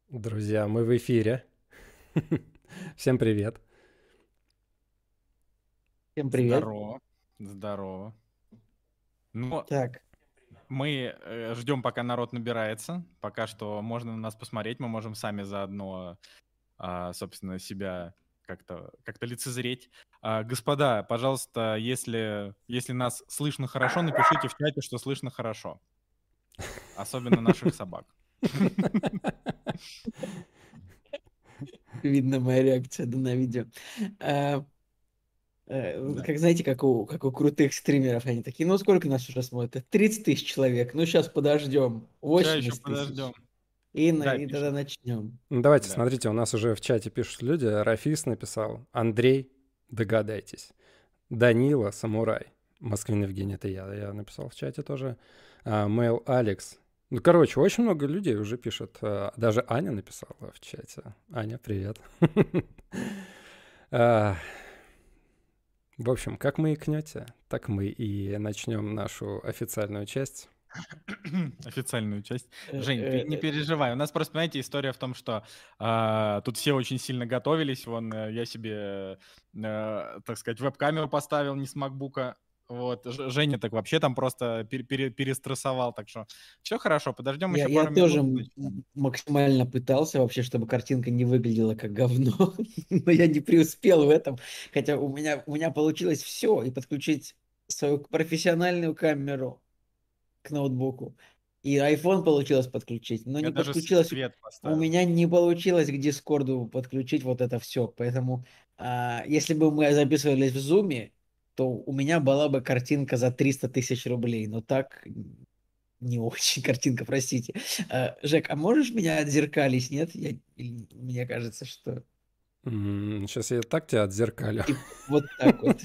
Друзья, мы в эфире. Всем привет. Всем привет. Здорово, здорово. Ну, Так, мы ждем, пока народ набирается. Пока что можно на нас посмотреть, мы можем сами заодно, собственно, себя как-то лицезреть. Господа, пожалуйста, если нас слышно хорошо, напишите в чате, что слышно хорошо. Особенно наших собак. видно моя реакция на видео. А, Да. Как знаете, как у крутых стримеров, они такие, ну сколько нас уже смотрят? 30 тысяч человек, ну сейчас подождем, Сейчас еще 80 подождем. тысяч, Да, и тогда пишет. начнем. Ну, давайте, Да. смотрите, у нас уже в чате пишут люди. Рафис написал. Андрей, догадайтесь. Данила, самурай. Москвин Евгений, это я написал в чате тоже. Мэйл Алекс. Ну, короче, очень много людей уже пишет. Даже Аня написала в чате. Аня, привет. А, В общем, как мы икнете, так мы и начнем нашу официальную часть. Официальную часть. Э, Жень, ты не э, переживай. У нас просто, понимаете, история в том, что тут все очень сильно готовились. Вон, я себе, так сказать, веб-камеру поставил не с макбука. Вот, Женя так вообще там просто перестрессовал. Так что все хорошо, подождем еще Я пару минут. тоже и начнем. максимально пытался вообще, чтобы картинка не выглядела как говно, но я не преуспел в этом, хотя у меня получилось все, и подключить свою профессиональную камеру к ноутбуку. И iPhone получилось подключить, но Я не даже подключилось. свет У поставил. меня не получилось к Дискорду подключить вот это все. Поэтому, если бы мы записывались в Zoom, то у меня была бы картинка за 300 тысяч рублей. Но так не очень картинка, простите. Жек, а можешь меня отзеркалить, нет? Мне кажется, что Сейчас я так тебя отзеркалю. вот так вот.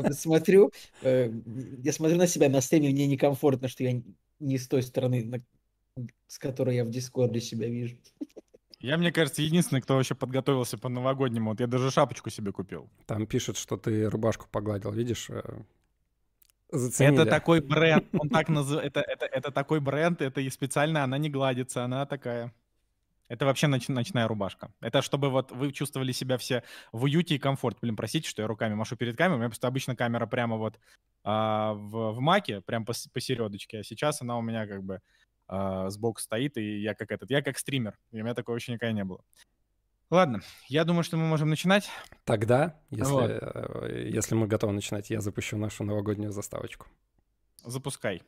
Я смотрю на себя на стриме, мне некомфортно, что я не с той стороны, с которой я в Дискорде себя вижу. Я, мне кажется, единственный, кто вообще подготовился по новогоднему. Вот я даже шапочку себе купил. Там пишет, что ты рубашку погладил, видишь? Это Заценили. такой бренд, он так называет, это такой бренд, это и специально она не гладится, она такая. Это вообще ночная рубашка. Это чтобы вот вы чувствовали себя все в уюте и комфорте. Блин, простите, что я руками машу перед камерой. У меня просто обычно камера прямо вот в маке, прям посередочке, а сейчас она у меня как бы сбоку стоит, и я как стример. И у меня такого вообще никогда не было. Ладно, я думаю, что мы можем начинать. Тогда, Вот, если мы готовы начинать, я запущу нашу новогоднюю заставочку. запускай.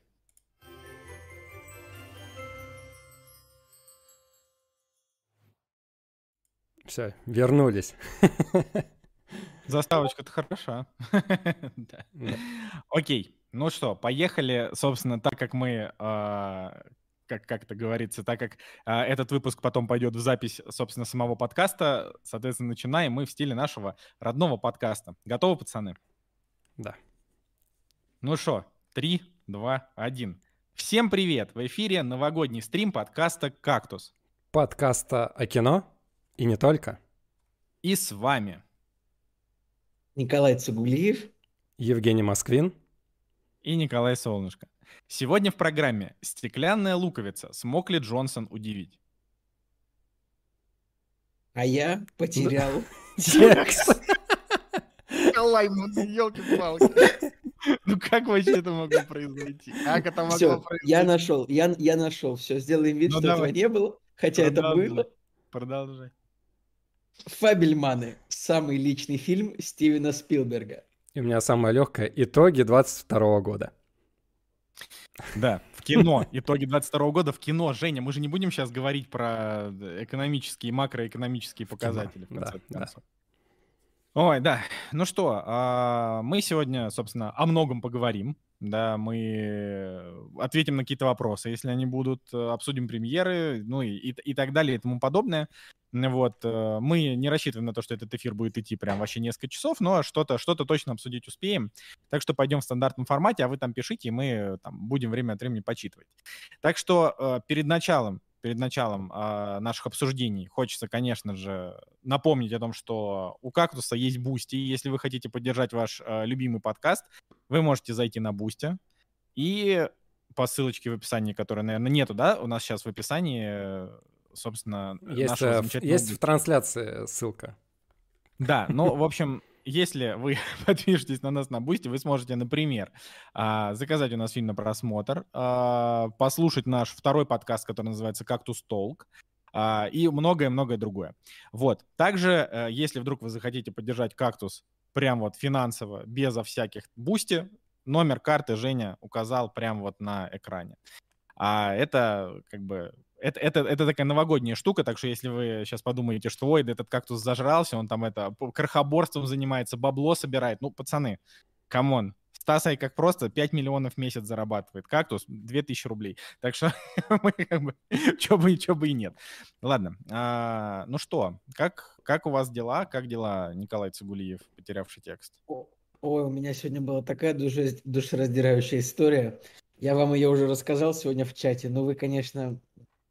Все, вернулись. Заставочка-то хороша. Да. Да. Окей, ну что, поехали. Собственно, так как мы, как это говорится, так как этот выпуск потом пойдет в запись, собственно, самого подкаста, соответственно, начинаем мы в стиле нашего родного подкаста. Готовы, пацаны? Да. Ну что, 3, 2, 1. Всем привет! В эфире новогодний стрим подкаста «Кактус». Подкаста о кино и не только. И с вами Николай Цугулиев. Евгений Москвин. и Николай Солнышко. Сегодня в программе «Стеклянная луковица. Смог ли Джонсон удивить?» А я потерял Текст. Николай, ну елки-палки. Ну как вообще это могло произойти? Как это могло Все, я произойти? нашел. Все, сделаем вид, Ну что этого давай, не было, хотя это продолжай. было. Продолжай. «Фабельманы» — самый личный фильм Стивена Спилберга. И у меня самое легкое. Итоги 22 года. Да, в кино. Итоги 22 года в кино. Женя, мы же не будем сейчас говорить про экономические, макроэкономические показатели в Да, конце да. концов. Ой, да. Ну что, мы сегодня, собственно, о многом поговорим. Да, мы ответим на какие-то вопросы, если они будут, обсудим премьеры, ну и так далее и тому подобное. Вот, мы не рассчитываем на то, что этот эфир будет идти прям вообще несколько часов, но что-то точно обсудить успеем. Так что пойдем в стандартном формате, а вы там пишите, и мы там будем время от времени почитывать. Так что перед началом наших обсуждений хочется, конечно же, напомнить о том, что у «Кактуса» есть Бусти. Если вы хотите поддержать ваш любимый подкаст, вы можете зайти на Бусти. И по ссылочке в описании, которой, наверное, нету, да, у нас сейчас в описании собственно, Есть, нашего замечательного есть в гостя. трансляции ссылка. Да, ну, в общем, если вы подпишетесь на нас на Бусти, вы сможете, например, заказать у нас фильм на просмотр, послушать наш второй подкаст, который называется «Кактус Толк», и многое-многое другое. Вот. Также, если вдруг вы захотите поддержать «Кактус» прям вот финансово, безо всяких Бусти, номер карты Женя указал прямо вот на экране. А это как бы... Это такая новогодняя штука, так что если вы сейчас подумаете, что ой, да этот кактус зажрался, он там крохоборством занимается, бабло собирает. Ну, пацаны, камон. Стасай как просто 5 миллионов в месяц зарабатывает. Кактус 2000 рублей. Так что мы как бы чё бы и нет. Ладно. Ну что, как у вас дела? Как дела, Николай Цигулиев, потерявший текст? Ой, у меня сегодня была такая душераздирающая история. Я вам ее уже рассказал сегодня в чате, но вы, конечно,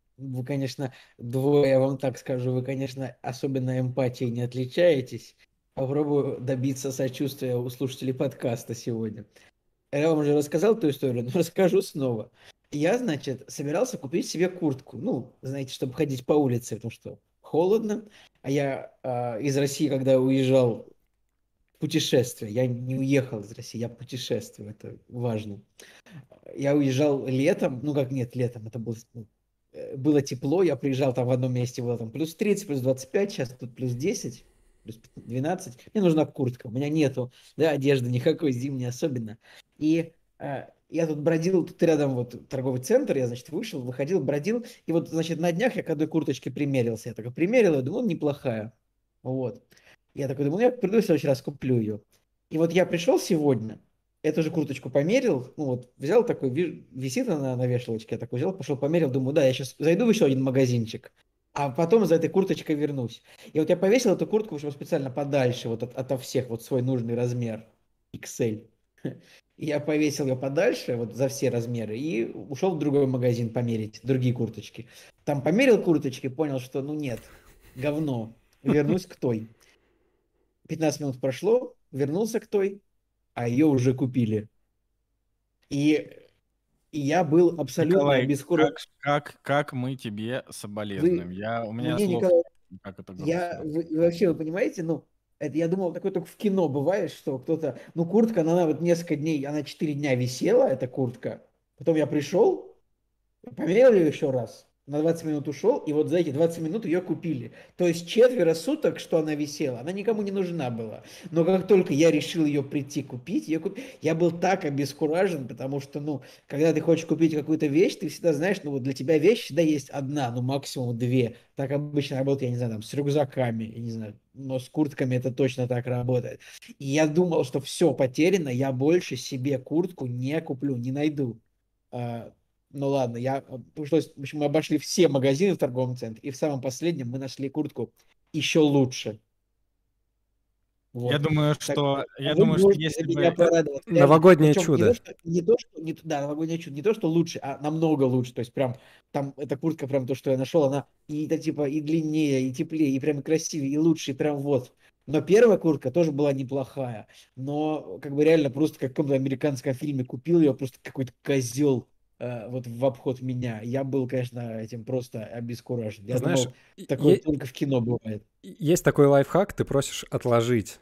двое, я вам так скажу, вы, конечно, особенно эмпатией не отличаетесь. Попробую добиться сочувствия у слушателей подкаста сегодня. Я вам уже рассказал эту историю, но расскажу снова. Я, значит, собирался купить себе куртку, ну, знаете, чтобы ходить по улице, потому что холодно. А я из России, когда уезжал в путешествие, я не уехал из России, я путешествую, это важно. Я уезжал летом, ну как нет, летом, это было тепло, я приезжал там в одном месте, было там плюс 30, плюс 25, сейчас тут плюс 10, плюс 12. Мне нужна куртка, у меня нету, да, одежды никакой зимней особенно. И я тут бродил, тут рядом вот торговый центр, я, значит, вышел, выходил, бродил, и вот, значит, на днях я к одной курточке примерился, я такой примерил, я думал, неплохая, вот. Я такой думал, я приду в следующий раз, куплю ее. И вот я пришел сегодня, эту же курточку померил, ну вот, взял такой, висит она на вешалочке, я такой взял, пошел померил, думаю, да, я сейчас зайду в еще один магазинчик, а потом за этой курточкой вернусь. И вот я повесил эту куртку, чтобы специально подальше, вот ото всех, вот свой нужный размер, XL. И я повесил ее подальше, вот за все размеры, и ушел в другой магазин померить другие курточки. Там померил курточки, понял, что, ну нет, говно, вернусь к той. 15 минут прошло, вернулся к той, а ее уже купили. И я был абсолютно Николай, обескуражен. как мы тебе соболезнуем? У меня Мне, слов, Николай, как это грустно. вообще, вы понимаете, ну, это я думал, такое только в кино бывает, что кто-то, ну, куртка, она вот несколько дней, она 4 дня висела, эта куртка. Потом я пришел, померил ее еще раз, на 20 минут ушел, и вот за эти 20 минут ее купили. То есть четверо суток, что она висела, она никому не нужна была. Но как только я решил ее прийти купить, я был так обескуражен, потому что, ну, когда ты хочешь купить какую-то вещь, ты всегда знаешь, ну, вот для тебя вещь всегда есть одна, ну, максимум две. Так обычно работает, я не знаю, там, с рюкзаками, я не знаю, но с куртками это точно так работает. И я думал, что все потеряно, я больше себе куртку не куплю, не найду. Ну ладно, пришлось, в общем, мы обошли все магазины в торговом центре, и в самом последнем мы нашли куртку еще лучше. Я Вот. думаю, Так что вы можете если за меня бы... порадоваться. Новогоднее Причем чудо. да, новогоднее чудо, не то, что лучше, а намного лучше. То есть прям там эта куртка, прям то, что я нашел, она это типа и длиннее, и теплее, и прям красивее, и лучше, и прям вот. Но первая куртка тоже была неплохая. Но как бы реально просто как в каком-то американском фильме купил ее, просто какой-то козел вот в обход меня. Я был, конечно, этим просто обескуражен. Я Знаешь, думал, такое только в кино бывает. есть такой лайфхак, ты просишь отложить,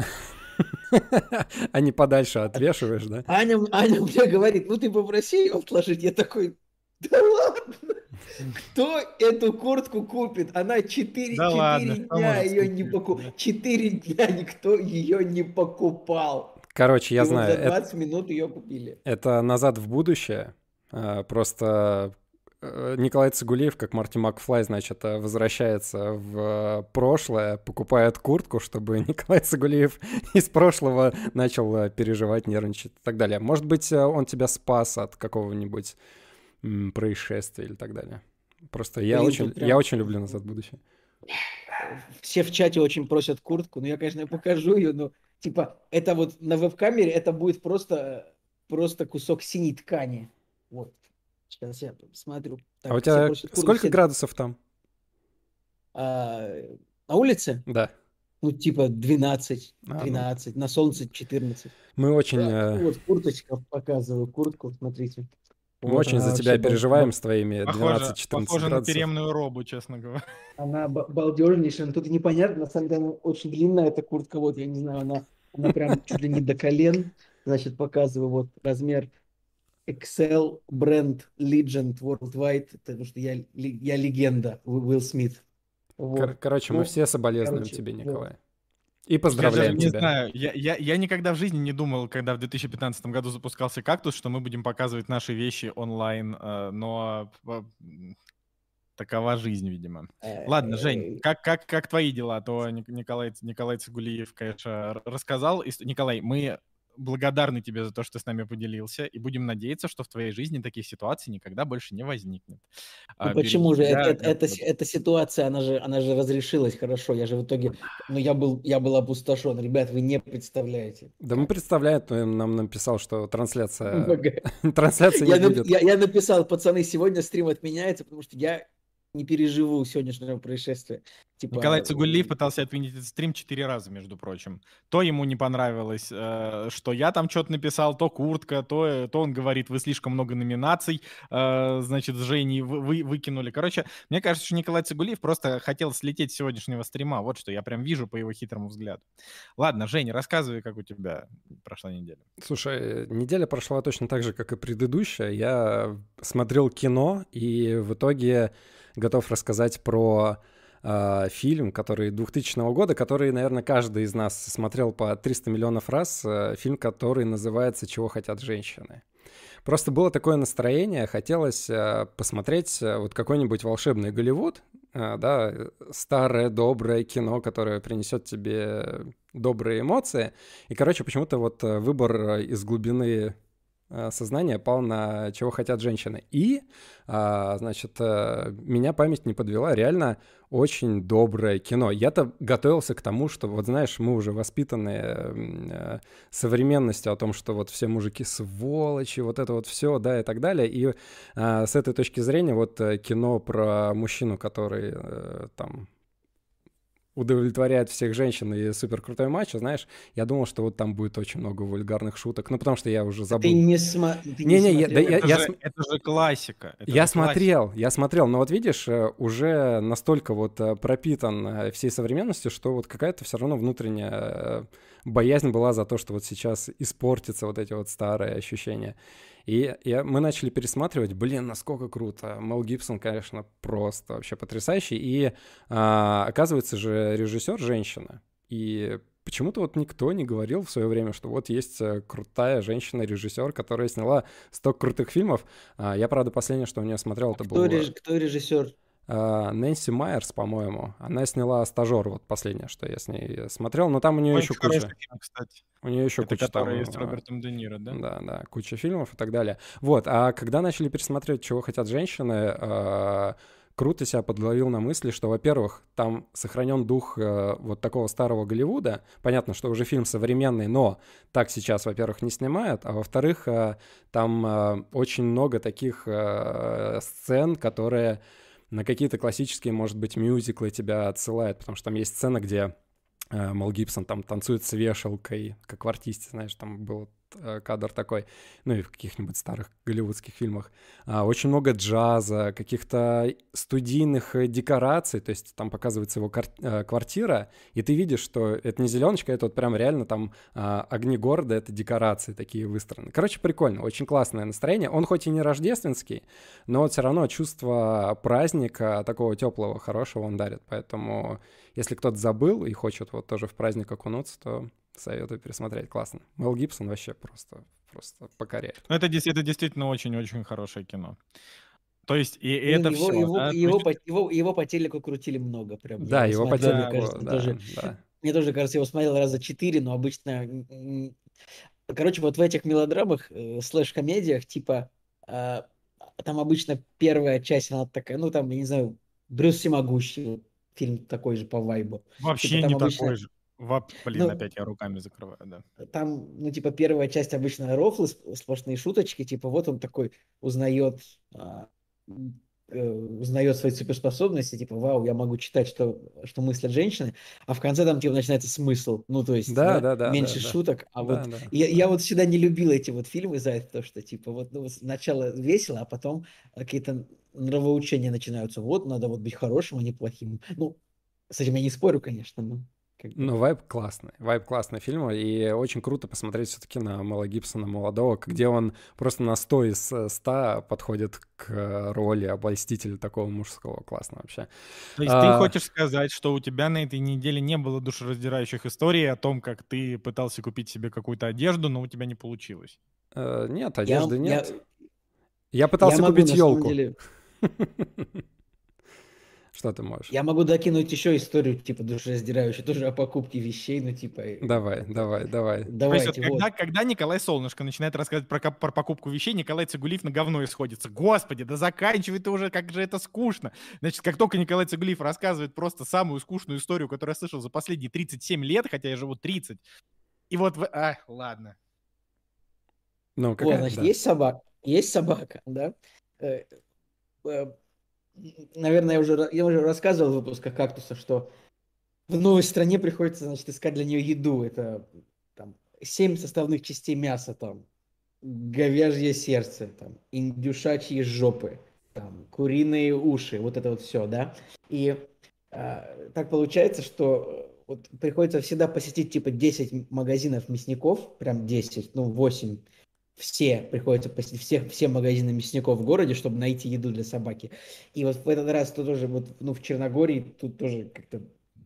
а не подальше отвешиваешь, да? Аня мне говорит, ну ты попроси ее отложить. Я такой, да ладно, кто эту куртку купит? Она 4 Да ладно, кто дня может ее не купить, покупал. да? 4 дня никто ее не покупал. Короче, И я вот за знаю, 20 минут ее купили. это «Назад в будущее». Просто Николай Цигулиев, как Марти Макфлай, значит, возвращается в прошлое, покупает куртку, чтобы Николай Цигулиев из прошлого начал переживать, нервничать и так далее. Может быть, он тебя спас от какого-нибудь происшествия или так далее. Просто я Блин, тут прям- очень люблю «Назад в будущее». Все в чате очень просят куртку, но я, конечно, покажу ее, но типа это вот на веб-камере это будет просто кусок синей ткани. Вот. Сейчас я смотрю. А у Так, все тебя просят куртку. сколько градусов там? На улице? Да. Ну, типа 12, Ну, 13, на солнце 14. мы очень... Так, вот курточка, показываю куртку, смотрите. Мы Вот, очень она за тебя вообще переживаем с твоими Похоже, 12-14 похоже на градусов. тюремную робу, честно говоря. она балдежнейшая, но тут непонятно, на самом деле она очень длинная, эта куртка, вот, я не знаю, она прям чуть ли не до колен, значит, показываю, вот, размер XL, бренд Legend Worldwide, потому что я легенда, Уилл Смит, вот, Короче, мы ну, все соболезнуем короче, тебе, вот. Николай. И Я даже поздравляем не тебя. знаю, я никогда в жизни не думал, когда в 2015 году запускался «Кактус», что мы будем показывать наши вещи онлайн, но такова жизнь, видимо. Ладно, Жень, как твои дела? А то Николай Цигулиев, конечно, рассказал. Николай, мы благодарны тебе за то, что ты с нами поделился, и будем надеяться, что в твоей жизни таких ситуаций никогда больше не возникнет. Ну Береги почему же? себя. Эта ситуация, она же разрешилась хорошо. Я же в итоге, ну я был опустошен. Ребят, вы не представляете. Да мы Как. представляем, ты нам написал, что трансляция МВГ. не будет. Я написал, пацаны, сегодня стрим отменяется, потому что я не переживу сегодняшнего происшествия. Николай Типа, Цигулиев пытался отменить этот стрим 4 раза, между прочим. То ему не понравилось, что я там что-то написал, то куртка, то он говорит, вы слишком много номинаций, значит, с Женей выкинули. Короче, мне кажется, что Николай Цигулиев просто хотел слететь с сегодняшнего стрима. Вот что я прям вижу по его хитрому взгляду. Ладно, Женя, рассказывай, как у тебя прошла неделя. Слушай, неделя прошла точно так же, как и предыдущая. Я смотрел кино и в итоге готов рассказать про фильм, который 2000 года, который, наверное, каждый из нас смотрел по 300 миллионов раз. Фильм, который называется «Чего хотят женщины». Просто было такое настроение, хотелось посмотреть вот какой-нибудь волшебный Голливуд, да, старое доброе кино, которое принесет тебе добрые эмоции. И, короче, почему-то вот выбор из глубины сознания пал на «Чего хотят женщины». И, значит, меня память не подвела. Реально очень доброе кино. Я-то готовился к тому, что, вот знаешь, мы уже воспитаны современностью о том, что вот все мужики сволочи, вот это вот все, да, и так далее. И с этой точки зрения вот кино про мужчину, который там удовлетворяет всех женщин и супер крутой матч, знаешь, я думал, что вот там будет очень много вульгарных шуток, ну потому что я уже забыл. Ты не смотрел? Это же классика. Я смотрел, но вот видишь, уже настолько вот пропитан всей современностью, что вот какая-то все равно внутренняя боязнь была за то, что вот сейчас испортятся вот эти вот старые ощущения. И мы начали пересматривать, блин, насколько круто. Мел Гибсон, конечно, просто вообще потрясающий. И оказывается же режиссер женщина. И почему-то вот никто не говорил в свое время, что вот есть крутая женщина-режиссер, которая сняла столько крутых фильмов. Я, правда, последнее, что у нее смотрел, это был... Кто режиссер? Нэнси Майерс, по-моему. Она сняла «Стажер», вот последнее, что я с ней смотрел. Но там у нее еще куча... Фильм, кстати. У нее еще это куча который там... с Робертом Де Ниро, да? Да, куча фильмов и так далее. Вот, а когда начали пересматривать «Чего хотят женщины», круто себя подловил на мысли, что, во-первых, там сохранен дух вот такого старого Голливуда. Понятно, что уже фильм современный, но так сейчас, во-первых, не снимают, а во-вторых, там очень много таких сцен, которые на какие-то классические, может быть, мюзиклы тебя отсылают, потому что там есть сцена, где Мел Гибсон там танцует с вешалкой, как в «Артисте», знаешь, там был кадр такой, ну и в каких-нибудь старых голливудских фильмах. Очень много джаза, каких-то студийных декораций, то есть там показывается его квартира, и ты видишь, что это не зеленочка, это вот прям реально там огни города, это декорации такие выстроены. Короче, прикольно, очень классное настроение. Он хоть и не рождественский, но вот все равно чувство праздника, такого теплого, хорошего он дарит, поэтому если кто-то забыл и хочет вот тоже в праздник окунуться, то советую пересмотреть. Классно. Мел Гибсон вообще просто покоряет. Ну, это действительно очень-очень хорошее кино. То есть, и Блин, это все. его по телеку крутили много. Прям. Да, его по смотрел, телеку, мне кажется, да. Мне тоже кажется, его смотрел раза 4, но обычно... Короче, вот в этих мелодрамах, слэш-комедиях, типа, там обычно первая часть, она такая, ну, там, я не знаю, Брюс Всемогущий, фильм такой же по вайбу. Вообще типа, там не обычно... такой же. Блин, Ну, опять я руками закрываю, да. там, ну, типа, первая часть обычно рофлы, сплошные шуточки, типа, вот он такой узнает узнает свои суперспособности, типа, вау, я могу читать, что мыслят женщины, а в конце там, типа, начинается смысл. Ну, то есть, Да, да, да, да, да, меньше да. шуток. А Да, вот да, я да. вот всегда не любил эти вот фильмы за это, то, что, типа, вот ну, сначала весело, а потом какие-то нравоучения начинаются. Вот, надо вот быть хорошим, а не плохим. Ну, с этим я не спорю, конечно, но как бы... Но вайб классный фильм, и очень круто посмотреть все-таки на Мэла Гибсона молодого, где он просто на 100 из 100 подходит к роли обольстителя такого мужского. Классно вообще. То есть ты хочешь сказать, что у тебя на этой неделе не было душераздирающих историй о том, как ты пытался купить себе какую-то одежду, но у тебя не получилось? Нет, Я, одежды я, нет. Я я пытался могу, купить на самом елку. деле... Что ты можешь? Я могу докинуть еще историю, типа, душераздирающую, тоже о покупке вещей, ну, типа, Давай. То есть вот давайте, вот. когда Николай Солнышко начинает рассказывать про покупку вещей, Николай Цигулиев на говно исходится. Господи, да заканчивай ты уже, как же это скучно. Значит, как только Николай Цигулиев рассказывает просто самую скучную историю, которую я слышал за последние 37 лет, хотя я живу 30, и вот... ладно. Ну, Вот, какая? значит, Да. есть собака, да? Э, э, Наверное, я уже рассказывал в выпусках «Кактуса», что в новой стране приходится, значит, искать для нее еду. Это там 7 составных частей мяса, там, говяжье сердце, там, индюшачьи жопы, там, куриные уши, вот это вот все, да. И так получается, что вот приходится всегда посетить типа 10 магазинов мясников, прям 10, ну 8, все приходится посетить все магазины мясников в городе, чтобы найти еду для собаки. И вот в этот раз тут тоже вот, ну, в Черногории тут тоже как-то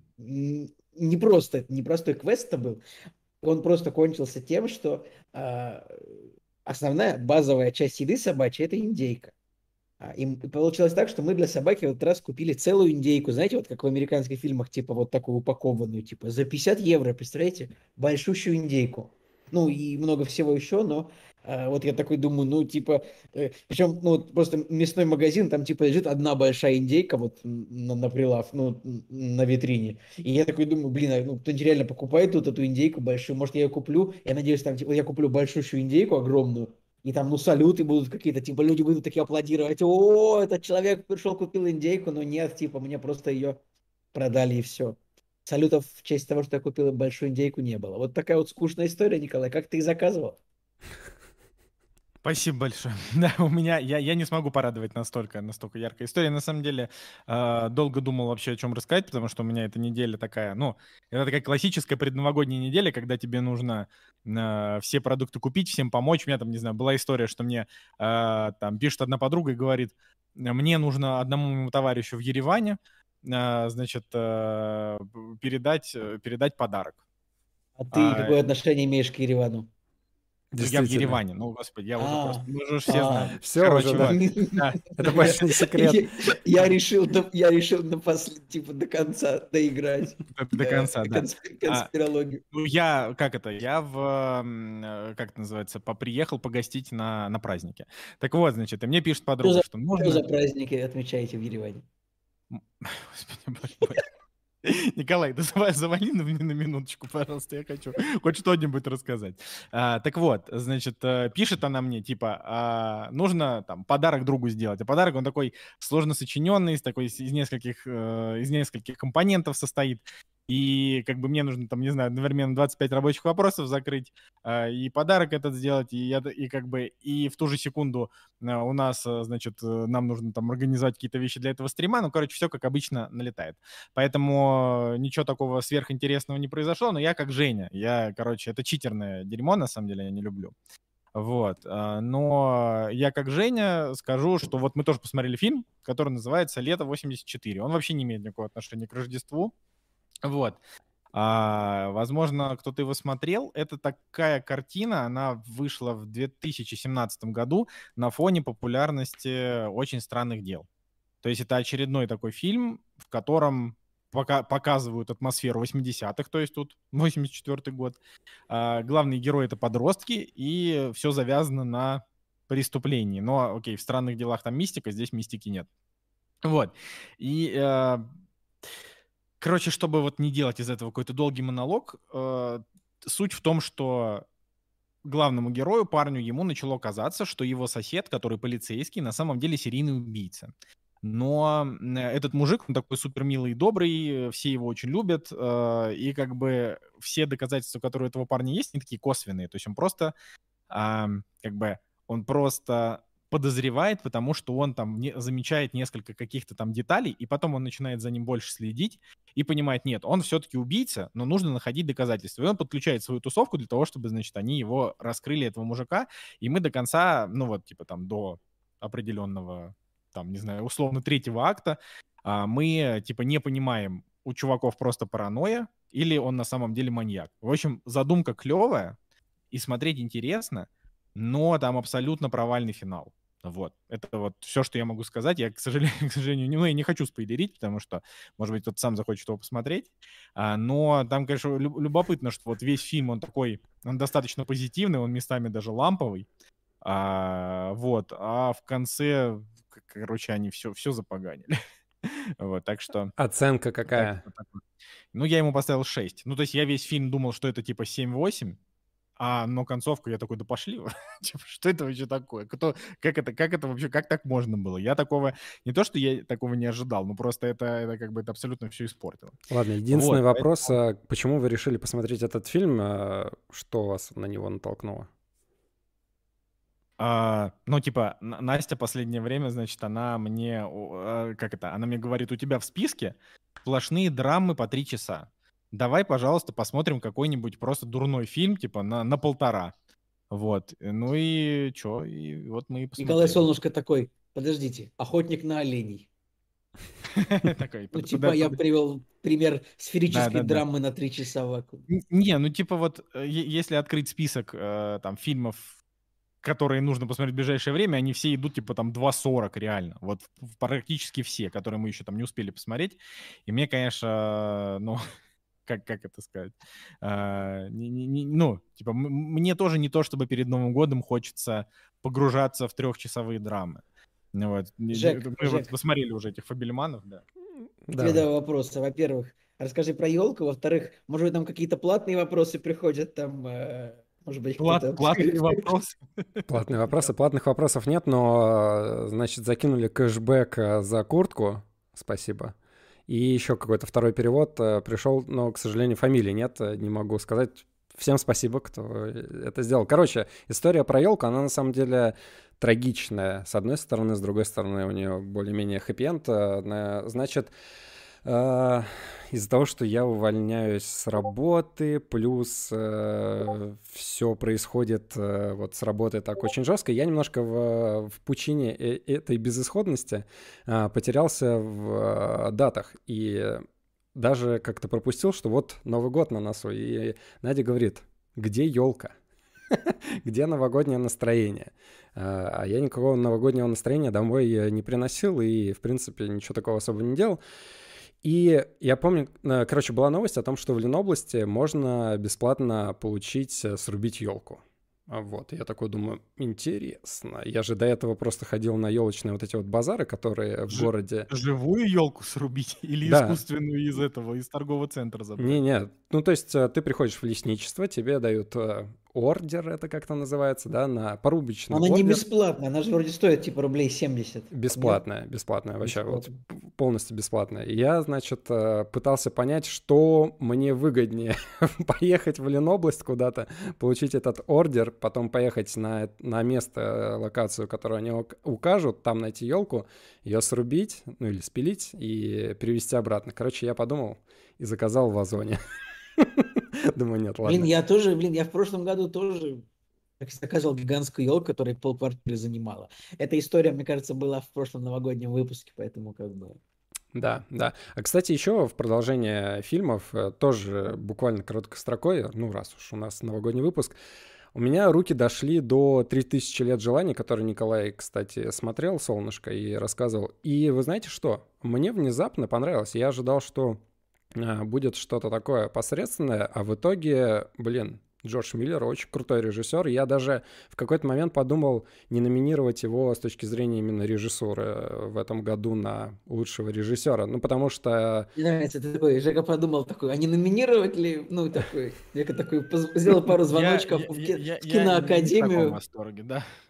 непростой квест это был. Он просто кончился тем, что основная базовая часть еды собачьей – это индейка. И получилось так, что мы для собаки вот раз купили целую индейку, знаете, вот как в американских фильмах, типа вот такую упакованную, типа за 50 евро, представляете, большущую индейку. Ну и много всего еще, но вот я такой думаю, ну типа, причем, ну вот просто мясной магазин, там типа лежит одна большая индейка вот на прилав, ну на витрине. И я такой думаю, блин, ну кто-нибудь реально покупает тут эту индейку большую, может я ее куплю, я надеюсь, там типа я куплю большущую индейку огромную, и там, ну, салюты будут какие-то, типа, люди будут такие аплодировать. О, этот человек пришел, купил индейку, но нет, типа, мне просто ее продали и все. Салютов в честь того, что я купил большую индейку, не было. Вот такая вот скучная история, Николай. Как ты их заказывал? Спасибо большое. Да, у меня, я не смогу порадовать настолько яркая история. На самом деле, долго думал вообще, о чем рассказать, потому что у меня эта неделя такая, ну, это такая классическая предновогодняя неделя, когда тебе нужно все продукты купить, всем помочь. У меня там, не знаю, была история, что мне там пишет одна подруга и говорит, мне нужно одному моему товарищу в Ереване, значит, передать подарок. А ты какое отношение имеешь к Еревану? Ну, я в Действительно. Ереване, ну, господи, я уже просто, А, мы же все знаем. Все уже, Короче, да. вот. Да. Это больше не секрет. Я решил типа до конца доиграть До конца, да. конспирологию. Ну, я как это называется, приехал погостить на празднике. Так вот, значит, и мне пишет подруга, что Что нужно... за праздники отмечаете в Ереване? Господи, боже мой. Николай, да завали на минуточку, пожалуйста, я хочу хоть что-нибудь рассказать. Так вот, значит, пишет она мне, типа, нужно там подарок другу сделать. А подарок, он такой сложно сочиненный, из нескольких компонентов состоит. И как бы мне нужно там, не знаю, одновременно 25 рабочих вопросов закрыть, и подарок этот сделать, и как бы и в ту же секунду у нас, значит, нам нужно там организовать какие-то вещи для этого стрима. Ну, короче, все как обычно налетает. Поэтому ничего такого сверхинтересного не произошло, но я как Женя. Короче, это читерное дерьмо, на самом деле, я не люблю. Вот. Но я как Женя скажу, что вот мы тоже посмотрели фильм, который называется «Лето 84». Он вообще не имеет никакого отношения к Рождеству. Вот. Возможно, кто-то его смотрел. Это такая картина, она вышла в 2017 году на фоне популярности «Очень странных дел». То есть это очередной такой фильм, в котором показывают атмосферу 80-х, то есть тут 84-й год. Главные герои — это подростки, и все завязано на преступлении. Но, окей, в «Странных делах» там мистика, здесь мистики нет. Вот. И... Короче, чтобы вот не делать из этого какой-то долгий монолог, суть в том, что главному герою, парню, ему начало казаться, что его сосед, который полицейский, на самом деле серийный убийца. Но этот мужик, он такой супер милый и добрый, все его очень любят, и как бы все доказательства, которые у этого парня есть, они такие косвенные. То есть он просто как бы он просто подозревает, потому что он там замечает несколько каких-то там деталей, и потом он начинает за ним больше следить и понимает, нет, он все-таки убийца, но нужно находить доказательства. И он подключает свою тусовку для того, чтобы, значит, они его раскрыли, этого мужика, и мы до конца, ну вот, типа там до определенного, там, не знаю, условно третьего акта, мы, типа, не понимаем, у чуваков просто паранойя или он на самом деле маньяк. В общем, задумка клевая, и смотреть интересно, но там абсолютно провальный финал. Вот. Это вот все, что я могу сказать. Я, к сожалению, ну, я не хочу спойлерить, потому что, может быть, кто-то сам захочет его посмотреть. Но там, конечно, любопытно, что вот весь фильм, он такой, он достаточно позитивный, он местами даже ламповый. Вот. А в конце, короче, они все запоганили. Вот, так что... Оценка какая? Ну, я ему поставил 6. Ну, то есть я весь фильм думал, что это типа 7-8, но концовку я такой, да пошли вы. Что это вообще такое? Как это вообще, как так можно было? Я такого, не то, что я такого не ожидал, но просто это как бы это абсолютно все испортило. Ладно, единственный Вот, вопрос, почему вы решили посмотреть этот фильм, что вас на него натолкнуло? Ну, типа, Настя последнее время, значит, она мне, она мне говорит, у тебя в списке сплошные драмы по 3 часа. Давай, пожалуйста, посмотрим какой-нибудь просто дурной фильм, типа, на 1,5. Вот. Ну и чё? И вот мы и посмотрели. Николай Солнышко такой, подождите, «Охотник на оленей». Ну, типа, я привел пример сферической драмы на 3 часа вакуум. Не, ну, типа, вот, если открыть список там фильмов, которые нужно посмотреть в ближайшее время, они все идут, типа, там, 2:40 реально. Вот практически все, которые мы еще там не успели посмотреть. И мне, конечно, ну... Как это сказать? Ну, типа, мне тоже не то, чтобы перед Новым годом хочется погружаться в 3-часовые драмы. Вот. Жек, вот посмотрели уже этих фабельманов, да. Тебе два вопроса. Во-первых, расскажи про елку. Во-вторых, может быть, там какие-то платные вопросы приходят, там, может быть, кто-то... Платные вопросы? Платные вопросы. Платных вопросов нет, но, значит, закинули кэшбэк за куртку. Спасибо. И еще какой-то второй перевод пришел, но, к сожалению, фамилии нет, не могу сказать. Всем спасибо, кто это сделал. Короче, история про елку, она на самом деле трагичная. С одной стороны, с другой стороны, у нее более-менее хэппи-энд. Значит, из-за того, что я увольняюсь с работы, плюс все происходит вот с работы так очень жестко, я немножко в пучине этой безысходности потерялся в датах. И даже как-то пропустил, что вот Новый год на носу. И Надя говорит, где елка? Где новогоднее настроение? А я никакого новогоднего настроения домой не приносил и, в принципе, ничего такого особо не делал. И я помню, короче, была новость о том, что в Ленобласти можно бесплатно срубить елку. Вот, я такой думаю, интересно. Я же до этого просто ходил на елочные вот эти вот базары, которые в городе... Живую елку срубить или искусственную из торгового центра забрать? Не-не, ну то есть ты приходишь в лесничество, тебе дают ордер, это как-то называется, да, на порубочный ордер. Она не бесплатная, она же вроде стоит типа рублей 70. Бесплатная, вообще вот полностью бесплатная. Я, значит, пытался понять, что мне выгоднее, поехать в Ленобласть куда-то, получить этот ордер, потом поехать на место, локацию, которую они укажут, там найти елку, ее срубить, ну или спилить и привезти обратно. Короче, я подумал и заказал в Озоне. Думаю, нет, ладно. Я в прошлом году тоже заказывал гигантскую елку, которая полквартиры занимала. Эта история, мне кажется, была в прошлом новогоднем выпуске, поэтому как бы... Да. А, кстати, еще в продолжение фильмов, тоже буквально короткой строкой, ну, раз уж у нас новогодний выпуск, у меня руки дошли до 3000 лет желаний, который Николай, кстати, смотрел, «Солнышко», и рассказывал. И вы знаете что? Мне внезапно понравилось. Я ожидал, что будет что-то такое посредственное, а в итоге, Джордж Миллер очень крутой режиссер. Я даже в какой-то момент подумал не номинировать его с точки зрения именно режиссуры в этом году на лучшего режиссера. Ну, потому что... Мне нравится, ты такой, Жека подумал такой, а не номинировать ли, ну, такой, Жека такой, сделал пару звоночков в киноакадемию. Я не в таком восторге, да.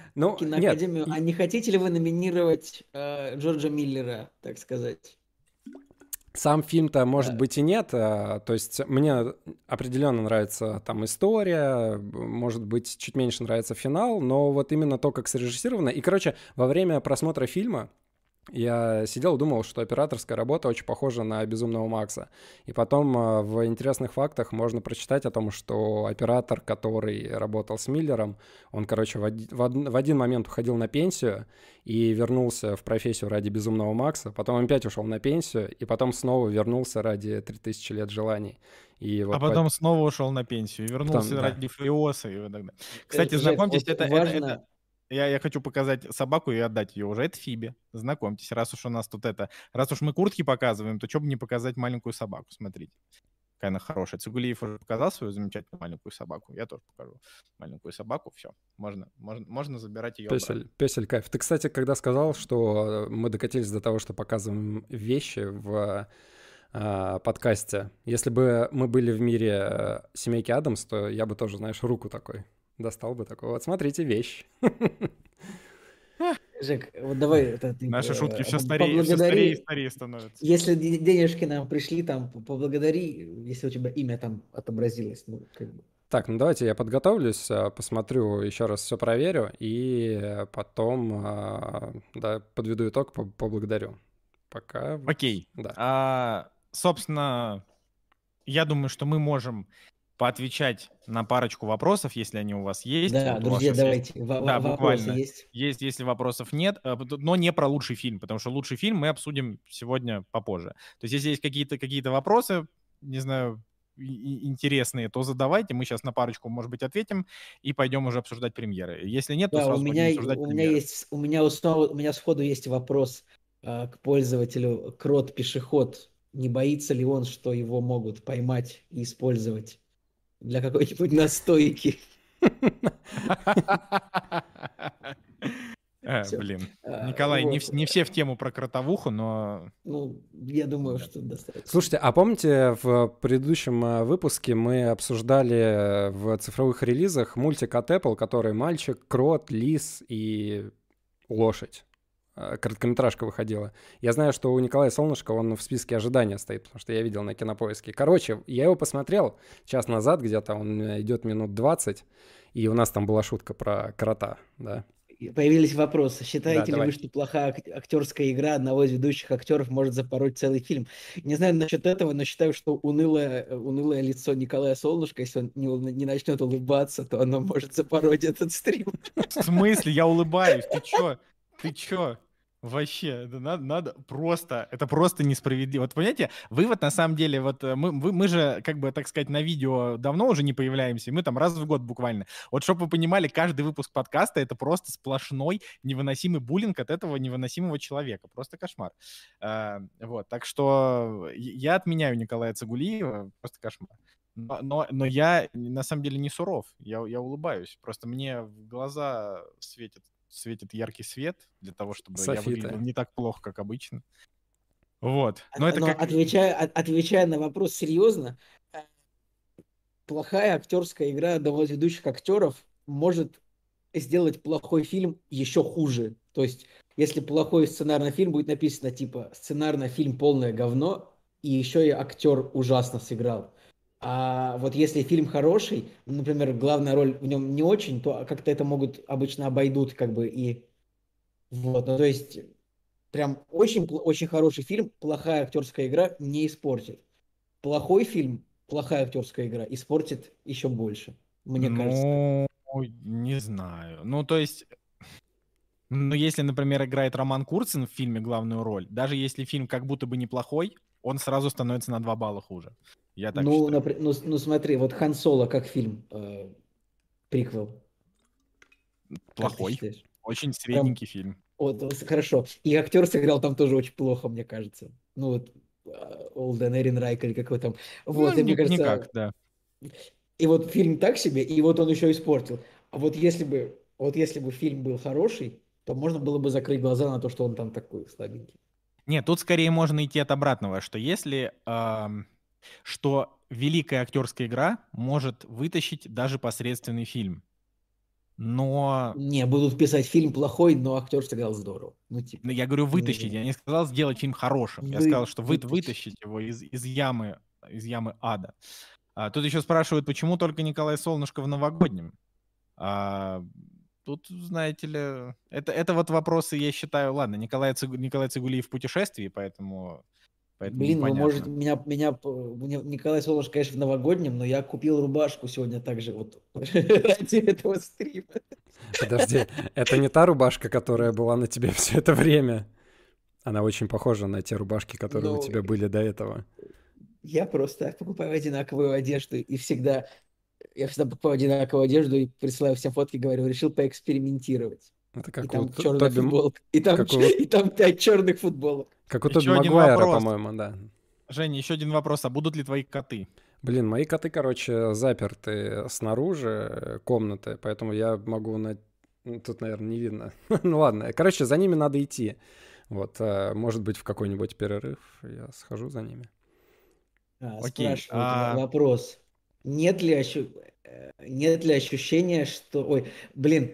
Ну, нет, киноакадемию. А не хотите ли вы номинировать Джорджа Миллера, так сказать? сам фильм-то, может Э, быть, и нет. То есть мне определенно нравится там история, может быть, чуть меньше нравится финал, но вот именно то, как срежиссировано. И, короче, во время просмотра фильма я сидел и думал, что операторская работа очень похожа на «Безумного Макса». И потом в интересных фактах можно прочитать о том, что оператор, который работал с Миллером, он, короче, в один момент уходил на пенсию и вернулся в профессию ради «Безумного Макса», потом опять ушел на пенсию, и потом снова вернулся ради «3000 лет желаний». И А вот потом снова ушел на пенсию и потом, вернулся да. ради Фуриоса и вот так далее. Кстати, Жек, знакомьтесь, вот это важно... я хочу показать собаку и отдать ее уже. Это Фиби. Знакомьтесь, раз уж у нас тут раз уж мы куртки показываем, то что бы не показать маленькую собаку? Смотрите, какая она хорошая. Цугулиев уже показал свою замечательную маленькую собаку. Я тоже покажу маленькую собаку. Все, можно забирать ее обратно. Песель кайф. Ты, кстати, когда сказал, что мы докатились до того, что показываем вещи в подкасте, если бы мы были в мире семейки Адамс, то я бы тоже, знаешь, руку такой достал бы такой. Вот смотрите, вещь. Жек, вот давай ты, Наши шутки все старее и поблагодари. старее становятся. Если денежки нам пришли, там, поблагодари, если у тебя имя там отобразилось. Ну, как бы. Так, ну давайте я подготовлюсь, посмотрю, еще раз все проверю, и потом да, подведу итог, поблагодарю. Пока. Окей. Да. Собственно, я думаю, что мы можем поотвечать на парочку вопросов, если они у вас есть. Да, Вот друзья, давайте. Да, Вопросы буквально. есть? Есть, если вопросов нет, но не про лучший фильм, потому что лучший фильм мы обсудим сегодня попозже. То есть, если есть какие-то вопросы, не знаю, интересные, то задавайте. Мы сейчас на парочку, может быть, ответим и пойдем уже обсуждать премьеры. Если нет, то Да, сразу будем обсуждать премьеры. у меня сходу есть вопрос к пользователю Крот-пешеход. Не боится ли он, что его могут поймать и использовать для какой-нибудь настойки? Всё. Блин. Николай, не Вот. все в тему про кротовуху, но... Ну, я думаю, Да. что достаточно. Слушайте, а помните, в предыдущем выпуске мы обсуждали в цифровых релизах мультик от Apple, который «Мальчик, крот, лис и лошадь». Короткометражка выходила. Я знаю, что у Николая Солнышко он в списке ожидания стоит, потому что я видел на Кинопоиске. Короче, я его посмотрел час назад где-то, он идет минут 20, и у нас там была шутка про крота, да. Появились вопросы. Считаете ли давай. вы, что плохая актерская игра одного из ведущих актеров может запороть целый фильм? Не знаю насчет этого, но считаю, что унылое лицо Николая Солнышко, если он не начнет улыбаться, то оно может запороть этот стрим. В смысле? Я улыбаюсь. Ты чё? Ты чё? Вообще, это надо просто, это просто несправедливо. Вот понимаете, вывод на самом деле, вот мы же, как бы, так сказать, на видео давно уже не появляемся, мы там раз в год буквально. Вот чтобы вы понимали, каждый выпуск подкаста — это просто сплошной невыносимый буллинг от этого невыносимого человека. Просто кошмар. Вот, так что я отменяю Николая Цигулиева, просто кошмар. Но я на самом деле не суров, я улыбаюсь. Просто мне в глаза светит яркий свет для того, чтобы я Софиты. выглядел не так плохо, как обычно. Вот. Но это Но как... отвечая на вопрос серьезно, плохая актерская игра одного из ведущих актеров может сделать плохой фильм еще хуже. То есть, если плохой сценарный фильм, будет написано типа сценарный фильм полное говно, и еще и актер ужасно сыграл. А вот если фильм хороший, например, главная роль в нем не очень, то как-то это могут обычно обойдут как бы и вот. Ну, то есть прям очень хороший фильм, плохая актерская игра не испортит. Плохой фильм, плохая актерская игра испортит еще больше. Мне кажется. Ну, не знаю. Ну, то есть... Ну, если, например, играет Роман Курцин в фильме главную роль, даже если фильм как будто бы неплохой, он сразу становится на 2 балла хуже. Я так Ну, считаю. ну смотри, вот Хан Соло как фильм, приквел. Как ты Плохой. считаешь? Очень Прям, средненький фильм. вот, хорошо. И актер сыграл там тоже очень плохо, мне кажется. Ну вот, Олден Эренрайк или какой там. Вот, Ну, и мне никак, кажется, да. и вот фильм так себе, и вот он еще испортил. А вот если бы фильм был хороший, то можно было бы закрыть глаза на то, что он там такой слабенький. Нет, тут скорее можно идти от обратного, что если... что великая актерская игра может вытащить даже посредственный фильм. но Не, будут писать фильм плохой, но актер сыграл здорово. Ну, типа, я говорю вытащить, не, я не сказал сделать фильм хорошим, я сказал, что вытащить. вытащить его из ямы ада. Тут еще спрашивают, почему только Николай Солнышко в новогоднем? А, Тут, знаете ли, это вот вопросы, я считаю, ладно, Николай Цигулиев в путешествии, поэтому Блин, вы можете непонятно. Николай Солнышко, конечно, в новогоднем, но я купил рубашку сегодня также вот ради этого стрима. Подожди, это не та рубашка, которая была на тебе все это время? Она очень похожа на те рубашки, которые у Ну, тебя были до этого. я просто покупаю одинаковую одежду и я всегда покупаю одинаковую одежду и присылаю всем фотки, говорю, решил поэкспериментировать. Это И как у там черная Тоби... футболка, и Как у, там 5 черных футболок. как у Тоби Еще один Магуайра, вопрос. по-моему, да. Женя, еще один вопрос. А будут ли твои коты? Блин, мои коты, короче, заперты снаружи комнаты, поэтому я могу тут, наверное, не видно. Ну ладно, короче, за ними надо идти. Вот, может быть, в какой-нибудь перерыв я схожу за ними. Окей. Спрашивают вопрос. Нет ли ощущения, что... Ой, блин,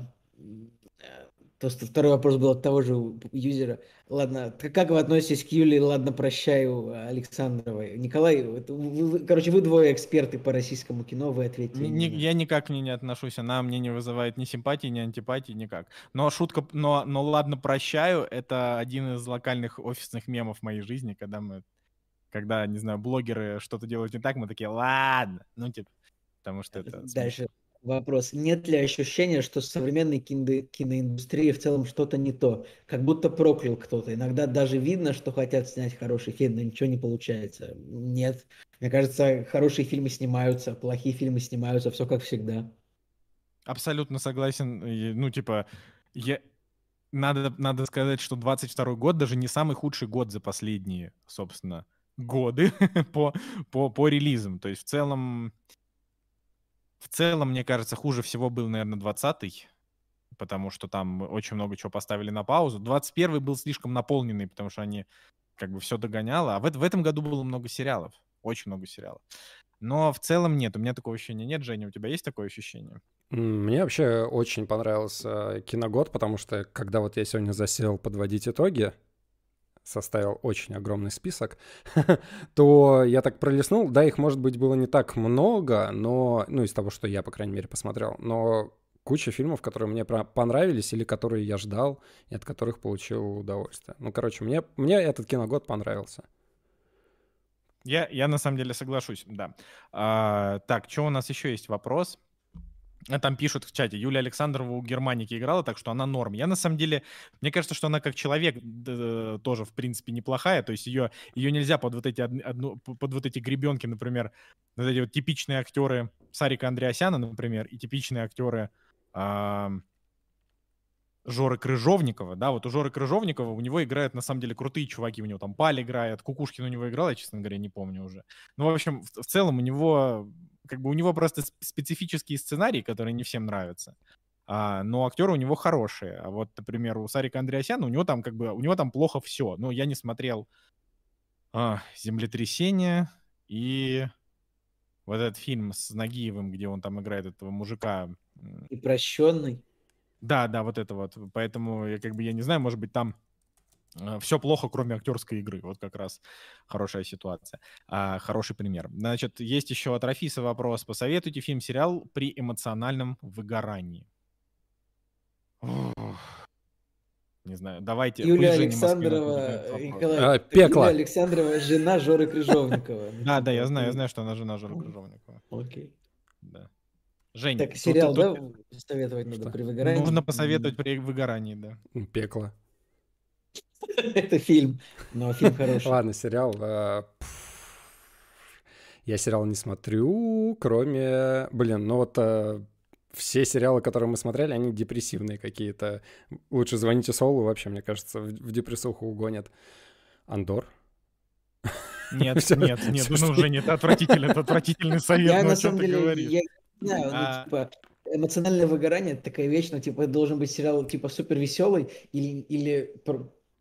то, что второй вопрос был от того же юзера. Ладно, как вы относитесь к Юлии «Ладно, прощаю» Александровой? Николай, короче, вы двое эксперты по российскому кино, вы ответьте именно. Я никак к ней не отношусь, она мне не вызывает ни симпатии, ни антипатии, никак. Но шутка, но ладно, прощаю, это один из локальных офисных мемов в моей жизни, когда, не знаю, блогеры что-то делают не так, мы такие, ладно, ну типа, потому что это смешно. Дальше вопрос. Нет ли ощущения, что с современной киноиндустрией в целом что-то не то? Как будто проклял кто-то. Иногда даже видно, что хотят снять хороший фильм, но ничего не получается. Нет. Мне кажется, хорошие фильмы снимаются, плохие фильмы снимаются, все как всегда. Абсолютно согласен. Ну, типа, надо сказать, что 22-й год даже не самый худший год за последние, собственно, годы по релизам. То есть в целом, мне кажется, хуже всего был, наверное, 20-й, потому что там очень много чего поставили на паузу. 21-й был слишком наполненный, потому что они как бы все догоняло. А в этом году было много сериалов, очень много сериалов. Но в целом нет, у меня такого ощущения нет. Женя, у тебя есть такое ощущение? Мне вообще очень понравился киногод, потому что когда вот я сегодня засел подводить итоги, составил очень огромный список, то я так пролистнул, да, их, может быть, было не так много, но, ну, из того, что я, по крайней мере, посмотрел, но куча фильмов, которые мне понравились или которые я ждал, и от которых получил удовольствие. Ну, короче, мне этот киногод понравился. Я на самом деле соглашусь, да. Так, что у нас еще есть вопрос? Там пишут в чате, Юлия Александрова у Германики играла, так что она норм. Я на самом деле, мне кажется, что она как человек тоже, в принципе, неплохая. То есть ее нельзя под вот эти гребенки, например, вот эти вот типичные актеры Сарика Андреасяна, например, и типичные актеры Жоры Крыжовникова, да, вот у Жоры Крыжовникова у него играют, на самом деле, крутые чуваки, у него там Паль играет, Кукушкин у него играл, я, честно говоря, не помню уже. Ну, в общем, в целом у него просто специфические сценарии, которые не всем нравятся, но актеры у него хорошие. А вот, например, у Сарика Андреасяна у него там плохо все. Ну, я не смотрел «Землетрясение» и вот этот фильм с Нагиевым, где он там играет этого мужика. И «Прощенный». Да, вот это вот. Поэтому я не знаю, может быть, там все плохо, кроме актерской игры. Вот как раз хорошая ситуация. Хороший пример. Значит, есть еще от Рафиса вопрос. Посоветуйте фильм-сериал при эмоциональном выгорании. Не знаю, давайте. Юлия Вы, Женя Москвина, Александрова, задавайте вопрос. Николай, Пекло. Юлия Александрова, жена Жоры Крыжовникова. Да, я знаю, что она жена Жоры Крыжовникова. Окей. Да. Жень, Так, сериал, да, советовать надо при выгорании? нужно посоветовать при выгорании, да. Пекло. Это фильм, но фильм хороший. Ладно, сериал. Я сериал не смотрю, кроме... Блин, ну вот все сериалы, которые мы смотрели, они депрессивные какие-то. Лучше «Звоните Солу», вообще, мне кажется, в депрессуху угонят. «Андор». Нет, Женя, это отвратительный совет. Я Ну, на о чем самом ты деле, говоришь? я не знаю, ну, типа, эмоциональное выгорание — это такая вещь, ну, типа, должен быть сериал, типа, супер веселый или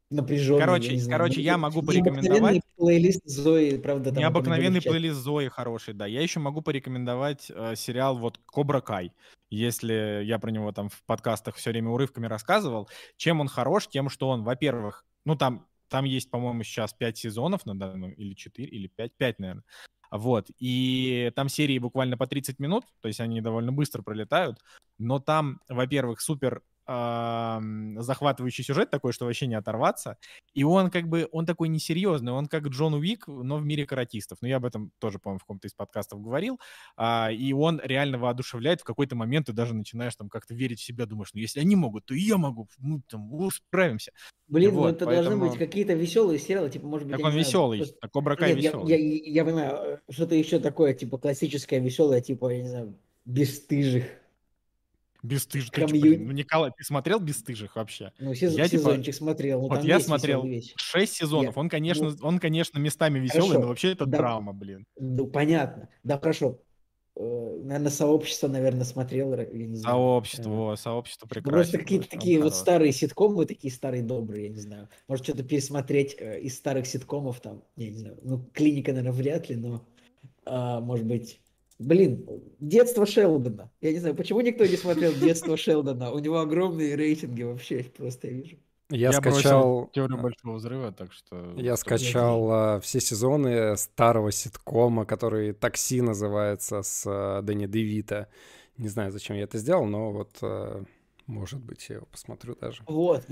напряженный, я не знаю. Короче, я могу Необыкновенный порекомендовать. плейлист Зои, правда, там упомянули в Необыкновенный чате. плейлист Зои хороший, да. Я еще могу порекомендовать сериал вот «Кобра Кай». Если я про него там в подкастах все время урывками рассказывал. Чем он хорош? Тем, что он, во-первых, ну там есть, по-моему, сейчас 5 сезонов, или 4, или 5, 5, наверное. Вот. И там серии буквально по 30 минут, то есть они довольно быстро пролетают. Но там, во-первых, супер захватывающий сюжет такой, что вообще не оторваться. И он как бы, он такой несерьезный, он как Джон Уик, но в мире каратистов. Но я об этом тоже, по-моему, в каком-то из подкастов говорил. И он реально воодушевляет в какой-то момент, ты даже начинаешь там как-то верить в себя, думаешь, ну если они могут, то и я могу, мы там справимся. Блин, ну Вот, это должны быть поэтому... какие-то веселые сериалы, типа, может быть, Так я он не знаю, веселый, просто... так Кобра Кай Нет, веселый. я понимаю, что-то еще такое, типа, классическое, веселое, типа, я не знаю, «Бесстыжих». Бесстыжих, ты, блин, ну Комьюнити. Николай, ты смотрел «Бесстыжих» вообще? Ну, Я типа, сезончик смотрел, ну вот там я есть веселые смотрел вещи. 6 сезонов, он, Ну, конечно, местами веселый, но хорошо, вообще это да, драма, блин. ну, понятно, да, хорошо. Наверное, «Сообщество», наверное, смотрел, я не знаю. Сообщество Ну, просто прекрасен, какие-то он такие вот хорош. старые ситкомы, такие старые добрые, я не знаю. Может, что-то пересмотреть из старых ситкомов, там, я не знаю. Ну, «Клиника», наверное, вряд ли, но, может быть... Блин, «Детство Шелдона». Я не знаю, почему никто не смотрел «Детство Шелдона». У него огромные рейтинги вообще, просто я вижу. Я Я бросил скачал, «Теорию большого взрыва», так что... я кто бы- Я тоже. скачал все сезоны старого ситкома, который «Такси» называется, с Дэнни Девито. Не знаю, зачем я это сделал, но вот, может быть, я его посмотрю даже. Вот,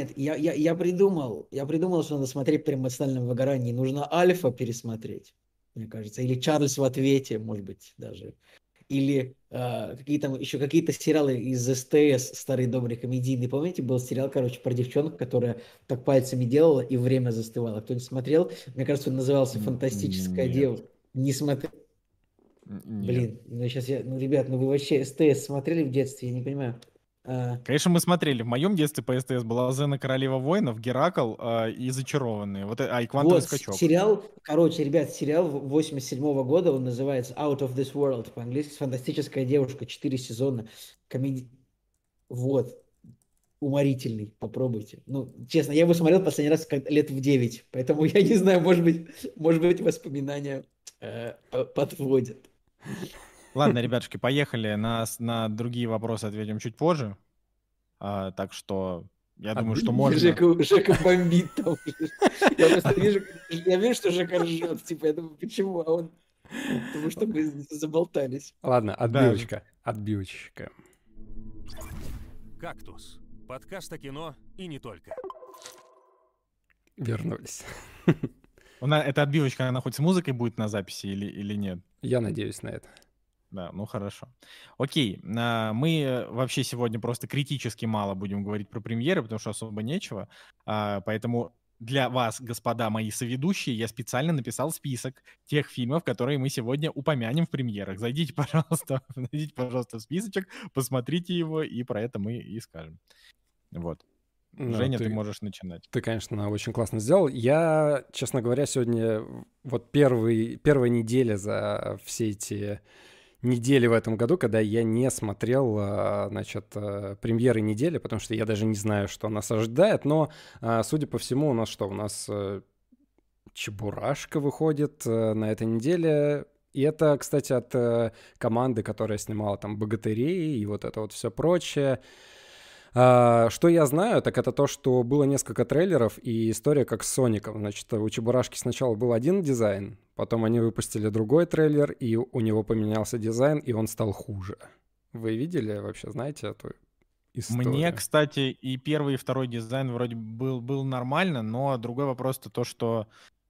я придумал, что надо смотреть при эмоциональном выгорании. Нужно «Альфа» пересмотреть, мне кажется, или «Чарльз в ответе», может быть, даже. Или еще какие-то сериалы из СТС, старые добрые комедийные. Помните, был сериал, короче, про девчонку, которая так пальцами делала и время застывало. Кто-нибудь смотрел? Мне кажется, он назывался «Фантастическая Нет. девушка». Не смотрел. Нет. Блин, ну сейчас ребят, ну вы вообще СТС смотрели в детстве? Я не понимаю. Конечно, мы смотрели. В моем детстве по СТС была «Зена Королева воинов», «Геракл» и «Зачарованные». И «Квантовый Вот, скачок». сериал, короче, ребят, сериал 87 года, он называется Out of this World, по-английски «Фантастическая девушка», 4 сезона, комедий. Вот, уморительный, попробуйте. Ну, честно, я его смотрел последний раз лет в 9, поэтому я не знаю, может быть воспоминания подводят. Ладно, ребятушки, поехали. На другие вопросы ответим чуть позже. Так что я думаю, что можно... Жека бомбит там. Я просто вижу, что Жека ржет, типа, я думаю, почему? А он... Потому что мы заболтались. Ладно, отбивочка. «Кактус». Подкаст о кино и не только. Вернулись. Эта отбивочка, она хоть с музыкой будет на записи или нет? Я надеюсь на это. Да, ну хорошо. Окей, мы вообще сегодня просто критически мало будем говорить про премьеры, потому что особо нечего. Поэтому для вас, господа мои соведущие, я специально написал список тех фильмов, которые мы сегодня упомянем в премьерах. Зайдите, пожалуйста, в списочек, посмотрите его, и про это мы и скажем. Вот. Ну, Женя, ты можешь начинать. Ты, конечно, очень классно сделал. Я, честно говоря, сегодня вот первая неделя за все эти недели в этом году, когда я не смотрел, значит, премьеры недели, потому что я даже не знаю, что нас ожидает, но, судя по всему, у нас «Чебурашка» выходит на этой неделе. И это, кстати, от команды, которая снимала там «Богатырей» и вот это вот все прочее. Что я знаю, так это то, что было несколько трейлеров и история как с Соником. Значит, у Чебурашки сначала был один дизайн, потом они выпустили другой трейлер, и у него поменялся дизайн, и он стал хуже. Вы видели вообще, знаете эту историю? Мне, кстати, и первый, и второй дизайн вроде был нормально, но другой вопрос-то то, что,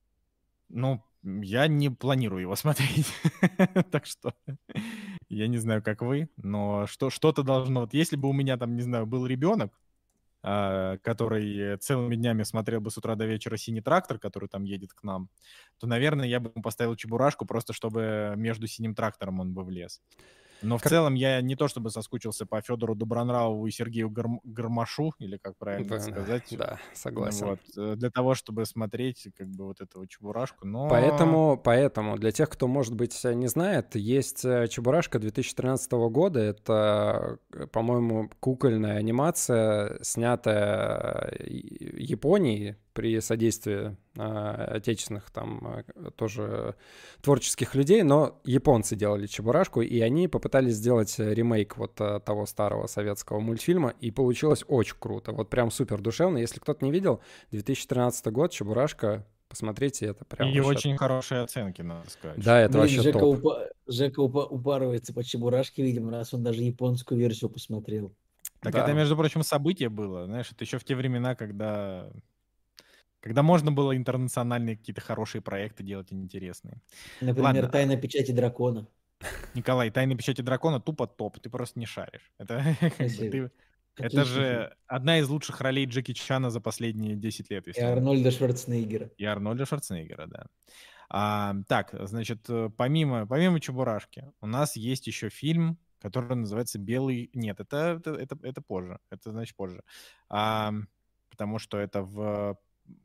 я не планирую его смотреть. Так что я не знаю, как вы, но что-то должно... Вот если бы у меня там, не знаю, был ребенок, который целыми днями смотрел бы с утра до вечера «Синий трактор», который там едет к нам, то, наверное, я бы ему поставил «Чебурашку», просто чтобы между «Синим трактором» он бы влез. Но в целом я не то чтобы соскучился по Федору Добронравову и Сергею Гармашу, или как правильно сказать. Да, согласен. Вот, для того, чтобы смотреть как бы вот этого Чебурашку, но... Поэтому для тех, кто, может быть, не знает, есть Чебурашка 2013 года. Это, по-моему, кукольная анимация, снятая Японией. при содействии отечественных там тоже творческих людей, но японцы делали Чебурашку, и они попытались сделать ремейк вот того старого советского мультфильма, и получилось очень круто, вот прям супер душевно. Если кто-то не видел, 2013 год, Чебурашка, посмотрите, это прям И вообще... очень хорошие оценки, надо сказать. Да, это вообще Жека, топ. Жека упарывается по Чебурашке, видимо, раз он даже японскую версию посмотрел. Так Да. это, между прочим, событие было, знаешь, это еще в те времена, когда можно было интернациональные какие-то хорошие проекты делать интересные. Например, Ладно. «Тайна печати дракона». Николай, «Тайны печати дракона» тупо топ, ты просто не шаришь. Это Спасибо. это Отличный фильм. же одна из лучших ролей Джеки Чана за последние 10 лет. И Если я не Арнольда Шварценеггера. И Арнольда Шварценеггера, да. Так, значит, помимо Чебурашки, у нас есть еще фильм, который называется «Белый...» Нет, это позже. Это, значит, позже. Потому что это в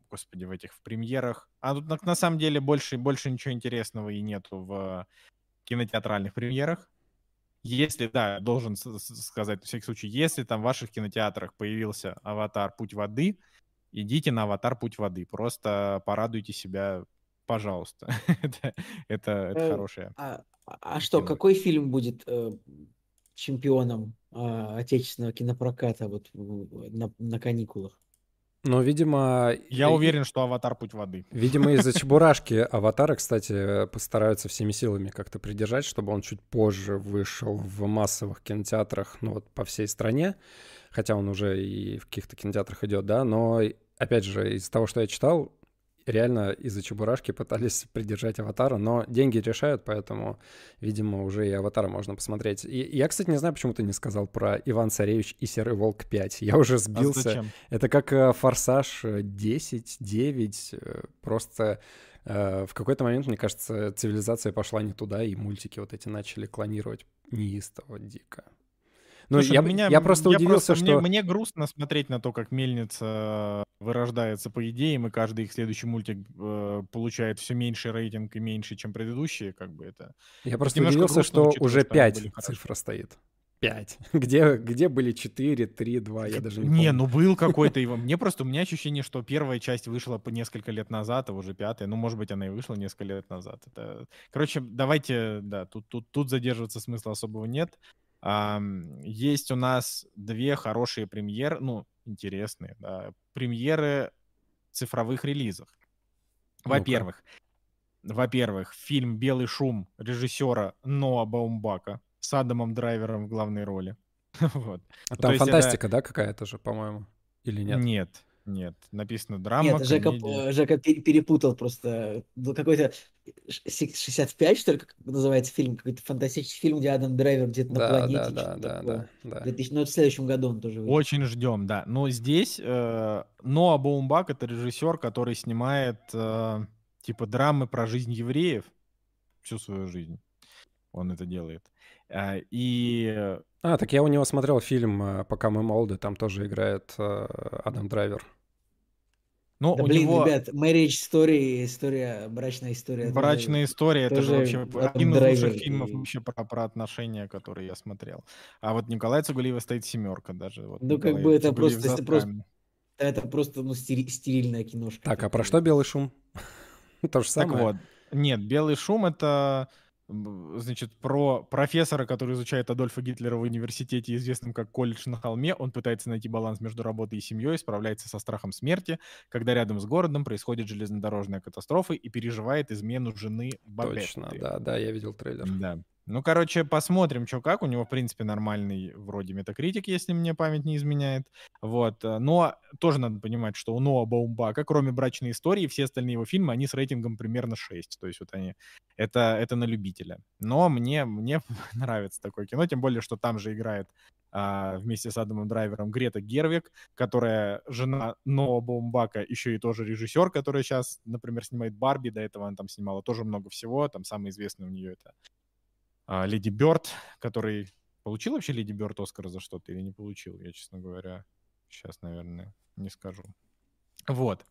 премьерах. А тут на самом деле больше ничего интересного и нету в кинотеатральных премьерах. Если, да, должен сказать, на всякий случай, если там в ваших кинотеатрах появился «Аватар. Путь воды», идите на «Аватар. Путь воды». Просто порадуйте себя, пожалуйста. Это хорошее. А что, кино. какой фильм будет чемпионом отечественного кинопроката вот на каникулах? Но, видимо... Я уверен, что «Аватар. Путь воды». Видимо, из-за Чебурашки «Аватара», кстати, постараются всеми силами как-то придержать, чтобы он чуть позже вышел в массовых кинотеатрах, ну вот по всей стране, хотя он уже и в каких-то кинотеатрах идет, да, но, опять же, из того, что я читал, реально из-за Чебурашки пытались придержать «Аватара», но деньги решают, поэтому, видимо, уже и «Аватара» можно посмотреть. И я, кстати, не знаю, почему ты не сказал про «Иван Царевич и Серый Волк 5». Я уже сбился. Зачем? Это как «Форсаж 10», 9. Просто в какой-то момент, мне кажется, цивилизация пошла не туда, и мультики вот эти начали клонировать неистово дико. Ну, Слушай, я просто удивился, что... Мне грустно смотреть на то, как мельница вырождается по идеям, и каждый их следующий мультик получает все меньше рейтинг и меньше, чем предыдущие, как бы это... Я просто немножко удивился, грустно, что учитывая, уже что они 5 были хорошие. цифра стоит. 5. Где были 4, 3, 2, я даже не помню. Не, ну был какой-то его. У меня ощущение, что первая часть вышла по несколько лет назад, а уже пятая. Ну, может быть, она и вышла несколько лет назад. Короче, давайте, да, тут задерживаться смысла особого нет. Есть у нас 2 хорошие премьеры, ну, интересные, да, премьеры цифровых релизов. Ну-ка. Во-первых, фильм «Белый шум» режиссера Ноа Баумбака с Адамом Драйвером в главной роли. Вот. А То там есть это- фантастика, да, какая-то же, по-моему? Или нет? Нет. Написано драма, Нет, комедия. Жека перепутал просто. Был какой-то 65, что ли, как называется фильм, какой-то фантастический фильм, где Адам Драйвер где-то на Да, планете. да, что-то да, такое. да. 2000, ну, это в следующем году он тоже выйдет. Очень ждем, да. Но здесь Ноа Баумбак — это режиссер, который снимает типа драмы про жизнь евреев всю свою жизнь. Он это делает. И Так я у него смотрел фильм «Пока мы молоды», там тоже играет Адам Драйвер. ну, Да у блин, него ребят, Marriage Story, брачная история. «Брачная история» — это же тоже вообще Адам один из Драйвер лучших фильмов и- вообще про отношения, которые я смотрел. А вот Николая Цугулиева стоит 7 даже. Вот Ну, как Николай бы это Цугулиев просто, за это просто, скамью. это просто ну, стерильная киношка. Так, а как про и- что «Белый шум»? То же Так самое. вот, нет, «Белый шум» — это, значит, про профессора, который изучает Адольфа Гитлера в университете, известном как «Колледж на холме». Он пытается найти баланс между работой и семьей, справляется со страхом смерти, когда рядом с городом происходит железнодорожная катастрофа, и переживает измену жены Бабетты. Точно, да, я видел трейлер. Да. Ну, короче, посмотрим, что как. У него, в принципе, нормальный вроде метакритик, если мне память не изменяет. Вот. Но тоже надо понимать, что у Ноа Баумбака, кроме «Брачной истории», все остальные его фильмы, они с рейтингом примерно 6. То есть вот они... Это на любителя. Но мне нравится такое кино, тем более, что там же играет вместе с Адамом Драйвером Грета Гервиг, которая жена Ноа Баумбака, еще и тоже режиссер, который сейчас, например, снимает «Барби». До этого она там снимала тоже много всего. Там самый известный у нее это Леди Бёрд, который... Получил вообще Леди Бёрд Оскар за что-то или не получил? Я, честно говоря, сейчас, наверное, не скажу. Вот.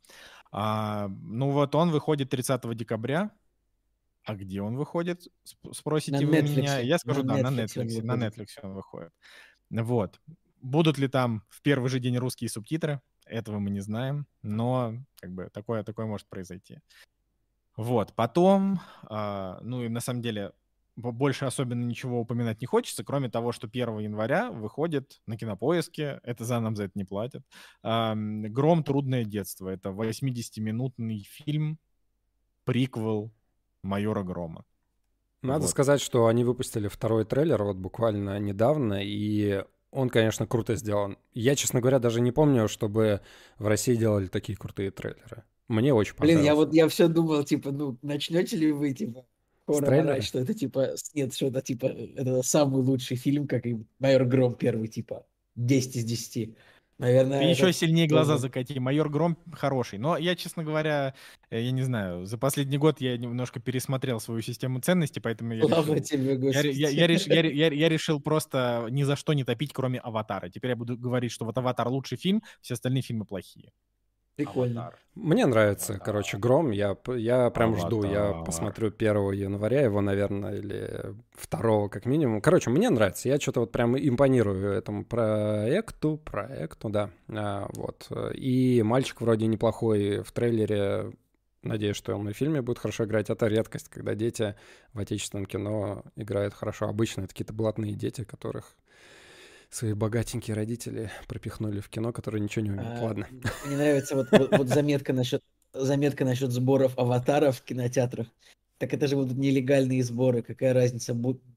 Ну вот он выходит 30 декабря. А где он выходит? Спросите На вы Netflix. меня. Я скажу, На да, на Netflix он Netflix. На выходит. Netflix он выходит. Вот. Будут ли там в первый же день русские субтитры? этого мы не знаем, но как бы такое может произойти. Вот, потом, ну и на самом деле больше особенно ничего упоминать не хочется, кроме того, что 1 января выходит на Кинопоиске, нам за это не платят, «Гром. Трудное детство». Это 80-минутный фильм, приквел «Майора Грома». Надо Вот. сказать, что они выпустили второй трейлер вот буквально недавно, и он, конечно, круто сделан. Я, честно говоря, даже не помню, чтобы в России делали такие крутые трейлеры. Мне очень Блин, понравилось. я все думал, типа, ну, начнете ли вы, типа, С хором орать, трейлера? что это, типа, нет, что это, типа, это самый лучший фильм, как и «Майор Гром» первый, типа, 10 из 10. Ты Наверное, еще это сильнее глаза тоже... закати. «Майор Гром» хороший. Но я, честно говоря, я не знаю, за последний год я немножко пересмотрел свою систему ценностей, поэтому я Слава решил... тебе, Господи. Я решил просто ни за что не топить, кроме «Аватара». Теперь я буду говорить, что вот «Аватар» лучший фильм, все остальные фильмы плохие. Прикольно. «Аватар». Мне нравится, Аватар. короче, «Гром». Я прям жду. Я Аватар. посмотрю 1 января его, наверное, или 2 как минимум. Короче, мне нравится. Я что-то вот прям импонирую этому проекту, да. Вот. И мальчик вроде неплохой в трейлере. Надеюсь, что он на фильме будет хорошо играть. Это редкость, когда дети в отечественном кино играют хорошо. Обычно это какие-то блатные дети, которых свои богатенькие родители пропихнули в кино, которые ничего не умеют. Ладно. Мне нравится вот заметка насчет сборов «Аватара» в кинотеатрах. Так это же будут нелегальные сборы. Какая разница?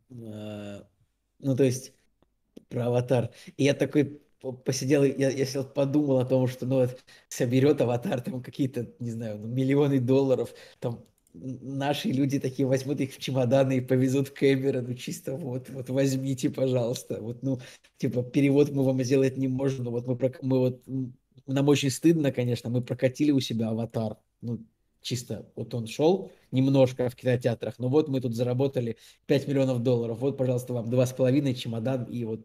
Ну, то есть, про «Аватар». И я такой посидел, я сел, подумал о том, что, ну, вот, соберет «Аватар» там какие-то, не знаю, ну, миллионы долларов, там наши люди такие возьмут их в чемоданы и повезут в Кэмерон, ну, чисто вот возьмите, пожалуйста. Вот, ну, типа, перевод мы вам сделать не можем, но вот нам очень стыдно, конечно, мы прокатили у себя «Аватар», ну, чисто, вот он шел немножко в кинотеатрах, но вот мы тут заработали 5 миллионов долларов, вот, пожалуйста, вам 2,5 чемодан, и вот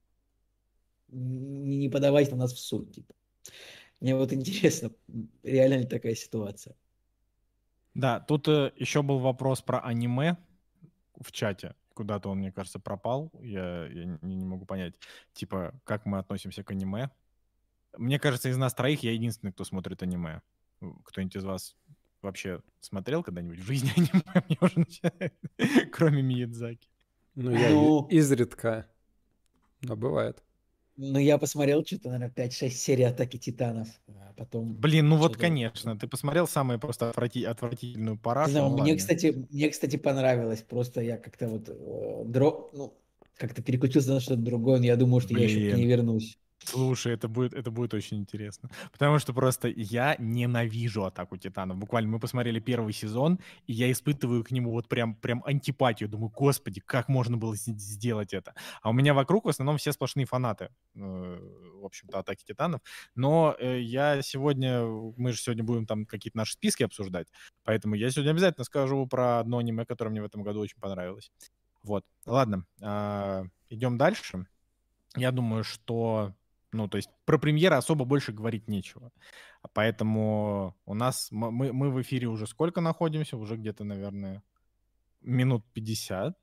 не подавайте на нас в суд, типа. Мне вот интересно, реально ли такая ситуация? Да, тут еще был вопрос про аниме в чате. Куда-то он, мне кажется, пропал. Я не могу понять, типа, как мы относимся к аниме. Мне кажется, из нас троих я единственный, кто смотрит аниме. Кто-нибудь из вас вообще смотрел когда-нибудь в жизни аниме? Мне уже начинает, кроме Миядзаки. Ну, я Ну, изредка, но бывает. ну, я посмотрел что-то, наверное, 5-6 серий «Атаки Титанов», а потом Блин, ну вот, что-то... конечно. Ты посмотрел самую просто отвратительную Не парашу? знаю, Ну мне, ладно. кстати, понравилось, просто я как-то вот ну, как-то переключился на что-то другое, но я думаю, что я еще к ней Блин. вернусь. Слушай, это будет очень интересно. Потому что просто я ненавижу «Атаку Титанов». Буквально мы посмотрели первый сезон, и я испытываю к нему вот прям антипатию. Думаю, господи, как можно было сделать это? А у меня вокруг в основном все сплошные фанаты, в общем-то, «Атаки Титанов». Но мы же сегодня будем там какие-то наши списки обсуждать, поэтому я сегодня обязательно скажу про одно аниме, которое мне в этом году очень понравилось. Вот, ладно, идем дальше. Я думаю, что... Ну, то есть про премьеры особо больше говорить нечего. Поэтому у нас... Мы в эфире уже сколько находимся? Уже где-то, наверное, минут 50.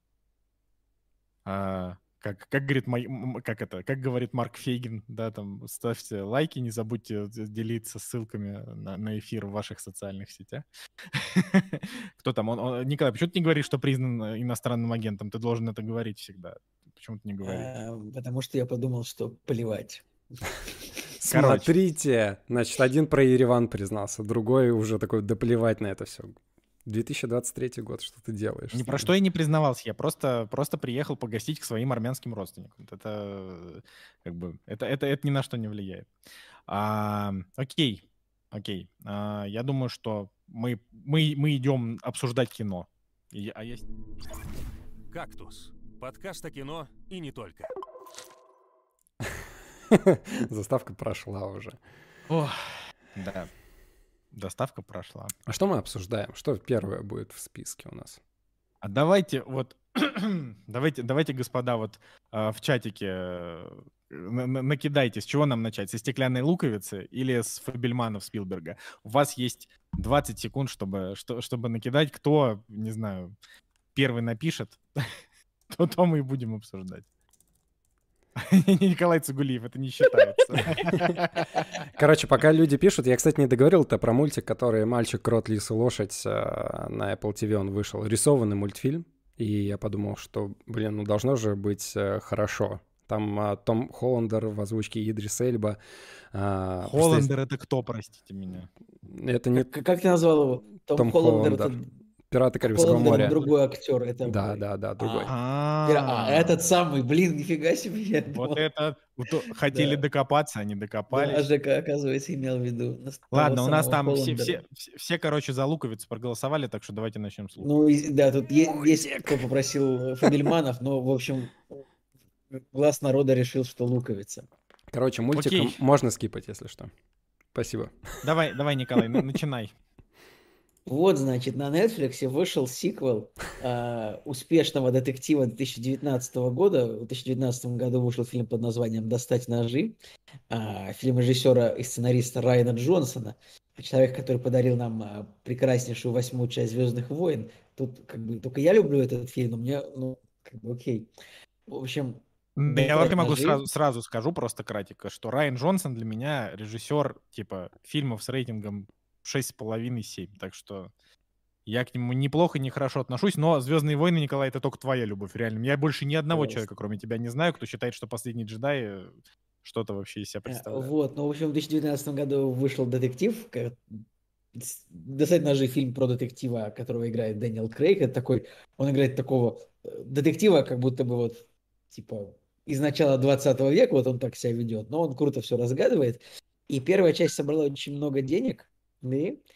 Как говорит Марк Фейгин, да, там, ставьте лайки, не забудьте делиться ссылками на эфир в ваших социальных сетях. Кто там? Николай, почему ты не говоришь, что признан иностранным агентом? Ты должен это говорить всегда. Почему ты не говоришь? Потому что я подумал, что плевать. Короче. Смотрите, значит, один про Ереван признался, другой уже такой, да плевать на это все. 2023 год, что ты делаешь? Ни про что я не признавался, я просто приехал погостить к своим армянским родственникам. Это как бы это ни на что не влияет. Окей. Я думаю, что мы идем обсуждать кино. «Кактус» — подкаст о кино и не только. Заставка прошла уже. Ох, да. Доставка прошла. А что мы обсуждаем? Что первое будет в списке у нас? А давайте вот, давайте, господа, вот в чатике накидайте, с чего нам начать? Со «Стеклянной луковицы» или с Фабельманов Спилберга? У вас есть 20 секунд, чтобы накидать. Кто, не знаю, первый напишет, то мы и будем обсуждать. Николай Цугулиев, это не считается. Короче, пока люди пишут, я, кстати, не договорил-то про мультик, который «Мальчик, крот, лис и лошадь» на Apple TV он вышел. Рисованный мультфильм, и я подумал, что, блин, ну должно же быть хорошо. Там Том Холландер в озвучке Идрис Эльба. Холландер — это кто, простите меня? Это не Как ты назвал его? Том Холландер, это Холландер. «Пираты Карибского Холландер, моря». другой актер. Это Да, другой. этот самый, блин, нифига себе. Я Вот думал. это хотели Да. докопаться, а не Да, докопались. Жека, оказывается, имел в виду того Ладно, у нас самого там Холландера. все, короче, за луковицу проголосовали, так что давайте начнем с луковицы. Ну, да, тут есть кто попросил Фабельманов, но, в общем, глаз народа решил, что луковица. Короче, мультик Окей. можно скипать, если что. Спасибо. Давай, Николай, начинай. Вот, значит, на Netflix вышел сиквел успешного детектива 2019 года. В 2019 году вышел фильм под названием «Достать ножи». Фильм режиссера и сценариста Райана Джонсона. Человек, который подарил нам прекраснейшую 8-ю часть «Звездных войн». Тут как бы только я люблю этот фильм, но мне, ну, как бы окей. В общем, Да, я «Достать вообще могу ножи». сразу скажу просто кратенько, что Райан Джонсон для меня режиссер типа фильмов с рейтингом 6,5-7. Так что я к нему неплохо, не хорошо отношусь, но «Звездные войны», Николай, это только твоя любовь, реально. Я больше ни одного Пожалуйста. человека, кроме тебя, не знаю, кто считает, что «Последний джедай» что-то вообще из себя представляет. Вот, ну, в общем, в 2019 году вышел детектив, «Достать ножи» фильм про детектива, которого играет Дэниел Крейг. Это такой, он играет такого детектива, как будто бы вот, типа, из начала 20 века, вот он так себя ведет, но он круто все разгадывает. И первая часть собрала очень много денег, да,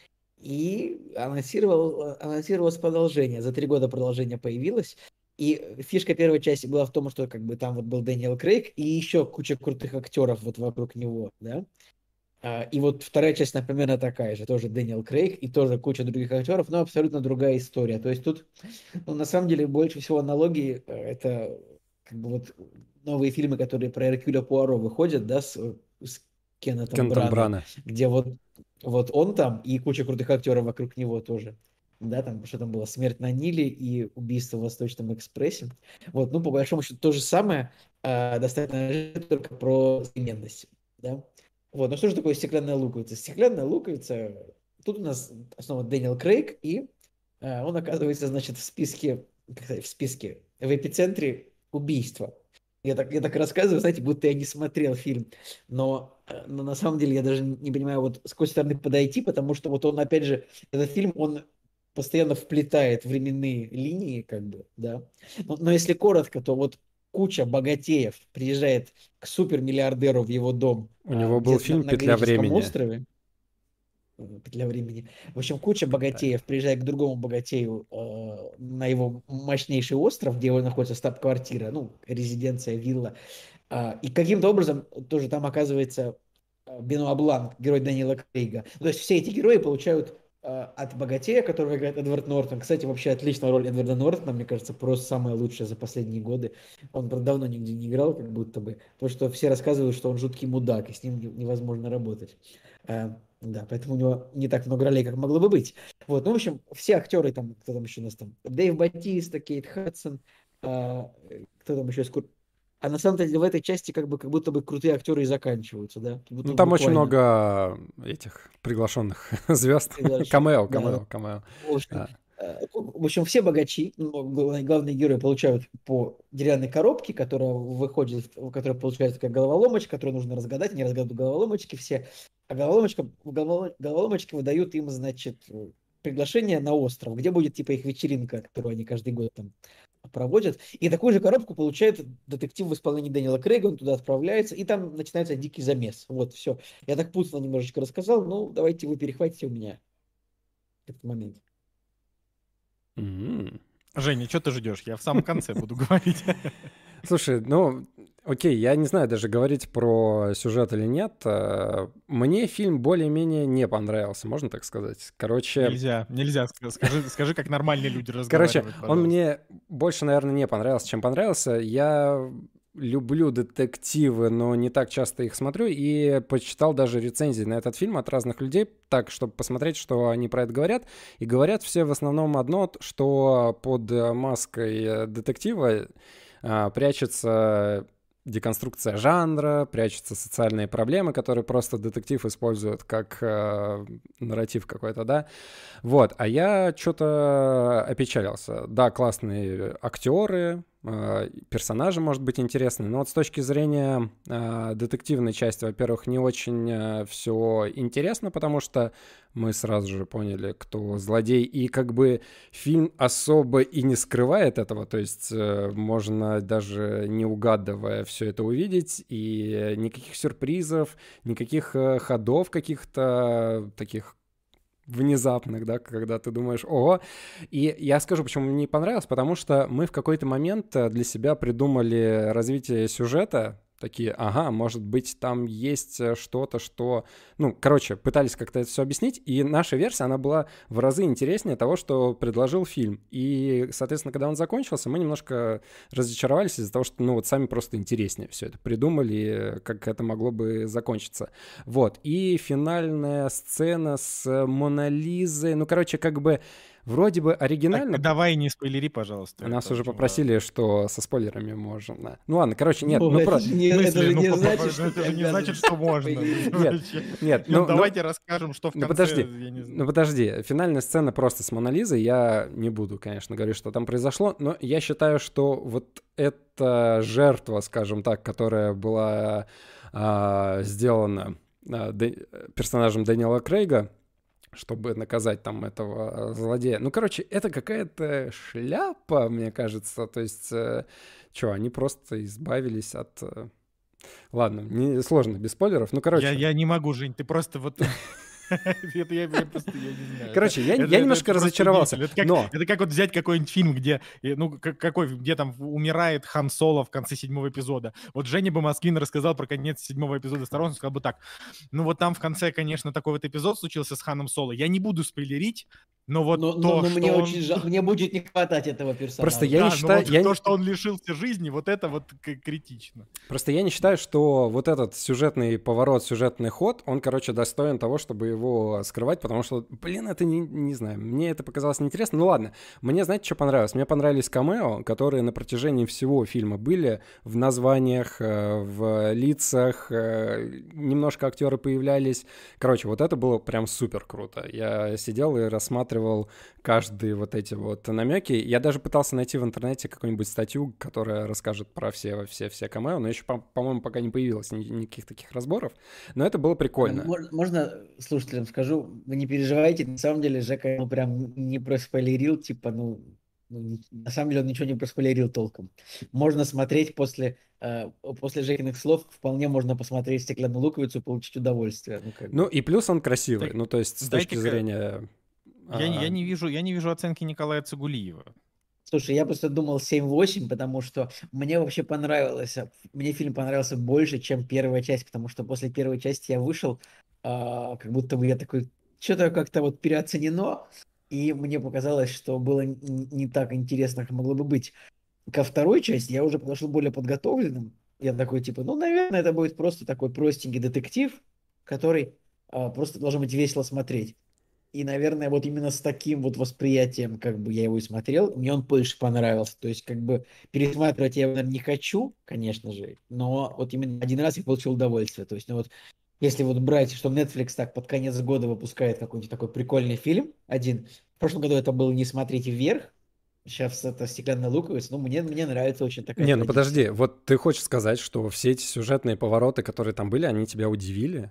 и анонсировалось продолжение. За 3 года продолжение появилось. И фишка первой части была в том, что как бы там вот был Дэниел Крейг и еще куча крутых актеров вот вокруг него, да. И вот вторая часть, например, такая же, тоже Дэниел Крейг и тоже куча других актеров, но абсолютно другая история. То есть тут, ну, на самом деле, больше всего аналогии это как бы вот новые фильмы, которые про Эркюля Пуаро выходят, да, с Кеннетом Браной, где вот он там и куча крутых актеров вокруг него тоже. Да, там что там было, «Смерть на Ниле» и «Убийство в Восточном экспрессе». Вот, ну, по большому счету, то же самое, достаточно только про современность, да. Вот, ну что же такое «Стеклянная луковица»? «Стеклянная луковица», тут у нас основан Дэниел Крейг, и он оказывается, значит, в эпицентре убийства. Я так рассказываю, знаете, будто я не смотрел фильм, но на самом деле я даже не понимаю, вот с какой стороны подойти, потому что вот он, опять же, этот фильм, он постоянно вплетает временные линии, как бы, да. Но если коротко, то вот куча богатеев приезжает к супермиллиардеру в его дом. У него был фильм «Петля времени». Острове. «Петля времени». В общем, куча богатеев приезжает к другому богатею на его мощнейший остров, где его находится штаб-квартира, ну, резиденция, вилла. И каким-то образом тоже там оказывается Бенуа Бланк, герой Дэниела Крейга. То есть все эти герои получают от богатея, которого играет Эдвард Нортон. Кстати, вообще отличная роль Эдварда Нортона, мне кажется, просто самая лучшая за последние годы. Он, правда, давно нигде не играл, как будто бы. Потому что все рассказывают, что он жуткий мудак, и с ним невозможно работать. Да, поэтому у него не так много ролей, как могло бы быть. Вот, ну, в общем, все актеры там, кто там еще у нас там, Дэйв Батиста, Кейт Хадсон, кто там еще А на самом деле в этой части как будто бы крутые актеры и заканчиваются, да? Ну, там очень много этих приглашенных звезд. Камео. В общем, все богачи, главные герои получают по деревянной коробке, которая получается как головоломочка, которую нужно разгадать, они разгадывают головоломочки все, а головоломочки выдают им, значит, приглашение на остров, где будет типа их вечеринка, которую они каждый год там проводят. И такую же коробку получает детектив в исполнении Дэниела Крейга, он туда отправляется, и там начинается дикий замес. Вот, все. Я так путно немножечко рассказал, ну, давайте вы перехватите у меня этот момент. Женя, что ты ждешь? Я в самом конце буду говорить. Слушай, ну, окей, я не знаю даже говорить про сюжет или нет. Мне фильм более-менее не понравился, можно так сказать. Короче... Нельзя. Скажи, как нормальные люди разговаривают. Короче, он мне больше, наверное, не понравился, чем понравился. Я люблю детективы, но не так часто их смотрю, и почитал даже рецензии на этот фильм от разных людей, так, чтобы посмотреть, что они про это говорят. И говорят все в основном одно, что под маской детектива прячется деконструкция жанра, прячутся социальные проблемы, которые просто детектив использует как нарратив какой-то, да. Вот, а я что-то опечалился. Да, классные актеры, персонажи, может быть, интересные, но вот с точки зрения детективной части, во-первых, не очень все интересно, потому что мы сразу же поняли, кто злодей, и как бы фильм особо и не скрывает этого, то есть можно даже не угадывая все это увидеть, и никаких сюрпризов, никаких ходов каких-то таких внезапных, да, когда ты думаешь, ого. И я скажу, почему мне не понравилось, потому что мы в какой-то момент для себя придумали развитие сюжета, такие, ага, может быть, там есть что-то, что... Ну, короче, пытались как-то это все объяснить, и наша версия, она была в разы интереснее того, что предложил фильм. И, соответственно, когда он закончился, мы немножко разочаровались из-за того, что, ну, вот сами просто интереснее все это придумали, как это могло бы закончиться. Вот. И финальная сцена с Мона Лизой, ну, короче, как бы вроде бы оригинально. Так, давай не спойлери, пожалуйста. Нас это уже очень попросили, что со спойлерами можно. Ну ладно, короче, нет. Ну, Ну, это просто... же не, В это смысле? же Ну, не значит, что это ты же не обязан значит, что можно. спойлерить. Нет, Ну, ну, давайте расскажем, что в ну, конце, подожди, я не ну знаю. подожди, финальная сцена просто с Моной Лизой, я не буду, конечно, говорить, что там произошло, но я считаю, что вот эта жертва, скажем так, которая была сделана персонажем Дэниела Крейга, чтобы наказать там этого злодея. Ну, короче, это какая-то шляпа, мне кажется. То есть, они просто избавились от... Ладно, не сложно, без спойлеров. Ну, короче... Я не могу, Жень, ты просто вот... Я просто, я не знаю. Короче, я немножко просто разочаровался, удивительно. но... Это как вот взять какой-нибудь фильм, где, где там умирает Хан Соло в конце 7-го эпизода. Вот Женя бы Москвин рассказал про конец 7-го эпизода Star Wars, он сказал бы так: ну вот там в конце, конечно, такой вот эпизод случился с Ханом Соло. Я не буду спойлерить, но вот Но что мне он... очень жаль, мне будет не хватать этого персонажа. Просто я Да, не но считаю... вот то, что он лишился жизни, вот это вот критично. Просто я не считаю, что вот этот сюжетный поворот, сюжетный ход, он, короче, достоин того, чтобы его скрывать, потому что, блин, это не знаю, мне это показалось неинтересно. Ну ладно, мне, знаете, что понравилось? Мне понравились камео, которые на протяжении всего фильма были в названиях, в лицах, немножко актеры появлялись. Короче, вот это было прям супер круто. Я сидел и рассматривал каждые вот эти вот намеки. Я даже пытался найти в интернете какую-нибудь статью, которая расскажет про все камео, но еще, по-моему, пока не появилось никаких таких разборов. Но это было прикольно. Можно слушателям скажу, вы не переживайте, на самом деле Жека прям не проспойлерил, типа, на самом деле он ничего не проспойлерил толком. Можно смотреть после Жекиных слов, вполне можно посмотреть «Стеклянную луковицу» и получить удовольствие. Ну и плюс он красивый, Так, ну то есть с точки зрения... Я не вижу оценки Николая Цигулиева. Слушай, я просто думал 7-8, потому что мне вообще мне фильм понравился больше, чем первая часть, потому что после первой части я вышел, как будто бы я такой, что-то как-то вот переоценено, и мне показалось, что было не так интересно, как могло бы быть. Ко второй части я уже подошел более подготовленным. Я такой, типа, наверное, это будет просто такой простенький детектив, который просто должен быть весело смотреть. И, наверное, вот именно с таким вот восприятием, как бы я его и смотрел, мне он больше понравился. То есть, как бы, пересматривать я его, наверное, не хочу, конечно же, но вот именно один раз я получил удовольствие. То есть, ну вот, если вот брать, что Netflix так под конец года выпускает какой-нибудь такой прикольный фильм один, в прошлом году это был «Не смотрите вверх», сейчас это «Стеклянная луковица», мне нравится очень такая Не, ну традиция. подожди, вот ты хочешь сказать, что все эти сюжетные повороты, которые там были, они тебя удивили?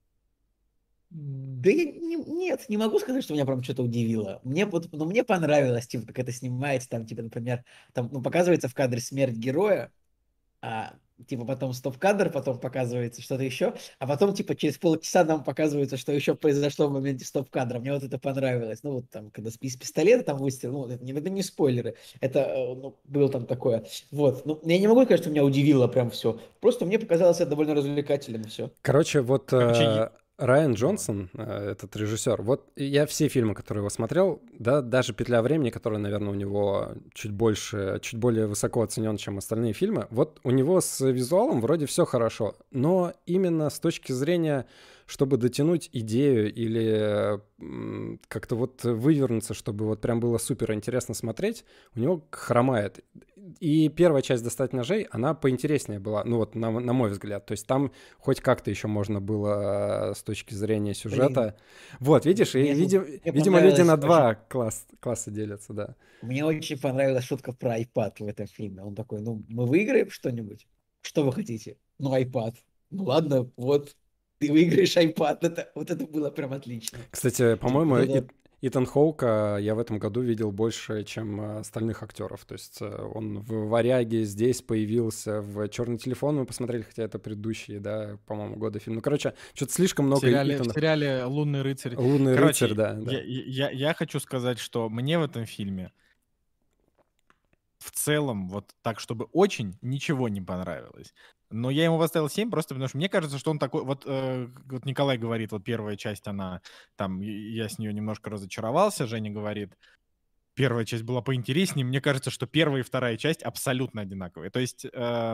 Да нет, не могу сказать, что меня прям что-то удивило. Мне понравилось, типа, как это снимается, там, типа, например, там, показывается в кадре смерть героя, типа, потом стоп-кадр, потом показывается что-то еще, а потом, типа, через полчаса нам показывается, что еще произошло в моменте стоп-кадра. Мне вот это понравилось. Ну, вот там, когда из пистолета там выстрел, это не спойлеры, это, было там такое. Вот, я не могу сказать, что меня удивило прям все. Просто мне показалось это довольно развлекательным все. Короче, вот... Короче, Райан Джонсон, этот режиссер, вот я все фильмы, которые его смотрел, да, даже «Петля времени», которая, наверное, у него чуть более высоко оценен, чем остальные фильмы, вот у него с визуалом вроде все хорошо, но именно с точки зрения чтобы дотянуть идею или как-то вот вывернуться, чтобы вот прям было супер интересно смотреть, у него хромает. И первая часть «Достать ножей», она поинтереснее была, ну вот на мой взгляд. То есть там хоть как-то еще можно было с точки зрения сюжета. Блин. Вот, видишь, и, Мне видимо, люди на понравилось два класса делятся, да. Мне очень понравилась шутка про iPad в этом фильме. Он такой, ну, мы выиграем что-нибудь? Что вы хотите? Ну, iPad. Ну, ладно, вот, ты выиграешь iPad. Вот это было прям отлично. Кстати, по-моему, Вот это- Итан Хоука я в этом году видел больше, чем остальных актеров. То есть он в «Варяге» здесь появился, в «Черный телефон» мы посмотрели, хотя это предыдущие, да, по-моему, годы фильма. Ну, короче, что-то слишком В много сериале, в сериале «Лунный рыцарь». «Лунный Короче, рыцарь», да. я хочу сказать, что мне в этом фильме в целом, вот так, чтобы очень, ничего не понравилось. Но я ему поставил 7 просто потому, что мне кажется, что он такой... Вот Николай говорит, вот первая часть, она там, я с нее немножко разочаровался, Женя говорит, первая часть была поинтереснее. Мне кажется, что первая и вторая часть абсолютно одинаковые. То есть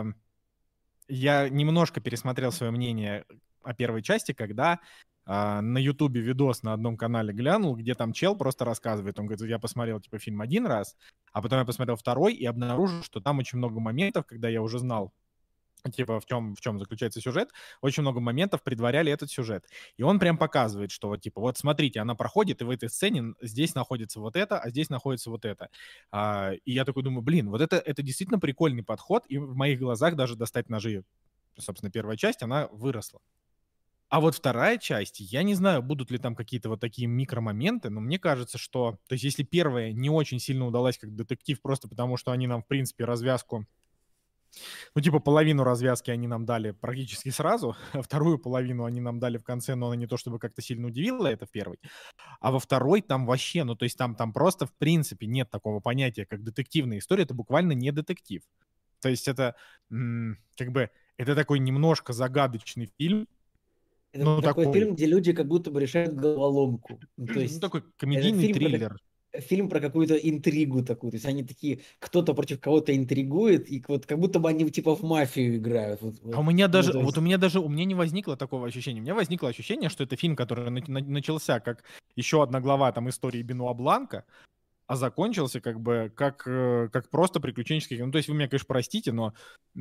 я немножко пересмотрел свое мнение о первой части, когда на Ютубе видос на одном канале глянул, где там чел просто рассказывает. Он говорит, я посмотрел типа фильм один раз, а потом я посмотрел второй и обнаружил, что там очень много моментов, когда я уже знал, типа, в чем заключается сюжет, очень много моментов предваряли этот сюжет. И он прям показывает, что вот, типа, вот смотрите, она проходит, и в этой сцене здесь находится вот это, а здесь находится вот это. И я такой думаю, блин, вот это действительно прикольный подход, и в моих глазах даже «Достать ножи», собственно, первая часть, она выросла. А вот вторая часть, я не знаю, будут ли там какие-то вот такие микромоменты, но мне кажется, что... То есть если первая не очень сильно удалась как детектив, просто потому что они нам, в принципе, развязку... Ну, типа, половину развязки они нам дали практически сразу, а вторую половину они нам дали в конце, но она не то чтобы как-то сильно удивила, это в первой. А во второй там вообще, ну, то есть там просто, в принципе, нет такого понятия, как детективная история, это буквально не детектив. То есть это, как бы, это такой немножко загадочный фильм. Это Ну, такой такой, фильм, где люди как будто бы решают головоломку. Ну, то ну, есть такой это комедийный триллер. фильм про какую-то интригу такую. То есть они такие, кто-то против кого-то интригует, и вот как будто бы они типа в мафию играют. А у меня Ну, даже, то вот есть у меня не возникло такого ощущения. У меня возникло ощущение, что это фильм, который начался как еще одна глава там истории Бенуа Бланка, а закончился как просто приключенческий. Ну, то есть вы меня, конечно, простите, но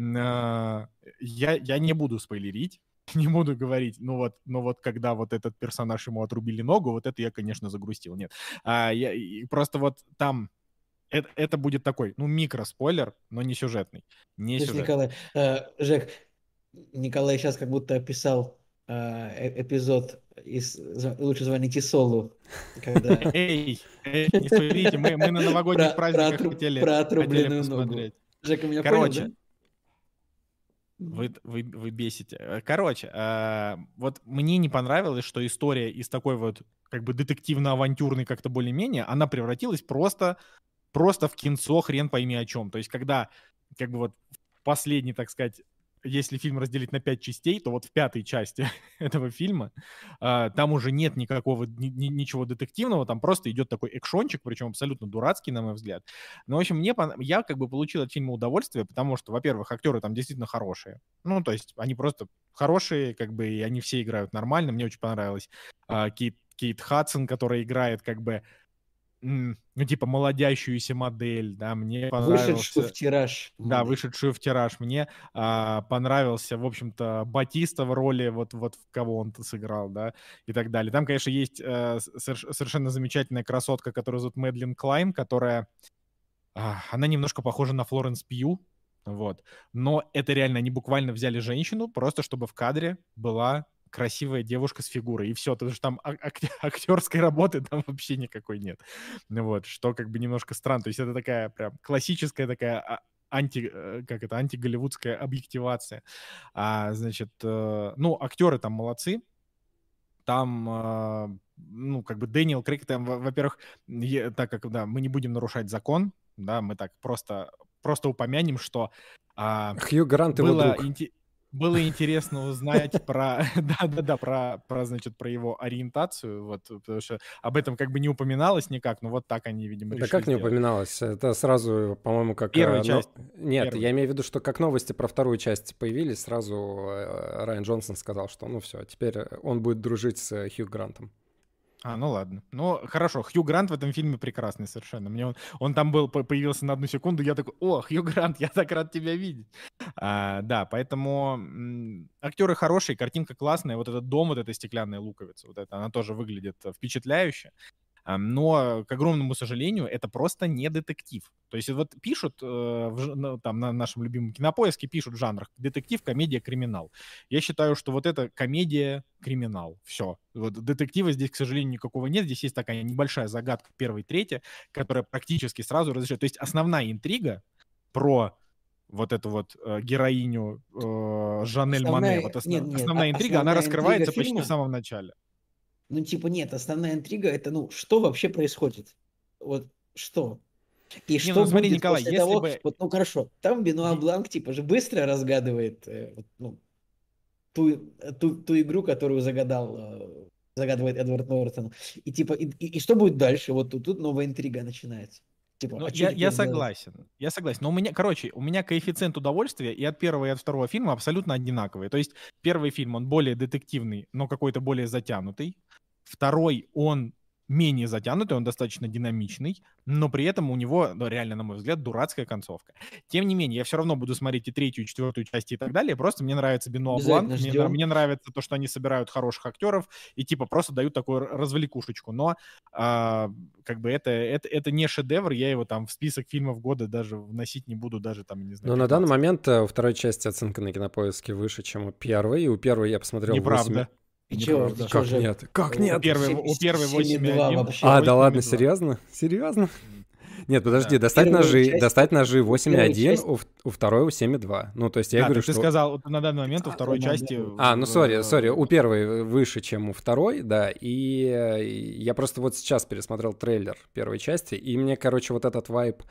я не буду спойлерить, не буду говорить, но вот когда вот этот персонаж ему отрубили ногу, вот это я, конечно, загрустил. Нет. Просто вот там это будет такой, ну, микроспойлер, но не сюжетный. Не то есть, сюжетный. Жек, Николай сейчас как будто описал эпизод из «Лучше звоните Солу», когда Эй, не спойлерите, мы на новогодних праздниках хотели отрубленную ногу. посмотреть. Жека меня понял, Короче, да? вы бесите. Короче, вот мне не понравилось, что история из такой вот как бы детективно-авантюрной как-то более-менее, она превратилась просто в кинцо хрен пойми о чем. То есть когда как бы вот последний, так сказать, если фильм разделить на 5 частей, то вот в пятой части этого фильма там уже нет ничего детективного, там просто идет такой экшончик, причем абсолютно дурацкий, на мой взгляд. Но, в общем, я как бы получил от фильма удовольствие, потому что, во-первых, актеры там действительно хорошие. Ну, то есть они просто хорошие, как бы, и они все играют нормально. Мне очень понравилась Кейт Хадсон, которая играет как бы ну, типа, молодящуюся модель, да, мне Вышедшую понравился... в тираж. Да, вышедшую в тираж. Мне понравился, в общем-то, Батиста в роли, вот в кого он сыграл, да, и так далее. Там, конечно, есть совершенно замечательная красотка, которая зовут Мэдлин Клайн, которая... она немножко похожа на Флоренс Пью, вот. Но это реально, они буквально взяли женщину, просто чтобы в кадре была красивая девушка с фигурой, и все, потому что там актерской работы там вообще никакой нет. Вот, что как бы немножко странно. То есть это такая прям классическая такая антиголливудская объективация. Значит, ну, актеры там молодцы. Там, ну, как бы Дэниел Крейг, там, во-первых, так как, да, мы не будем нарушать закон, да, мы так просто упомянем, что Хью Грант его было... друг. было интересно узнать про, да-да-да, значит, про его ориентацию, вот, потому что об этом как бы не упоминалось никак, но вот так они, видимо, Да решили как не сделать. упоминалось? Это сразу, по-моему, как... Первая часть. Нет, Первый. я имею в виду, что как новости про вторую часть появились, сразу Райан Джонсон сказал, что ну все, теперь он будет дружить с Хью Грантом. Ну ладно. Ну, хорошо, Хью Грант в этом фильме прекрасный совершенно. Мне он там был, появился на одну секунду, я такой, о, Хью Грант, я так рад тебя видеть. Да, поэтому актеры хорошие, картинка классная, вот этот дом, вот эта стеклянная луковица, вот это, она тоже выглядит впечатляюще. Но, к огромному сожалению, это просто не детектив. То есть вот пишут там на нашем любимом Кинопоиске, пишут в жанрах детектив, комедия, криминал. Я считаю, что вот это комедия, криминал. Все. Вот детектива здесь, к сожалению, никакого нет. Здесь есть такая небольшая загадка первой, третья, которая практически сразу разрешает. То есть основная интрига про вот эту вот героиню Жанель Моне, вот основная интрига, она раскрывается почти в самом начале. Ну, типа, нет, основная интрига — это, ну, что вообще происходит? Вот что? И что ну, смотри, будет Николай, после если того... бы... Вот, ну, хорошо, там Бенуа Бланк, типа, же быстро разгадывает ту игру, которую загадывает Эдвард Нортон. И, типа, и что будет дальше? Вот тут новая интрига начинается. Типа, ну, я согласен. Я согласен. Но у меня коэффициент удовольствия и от первого, и от второго фильма абсолютно одинаковый. То есть первый фильм, он более детективный, но какой-то более затянутый. Второй, он менее затянутый, он достаточно динамичный, но при этом у него, ну, реально, на мой взгляд, дурацкая концовка. Тем не менее, я все равно буду смотреть и третью, и четвертую части и так далее. Просто мне нравится Бенуа Бланк, мне нравится то, что они собирают хороших актеров и типа просто дают такую развлекушечку. Но как бы это не шедевр, я его там в список фильмов года даже вносить не буду, даже там, не знаю. Но 15. На данный момент у второй части оценка на Кинопоиске выше, чем у первой, и у первой я посмотрел... Неправда. Как нет? Как нет? У первой 8,1 вообще. Да ладно, серьезно? Серьезно? Нет, подожди, Да. Достать ножи 8,1, у второй 7,2. Ну, то есть я говорю, ты что... сказал, на данный момент у второй части... сори, у первой выше, чем у второй, да, и я просто вот сейчас пересмотрел трейлер первой части, и мне, короче, вот этот вайб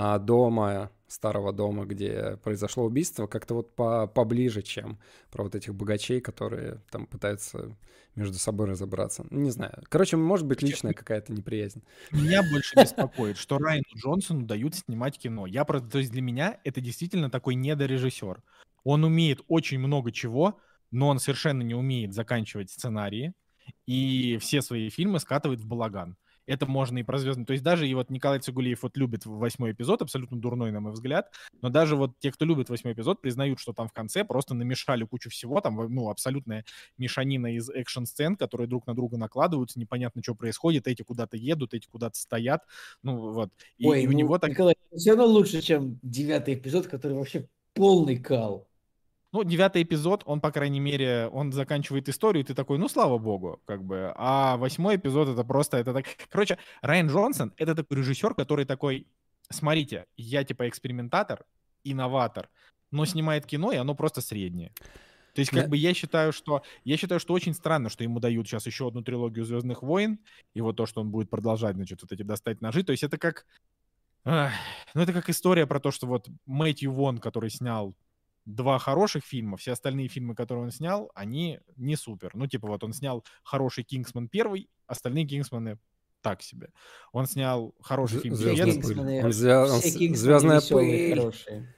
дома, старого дома, где произошло убийство, как-то вот поближе, чем про вот этих богачей, которые там пытаются между собой разобраться. Не знаю. Короче, может быть, личная какая-то неприязнь. Меня больше беспокоит, что Райану Джонсону дают снимать кино. То есть для меня это действительно такой недорежиссер. Он умеет очень много чего, но он совершенно не умеет заканчивать сценарии, и все свои фильмы скатывает в балаган. Это можно и про «Звездные». То есть даже и вот Николай Цигулиев вот любит 8-й эпизод, абсолютно дурной, на мой взгляд, но даже вот те, кто любит 8-й эпизод, признают, что там в конце просто намешали кучу всего, там, ну, абсолютная мешанина из экшн-сцен, которые друг на друга накладываются, непонятно, что происходит, эти куда-то едут, эти куда-то стоят, ну, вот. И у него так... Николай, все равно лучше, чем 9-й эпизод, который вообще полный кал. Ну, 9-й эпизод, он, по крайней мере, он заканчивает историю, и ты такой, ну, слава богу, как бы. А 8-й эпизод, это просто, это так... Короче, Райан Джонсон — это такой режиссер, который такой, смотрите, я типа экспериментатор, инноватор, но снимает кино, и оно просто среднее. То есть, как бы, я считаю, что очень странно, что ему дают сейчас еще одну трилогию «Звездных войн», и вот то, что он будет продолжать, значит, вот эти достать ножи. То есть это как... ну, это как история про то, что вот Мэтью Вон, который снял 2 хороших фильма, все остальные фильмы, которые он снял, они не супер. Ну, типа, вот он снял хороший «Кингсман» первый, остальные «Кингсманы» так себе. Он снял хороший фильм «Звездная пыль». «Звездная пыль».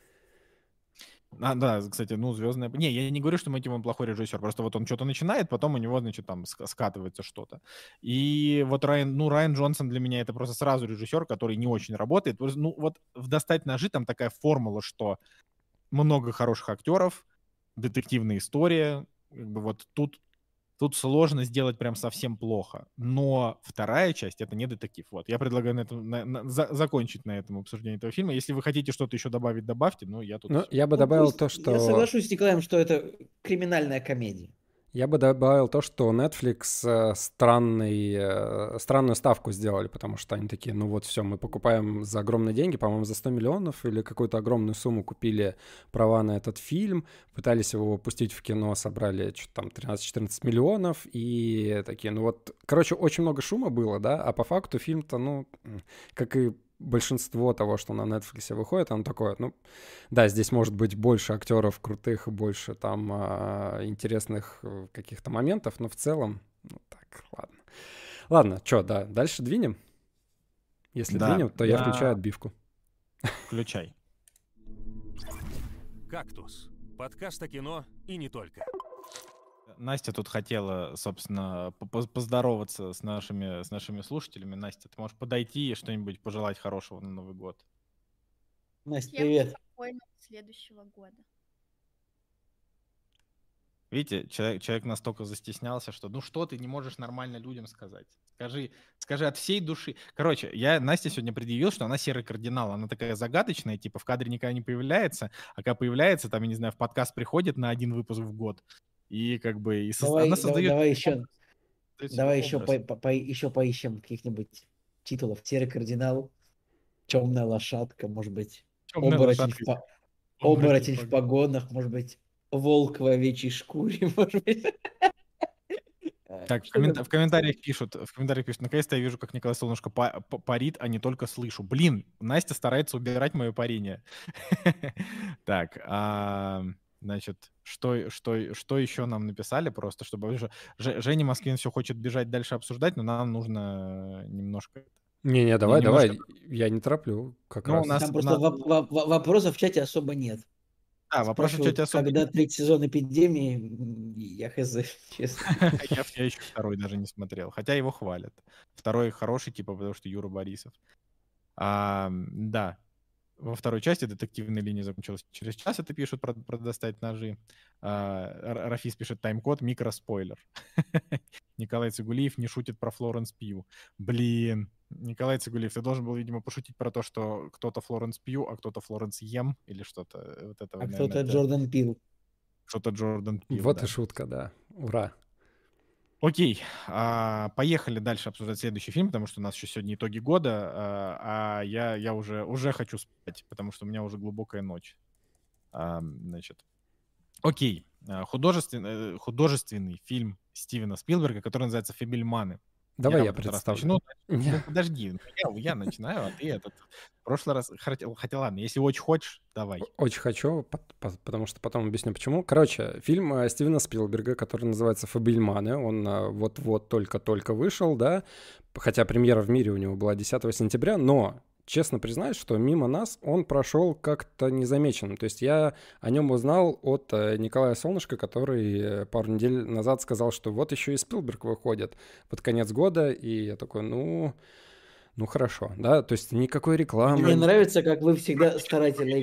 Да, кстати, ну, «Звездная пыль». Не, я не говорю, что Мэтью Вон плохой режиссер, просто вот он что-то начинает, потом у него, значит, там скатывается что-то. И вот Райан Джонсон для меня это просто сразу режиссер, который не очень работает. Ну, вот в «Достать ножи» там такая формула, что много хороших актеров, детективная история. Как бы вот тут сложно сделать прям совсем плохо. Но вторая часть — это не детектив. Вот. Я предлагаю закончить на этом обсуждение этого фильма. Если вы хотите что-то еще добавить, добавьте. Но я тут... Ну, я бы добавил то, что... Я соглашусь с Николаем, что это криминальная комедия. Я бы добавил то, что Netflix странную ставку сделали, потому что они такие, ну вот все, мы покупаем за огромные деньги, по-моему, за 100 миллионов или какую-то огромную сумму купили права на этот фильм, пытались его пустить в кино, собрали что-то там 13-14 миллионов, и такие, ну вот, короче, очень много шума было, да, а по факту фильм-то, ну, как и большинство того, что на Netflix выходит, оно такое, ну, да, здесь может быть больше актеров крутых, больше там интересных каких-то моментов, но в целом, ну, так, ладно. Ладно, что, да, дальше двинем? Если Да, двинем, то я да. включаю отбивку. Включай. «Кактус» — подкаст о кино и не только. Настя тут хотела, собственно, поздороваться с нашими слушателями. Настя, ты можешь подойти и что-нибудь пожелать хорошего на Новый год? Настя, Всем привет. спокойного следующего года. Видите, человек настолько застеснялся, что ну что ты не можешь нормально людям сказать? Скажи от всей души. Короче, я Насте сегодня предъявил, что она серый кардинал. Она такая загадочная, типа в кадре никогда не появляется, а когда появляется, там, я не знаю, в подкаст приходит на один выпуск в год. И как бы она создает... Давай еще, давай еще, образ. еще поищем каких-нибудь титулов. Серый кардинал, темная лошадка, может быть, Темная оборотень лошадка. оборотень в погонах, может быть, волк в овечьей шкуре, может быть. Так, в комментариях пишут, наконец-то я вижу, как Николай Солнышко парит, а не только слышу. Блин, Настя старается убирать мое парение. Так, значит, что еще нам написали просто, чтобы... Женя Москвин все хочет бежать дальше обсуждать, но нам нужно немножко... Не-не, давай, я не тороплю как Ну, раз. у нас- Там просто вопросов в чате особо нет. Да, вопросы в чате особо... Когда третий сезон «Эпидемии», я хз, честно. Я еще второй даже не смотрел, хотя его хвалят. Второй хороший, типа, потому что Юра Борисов. Да. Во второй части детективная линия закончилась через час, это пишут про достать ножи. Рафис пишет тайм-код, микроспойлер. Николай Цигулиев не шутит про Флоренс Пью. Блин, Николай Цигулиев, ты должен был, видимо, пошутить про то, что кто-то Флоренс Пью, а кто-то Флоренс Ем или что-то. Вот это, А наверное, кто-то Джордан Пил. Кто-то Джордан Пил, Вот да. и шутка, да. Ура. Окей, поехали дальше обсуждать следующий фильм, потому что у нас еще сегодня итоги года, а я уже хочу спать, потому что у меня уже глубокая ночь. Значит, окей, художественный фильм Стивена Спилберга, который называется «Фабельманы». Давай я вот этот раз представлю. начну. Ну, подожди, я начинаю, а ты этот... В прошлый раз хотел, ладно, если очень хочешь, давай. Очень хочу, потому что потом объясню, почему. Короче, фильм Стивена Спилберга, который называется «Фабельманы», он вот-вот только-только вышел, да, хотя премьера в мире у него была 10 сентября, но честно признаюсь, что мимо нас он прошел как-то незамеченным. То есть я о нем узнал от Николая Солнышко, который пару недель назад сказал, что вот еще и Спилберг выходит под конец года, и я такой, ну хорошо, да, то есть никакой рекламы. Мне нравится, как вы всегда старательно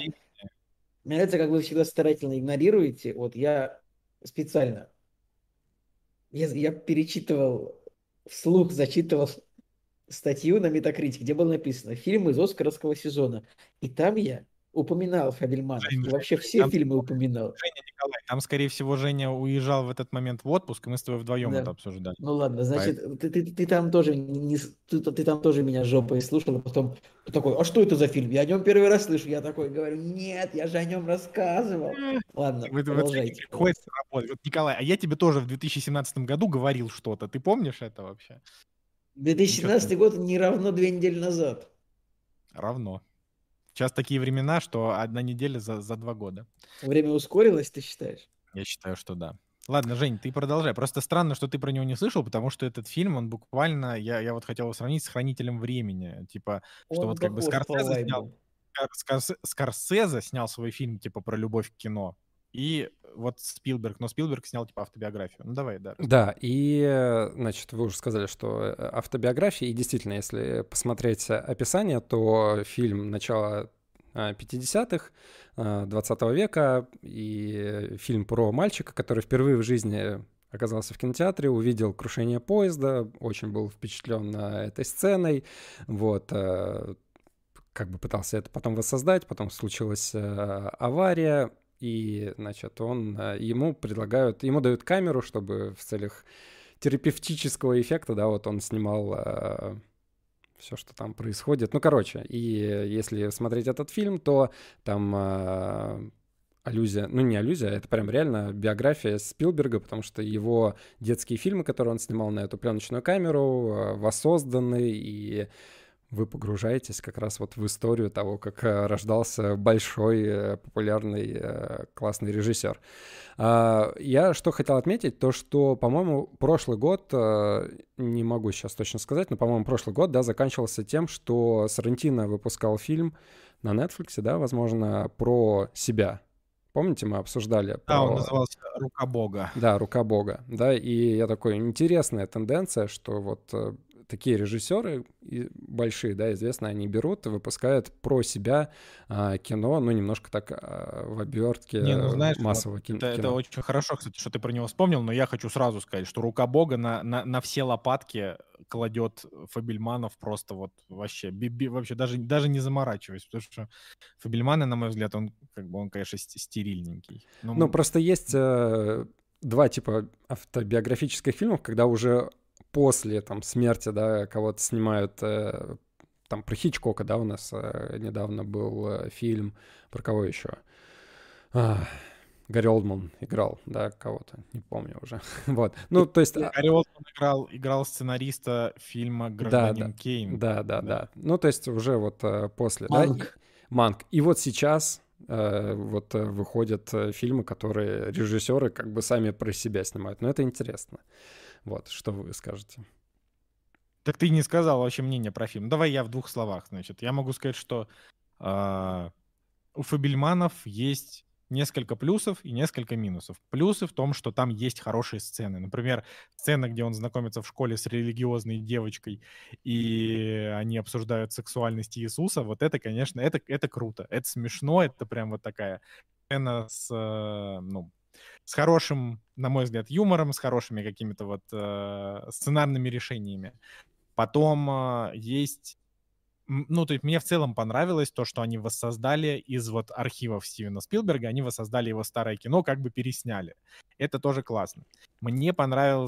игнорируете. Вот я специально. Я перечитывал, вслух зачитывал статью на Metacritic, где было написано «Фильм из Оскаровского сезона». И там я упоминал Фабельманов. И вообще все фильмы упоминал. Женя, Николай, там, скорее всего, Женя уезжал в этот момент в отпуск, и мы с тобой вдвоем Да. это обсуждали. Ну ладно, значит, ты там тоже ты там тоже меня жопой слушал, а потом ты такой, а что это за фильм? Я о нем первый раз слышу. Я такой говорю, нет, я же о нем рассказывал. Ладно, продолжайте. Приходится работать. Вот, Николай, а я тебе тоже в 2017 году говорил что-то. Ты помнишь это вообще? 2017 год не равно 2 недели назад. Равно. Сейчас такие времена, что одна неделя за 2 года. Время ускорилось, ты считаешь? Я считаю, что да. Ладно, Жень, ты продолжай. Просто странно, что ты про него не слышал, потому что этот фильм, он буквально, я вот хотел его сравнить с «Хранителем времени». Типа, что Он вот как бы похож по вайбу. Скорсезе снял свой фильм, типа, про любовь к кино. И вот Спилберг снял, типа, автобиографию. Ну, давай, да. Да, и, значит, вы уже сказали, что автобиография, и действительно, если посмотреть описание, то фильм начала 50-х, 20 века, и фильм про мальчика, который впервые в жизни оказался в кинотеатре, увидел крушение поезда, очень был впечатлен этой сценой, вот, как бы пытался это потом воссоздать, потом случилась авария, и, значит, ему дают камеру, чтобы в целях терапевтического эффекта, да, вот он снимал все, что там происходит. Ну, короче, и если смотреть этот фильм, то там аллюзия, ну, не аллюзия, это прям реально биография Спилберга, потому что его детские фильмы, которые он снимал на эту пленочную камеру, воссозданы, и вы погружаетесь как раз вот в историю того, как рождался большой, популярный, классный режиссер. Я что хотел отметить, то что, по-моему, прошлый год, не могу сейчас точно сказать, но, по-моему, прошлый год, да, заканчивался тем, что Соррентино выпускал фильм на Netflix, да, возможно, про себя. Помните, мы обсуждали Да, он про... назывался «Рука Бога». Да, «Рука Бога», да, и я такой, интересная тенденция, что вот такие режиссеры большие, да, известные, они берут и выпускают про себя кино, ну, немножко так в обертке Не, ну знаешь, вот массового это кино. очень хорошо, кстати, что ты про него вспомнил, но я хочу сразу сказать, что «Рука Бога» на все лопатки кладет Фабельманов просто вот вообще, вообще даже не заморачиваясь, потому что Фабельманы, на мой взгляд, он, конечно, стерильненький. Ну, просто есть два типа автобиографических фильмов, когда уже после там смерти, да, кого-то снимают, там про Хичкока, да, у нас недавно был фильм, про кого еще? Гарри Олдман играл, да, кого-то, не помню уже. Вот, ну, то есть... Гарри Олдман играл сценариста фильма «Гражданин Кейн». Да. Ну, то есть уже вот после, Манк. да? Манк. И вот сейчас вот выходят фильмы, которые режиссеры как бы сами про себя снимают. Но это интересно. Вот, что вы скажете? Так ты не сказал вообще мнение про фильм. Давай я в двух словах, значит. Я могу сказать, что у Фабельманов есть несколько плюсов и несколько минусов. Плюсы в том, что там есть хорошие сцены. Например, сцена, где он знакомится в школе с религиозной девочкой, и они обсуждают сексуальность Иисуса. Вот это, конечно, это круто. Это смешно, это прям вот такая сцена с хорошим, на мой взгляд, юмором, с хорошими какими-то вот сценарными решениями. Потом есть... Ну, то есть мне в целом понравилось то, что они воссоздали из вот архивов Стивена Спилберга, они воссоздали его старое кино, как бы пересняли. Это тоже классно. Мне понравилась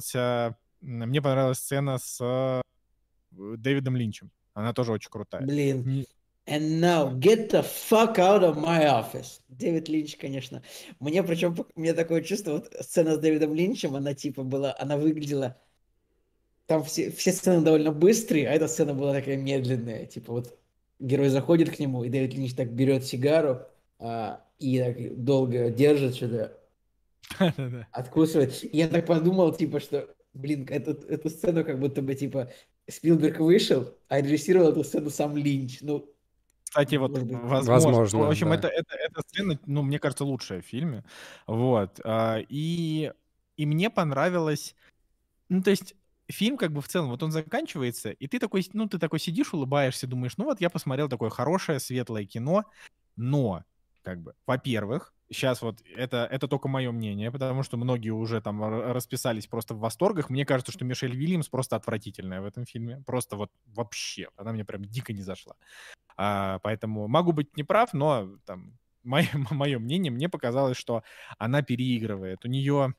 сцена с Дэвидом Линчем. Она тоже очень крутая. Блин. And now get the fuck out of my office. Дэвид Линч, конечно. Мне такое чувство, вот сцена с Дэвидом Линчем, она типа была, она выглядела... Там все сцены довольно быстрые, а эта сцена была такая медленная. Типа вот герой заходит к нему, и Дэвид Линч так берет сигару и так долго держит что-то, откусывает. И я так подумал, типа, что, блин, эту сцену как будто бы, типа, Спилберг вышел, а режиссировал эту сцену сам Линч. Ну, кстати, вот может быть. возможно. В общем, да. эта сцена, ну, мне кажется, лучшая в фильме. Вот. И мне понравилось... Ну, то есть фильм как бы в целом, вот он заканчивается, и ты такой сидишь, улыбаешься, думаешь, ну вот я посмотрел такое хорошее, светлое кино, но, как бы, во-первых, сейчас вот это только мое мнение, потому что многие уже там расписались просто в восторгах. Мне кажется, что Мишель Вильямс просто отвратительная в этом фильме. Просто вот вообще. Она мне прям дико не зашла. Поэтому могу быть неправ, но там мое мнение, мне показалось, что она переигрывает. У нее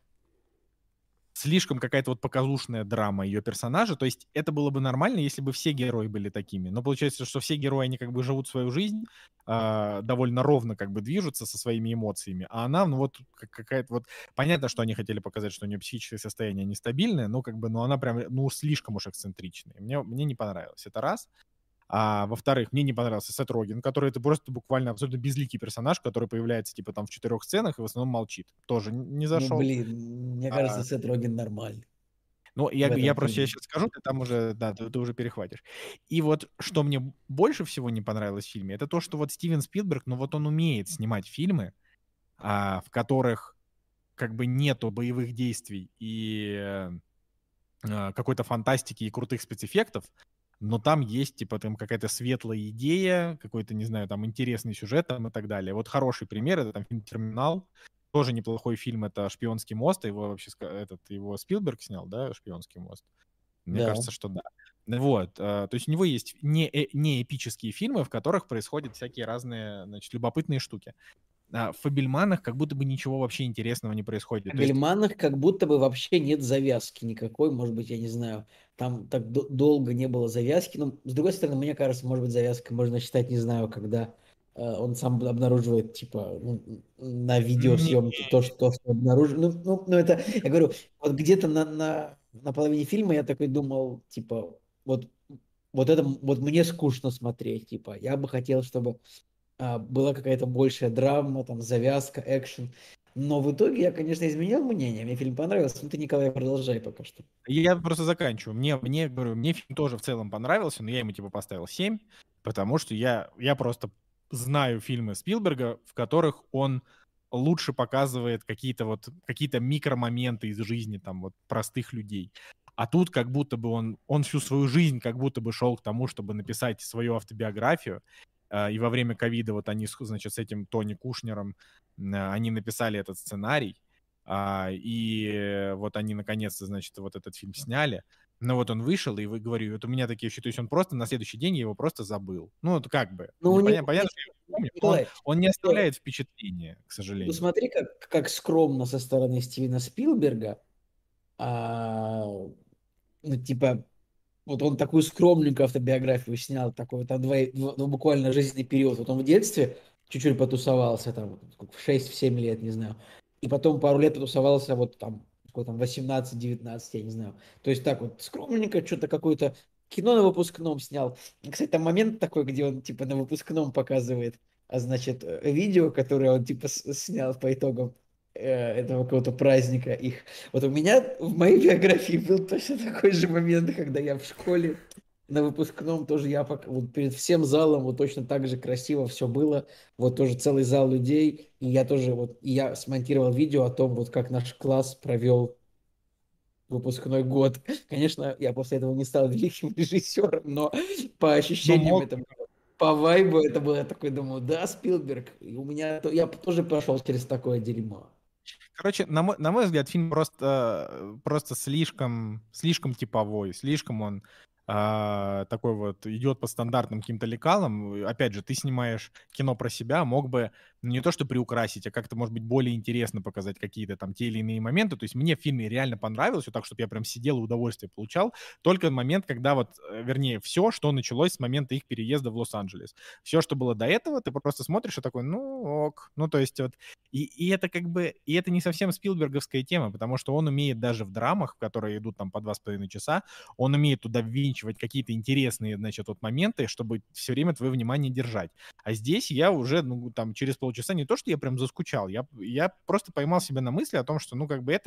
слишком какая-то вот показушная драма ее персонажа. То есть это было бы нормально, если бы все герои были такими. Но получается, что все герои, они как бы живут свою жизнь, довольно ровно как бы движутся со своими эмоциями. А она, ну вот какая-то вот... Понятно, что они хотели показать, что у нее психическое состояние нестабильное, но как бы, ну она прям, ну слишком уж эксцентричная. Мне не понравилось. Это раз. А во-вторых, мне не понравился Сет Роген, который это просто буквально абсолютно безликий персонаж, который появляется типа там в 4 сценах и в основном молчит. Тоже не Ну, зашел. блин, мне кажется, Сет Роген нормальный. Ну, в я этом просто фильме. сейчас скажу, ты там уже, да, ты уже перехватишь. И вот что мне больше всего не понравилось в фильме, это то, что вот Стивен Спилберг, ну вот он умеет снимать фильмы, в которых как бы нету боевых действий и какой-то фантастики и крутых спецэффектов, но там есть, типа, там какая-то светлая идея, какой-то, не знаю, там интересный сюжет там и так далее. Вот хороший пример — это там фильм «Терминал». Тоже неплохой фильм — это «Шпионский мост». Его вообще его Спилберг снял, да, «Шпионский мост»? Мне Да. кажется, что да. Вот. То есть у него есть не эпические фильмы, в которых происходят всякие разные, значит, любопытные штуки. В «Фабельманах» как будто бы ничего вообще интересного не происходит. В То есть «Бельманах» как будто бы вообще нет завязки никакой, может быть, я не знаю, там так долго не было завязки, но, с другой стороны, мне кажется, может быть, завязкой можно считать, не знаю, когда он сам обнаруживает, типа, на видеосъемке то, что обнаружил. Ну, это, я говорю, вот где-то на половине фильма я такой думал, типа, вот вот это вот мне скучно смотреть, типа, я бы хотел, чтобы была какая-то большая драма, там, завязка, экшен. Но в итоге я, конечно, изменил мнение, мне фильм понравился, ну ты, Николай, продолжай пока что. Я просто заканчиваю. Говорю, мне фильм тоже в целом понравился, но я ему типа поставил 7, потому что я просто знаю фильмы Спилберга, в которых он лучше показывает какие-то микромоменты из жизни там вот простых людей. А тут как будто бы он всю свою жизнь как будто бы шел к тому, чтобы написать свою автобиографию. И во время ковида вот они, значит, с этим Тони Кушнером, они написали этот сценарий. И вот они наконец-то, значит, вот этот фильм сняли. Но вот он вышел, и говорю, вот у меня такие ощущения, то есть он просто на следующий день я его просто забыл. Ну, вот как бы. Ну, у него, Понятно, что я его помню, но Николай, он не что- оставляет впечатления, к ну сожалению. смотри, как скромно со стороны Стивена Спилберга, а, ну, типа, вот он такую скромненькую автобиографию снял, такой там ну, буквально жизненный период. Вот он в детстве чуть-чуть потусовался, там, в 6-7 лет, не знаю. И потом пару лет потусовался, вот там, сколько там, 18-19, я не знаю. То есть так вот скромненько, что-то какое-то кино на выпускном снял. И, кстати, там момент такой, где он, типа, на выпускном показывает, значит, видео, которое он, типа, снял по итогам этого какого-то праздника их. Вот у меня в моей биографии был точно такой же момент, когда я в школе на выпускном тоже вот перед всем залом вот точно так же красиво все было, вот тоже целый зал людей, и я тоже вот, и я смонтировал видео о том, вот как наш класс провел выпускной год. Конечно, я после этого не стал великим режиссером, но по Но ощущениям мог. это было, по вайбу это было, я такой думаю, да, Спилберг, и у меня, я тоже прошел через такое дерьмо. Короче, на мой взгляд, фильм просто слишком типовой, слишком он такой вот идет по стандартным каким-то лекалам. Опять же, ты снимаешь кино про себя, мог бы не то что приукрасить, а как-то, может быть, более интересно показать какие-то там те или иные моменты. То есть мне в фильме реально понравилось, вот так, чтобы я прям сидел и удовольствие получал. Только момент, когда вот, вернее, все, что началось с момента их переезда в Лос-Анджелес. Все, что было до этого, ты просто смотришь и такой, ну ок. Ну, то есть вот и это как бы, и это не совсем спилберговская тема, потому что он умеет даже в драмах, которые идут там по 2,5 часа, он умеет туда ввинчивать какие-то интересные, значит, вот моменты, чтобы все время твое внимание держать. А здесь я уже, ну, там, через полчаса не то, что я прям заскучал, я просто поймал себя на мысли о том, что, ну, как бы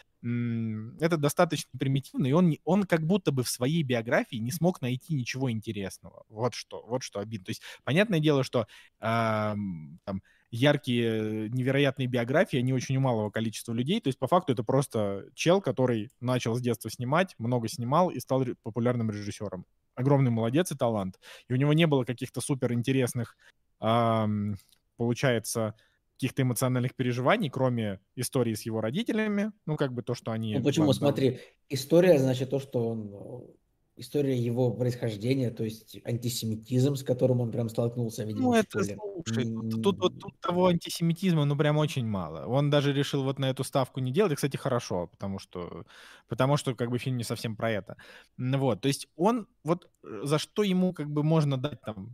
это достаточно примитивно, и он как будто бы в своей биографии не смог найти ничего интересного. Вот что обидно. То есть, понятное дело, что там, яркие, невероятные биографии, они очень у малого количества людей. То есть, по факту, это просто чел, который начал с детства снимать, много снимал и стал популярным режиссером. Огромный молодец и талант. И у него не было каких-то супер интересных, получается, каких-то эмоциональных переживаний, кроме истории с его родителями. Ну, как бы то, что они... Ну почему? Смотри, история, значит, то, что он, история его происхождения, то есть антисемитизм, с которым он прям столкнулся, видимо, Ну, в это, школе. слушай, тут того антисемитизма, ну, прям очень мало. Он даже решил вот на эту ставку не делать. И, кстати, хорошо, потому что как бы фильм не совсем про это. Вот, то есть он, вот за что ему как бы можно дать там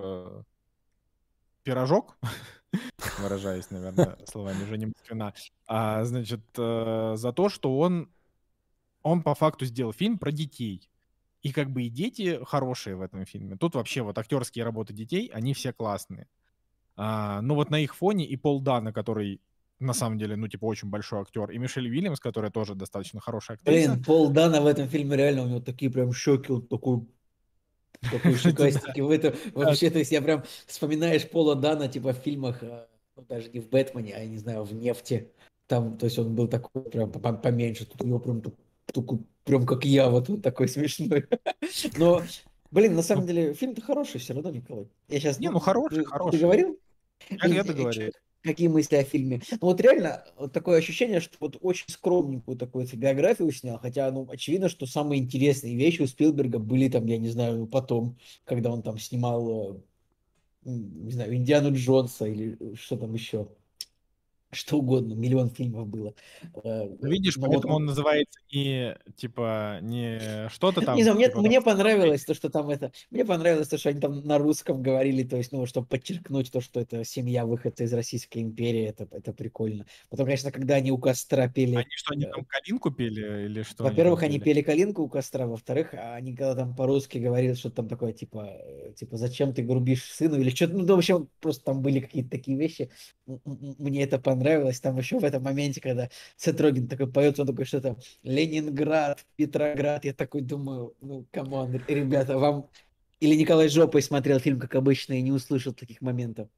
пирожок, выражаясь, наверное, словами Жени Москвина, значит, за то, что он по факту сделал фильм про детей. И как бы и дети хорошие в этом фильме. Тут вообще вот актерские работы детей, они все классные. Ну вот на их фоне и Пол Дана, который на самом деле, ну, типа, очень большой актер, и Мишель Уильямс, которая тоже достаточно хорошая актриса. Блин, Пол Дана в этом фильме реально, у него такие прям щеки, он такой Кстати, да. щекастики в это вообще, то есть я прям вспоминаешь Пола Дана, типа в фильмах, ну, даже не в «Бэтмене», а, я не знаю, в «Нефти», там, то есть он был такой прям поменьше, тут у него прям такой, прям как я, вот он такой смешной. Но, блин, на Ну, самом деле, фильм-то хороший все равно, Николай. Я сейчас, не, ну, ну хороший, ты хороший. говорил? Я Блин, договорю. какие мысли о фильме? Ну вот реально вот такое ощущение, что вот очень скромненькую такую биографию снял, хотя, ну, очевидно, что самые интересные вещи у Спилберга были там, я не знаю, потом, когда он там снимал, не знаю, Индиану Джонса или что там еще. что угодно, миллион фильмов было. Ну, видишь, Но поэтому вот он называется не что-то не там, знаю, мне, типа, мне понравилось то, что там это... Мне понравилось то, что они там на русском говорили, то есть, ну, чтобы подчеркнуть то, что это семья выходца из Российской империи, это прикольно. Потом, конечно, когда они у костра пели... они там калинку пели или что они там Во-первых, они пели? пели «Калинку» у костра, во-вторых, они когда там по-русски говорили, что там такое, типа, зачем ты грубишь сыну, или что-то, ну, в общем, просто там были какие-то такие вещи. Мне это понравилось. Там еще в этом моменте, когда Сет Роген такой поет, он такой что-то «Ленинград, Петроград», я такой думаю, ну, камон, ребята, вам... Или Николай Жопой смотрел фильм, как обычно, и не услышал таких моментов.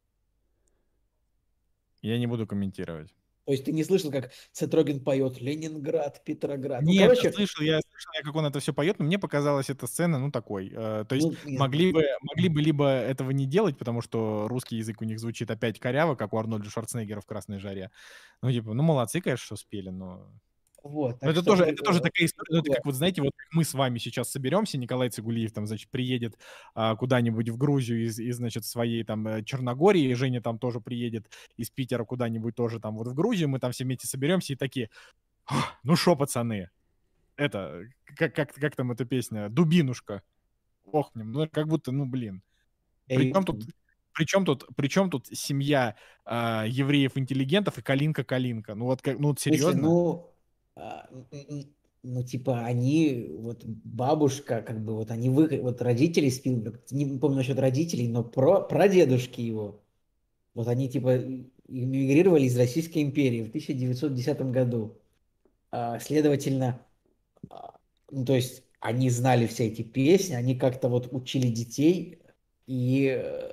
Я не буду комментировать. То есть ты не слышал, как Сет Роген поет «Ленинград, Петроград». Ну, Нет, короче, я слышал, как он это все поет, но мне показалась эта сцена, ну, такой. То есть ну, не знаю. могли бы либо этого не делать, потому что русский язык у них звучит опять коряво, как у Арнольда Шварценеггера в «Красной жаре». Ну, типа, ну, молодцы, конечно, что спели, но... Вот, Но так что... это тоже такая история, ну, это как вот, знаете, вот как мы с вами сейчас соберемся, Николай Цигулиев там, значит, приедет куда-нибудь в Грузию значит, своей там Черногории, и Женя там тоже приедет из Питера куда-нибудь тоже там вот в Грузию, мы там все вместе соберемся и такие, ну шо, пацаны, это, как там эта песня, «Дубинушка», охнем, ну, как будто, ну, блин. Причем тут семья евреев-интеллигентов и Калинка-Калинка? Ну, вот, ну, вот В смысле, серьезно? а, ну, типа, они, вот бабушка, как бы, вот они, вот родители Спилберг, не помню насчет родителей, но прадедушки его, вот они, типа, эмигрировали из Российской империи в 1910 году. Следовательно, ну, то есть, они знали все эти песни, они как-то вот учили детей, и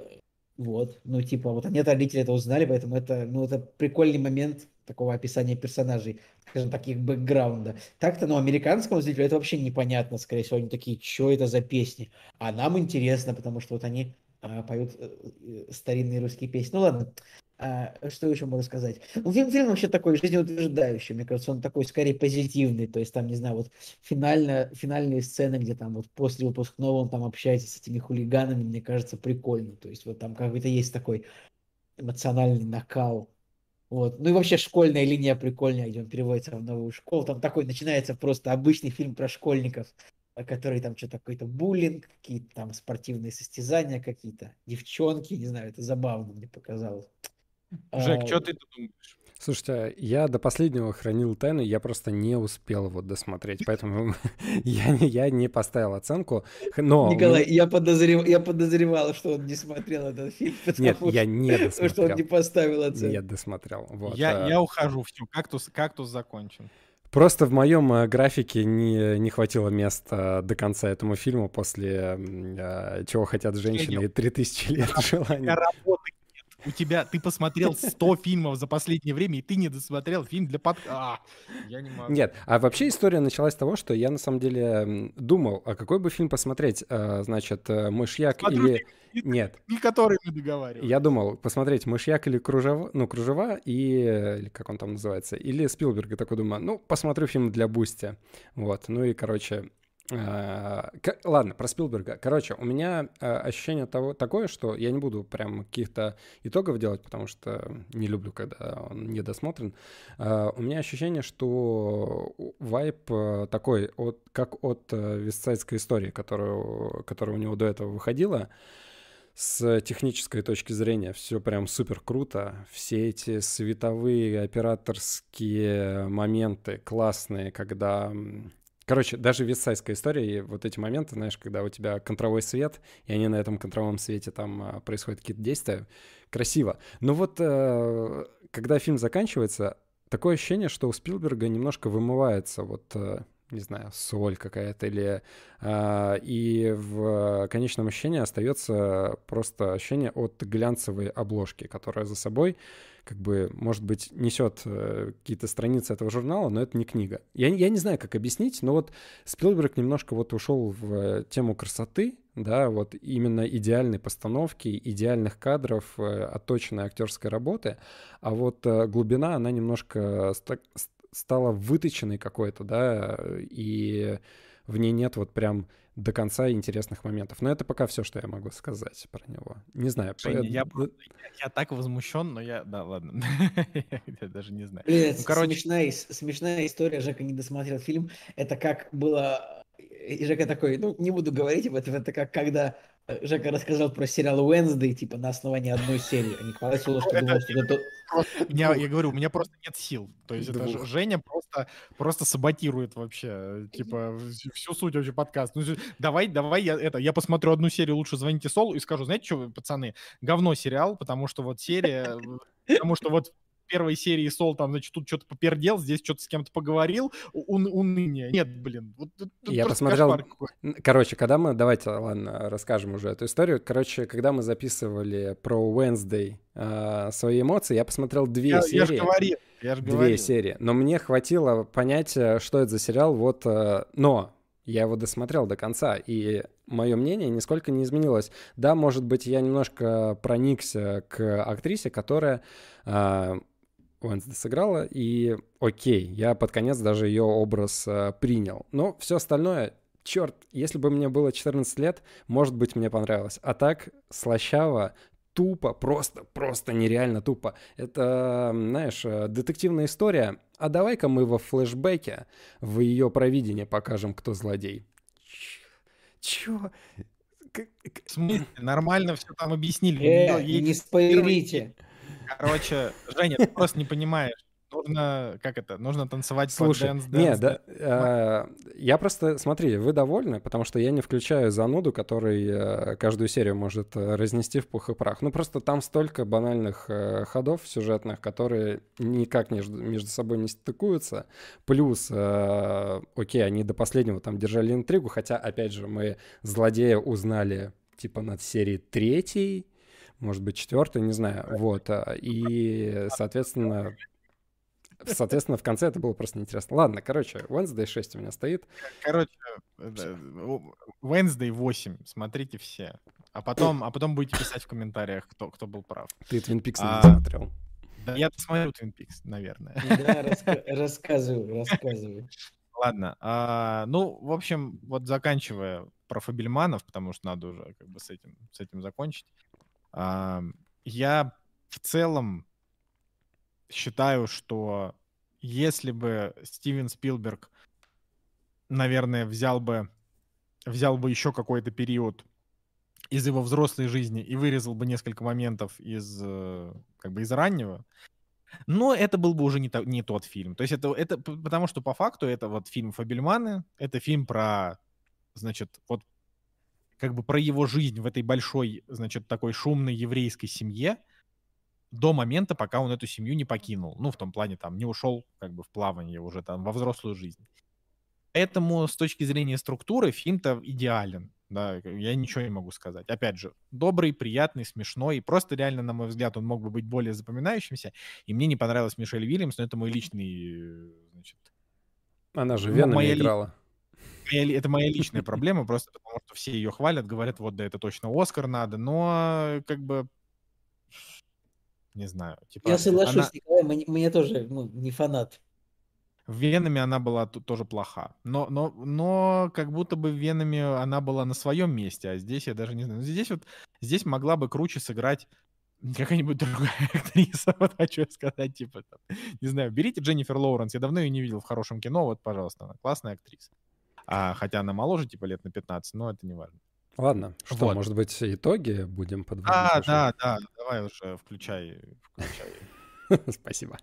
вот, ну, типа, вот они от родителей это узнали, поэтому это, ну, это прикольный момент такого описания персонажей, скажем так, их бэкграунда. Так-то, ну, американскому зрителю это вообще непонятно, скорее всего, они такие, что это за песни? А нам интересно, потому что вот они поют старинные русские песни. Ну, ладно, что еще можно сказать? Ну, фильм вообще такой жизнеутверждающий, мне кажется, он такой скорее позитивный, то есть там, не знаю, вот финальные сцены, где там вот после выпускного он там общается с этими хулиганами, мне кажется, прикольно. То есть вот там какой-то есть такой эмоциональный накал. Вот. Ну и вообще школьная линия прикольная, где он переводится в новую школу. Там такой начинается просто обычный фильм про школьников, который там что-то какой-то буллинг, какие-то там спортивные состязания какие-то, девчонки, не знаю, это забавно мне показалось. Жек, что ты тут думаешь? Слушайте, я до последнего хранил тайну, я просто не успел вот досмотреть, поэтому я не поставил оценку. Но Николай, я подозревал, что он не смотрел этот фильм, нет, потому я не что он досмотрел. не поставил Нет, оценку. досмотрел. Вот. Я ухожу, все, кактус закончен. Просто в моем графике не хватило места до конца этому фильму после «Чего хотят женщины» и 3000 лет желаний. Работы нет. У тебя, ты посмотрел 100 фильмов за последнее время, и ты не досмотрел фильм для подкаста. Я не могу. Нет, а вообще история началась с того, что я на самом деле думал, а какой бы фильм посмотреть, значит, «Мышьяк» Смотрю или... Нет, фильм, который мы договаривались. я думал посмотреть «Мышьяк» или «Кружева», или как он там называется, или Спилберга. Такой думаю, ну, посмотрю фильм для Бусти. Вот, ну и, короче... Ладно, про Спилберга. Короче, у меня ощущение такое, что я не буду прям каких-то итогов делать, потому что не люблю, когда он недосмотрен. У меня ощущение, что вайб такой, как от «Вестсайдской истории», которая у него до этого выходила. С технической точки зрения все прям супер круто. Все эти световые операторские моменты классные, когда... Короче, даже в «Вестсайдской истории» вот эти моменты, знаешь, когда у тебя контровой свет, и они на этом контровом свете там происходят какие-то действия, красиво. Но вот когда фильм заканчивается, такое ощущение, что у Спилберга немножко вымывается вот... не знаю, соль какая-то, или... и в конечном ощущении остается просто ощущение от глянцевой обложки, которая за собой, как бы, может быть, несет какие-то страницы этого журнала, но это не книга. Я не знаю, как объяснить, но вот Спилберг немножко вот ушел в тему красоты, да, вот именно идеальной постановки, идеальных кадров, отточенной актерской работы, а вот глубина, она немножко стала выточенной какой-то, да, и в ней нет вот прям до конца интересных моментов. Но это пока все, что я могу сказать про него. Не знаю. Женя, я так возмущен, но да, ладно. Я даже не знаю. Блин, Ну, короче, смешная история. Жека не досмотрел фильм. Это как было... И Жека такой, ну, не буду говорить об этом. Это как когда Жека рассказал про сериал Wednesday, типа, на основании одной серии. А Николай Солнышко думал, что это... я говорю, у меня просто нет сил. То есть это Двух. Женя просто саботирует вообще, типа, всю суть вообще подкаста. Ну, давай я посмотрю одну серию «Лучше звоните Солу» и скажу, знаете что, пацаны, говно сериал, потому что вот серия, потому что вот в первой серии Сол там, значит, тут что-то попердел, здесь что-то с кем-то поговорил, уныние. Нет, блин, вот тут Я просто посмотрел... кошмар какой-то. Короче, давайте, ладно, расскажем уже эту историю. Короче, когда мы записывали про Wednesday свои эмоции, я посмотрел две серии. Я же Две говорил. серии. Но мне хватило понять, что это за сериал. Вот, но я его досмотрел до конца, и мое мнение нисколько не изменилось. Да, может быть, я немножко проникся к актрисе, которая Уэнсдей сыграла, и окей, я под конец даже ее образ принял. Но все остальное, черт, если бы мне было 14 лет, может быть, мне понравилось. А так, слащаво, тупо, просто нереально тупо. Это, знаешь, детективная история. А давай-ка мы во флешбеке в ее провидении покажем, кто злодей. Чё? В смысле? Нормально все там объяснили. Ей не первый спойлерите. Короче, Женя, ты просто не понимаешь. Нужно танцевать под Слушай, дэнс. не, да, я просто, смотри, вы довольны, потому что я не включаю зануду, который каждую серию может разнести в пух и прах. Ну, просто там столько банальных ходов сюжетных, которые никак между собой не стыкуются. Плюс, окей, они до последнего там держали интригу, хотя, опять же, мы злодея узнали, типа, над серией 3, может быть, 4, не знаю, вот, и, соответственно, в конце это было просто неинтересно. Ладно, короче, Wednesday 6 у меня стоит. Короче, Wednesday 8, смотрите все. А потом будете писать в комментариях, кто был прав. Ты Twin Peaks не смотрел. Да, я посмотрю Twin Peaks, наверное. Да, рассказывай. Ладно, ну, в общем, вот заканчивая про Фабельманов, потому что надо уже как бы с этим закончить. Я в целом считаю, что если бы Стивен Спилберг, наверное, взял бы еще какой-то период из его взрослой жизни и вырезал бы несколько моментов из раннего, но это был бы уже не тот фильм. То есть это потому что по факту это вот фильм «Фабельманы», это фильм про, значит, вот как бы про его жизнь в этой большой, значит, такой шумной еврейской семье, до момента, пока он эту семью не покинул. Ну, в том плане, там, не ушел как бы в плавание уже там во взрослую жизнь. Поэтому с точки зрения структуры фильм-то идеален. Да, я ничего не могу сказать. Опять же, добрый, приятный, смешной. Просто реально, на мой взгляд, он мог бы быть более запоминающимся. И мне не понравилась Мишель Уильямс, но это мой личный, значит... Она же Венами играла. Это моя личная проблема, просто потому что все ее хвалят, говорят, вот, да, это точно Оскар надо, но как бы... Не знаю. Типа, Я соглашусь, Николай, мне тоже не фанат. В Венами она была тоже плоха. Но как будто бы в Венами она была на своем месте, а здесь я даже не знаю. Здесь могла бы круче сыграть какая-нибудь другая актриса. Вот хочу сказать, типа, там, не знаю, берите Дженнифер Лоуренс. Я давно ее не видел в хорошем кино. Вот, пожалуйста, она классная актриса. Хотя она моложе, типа, лет на 15, но это не важно. Ладно, что, Вот. может быть, итоги будем подводить? Да, давай уже включай. Спасибо.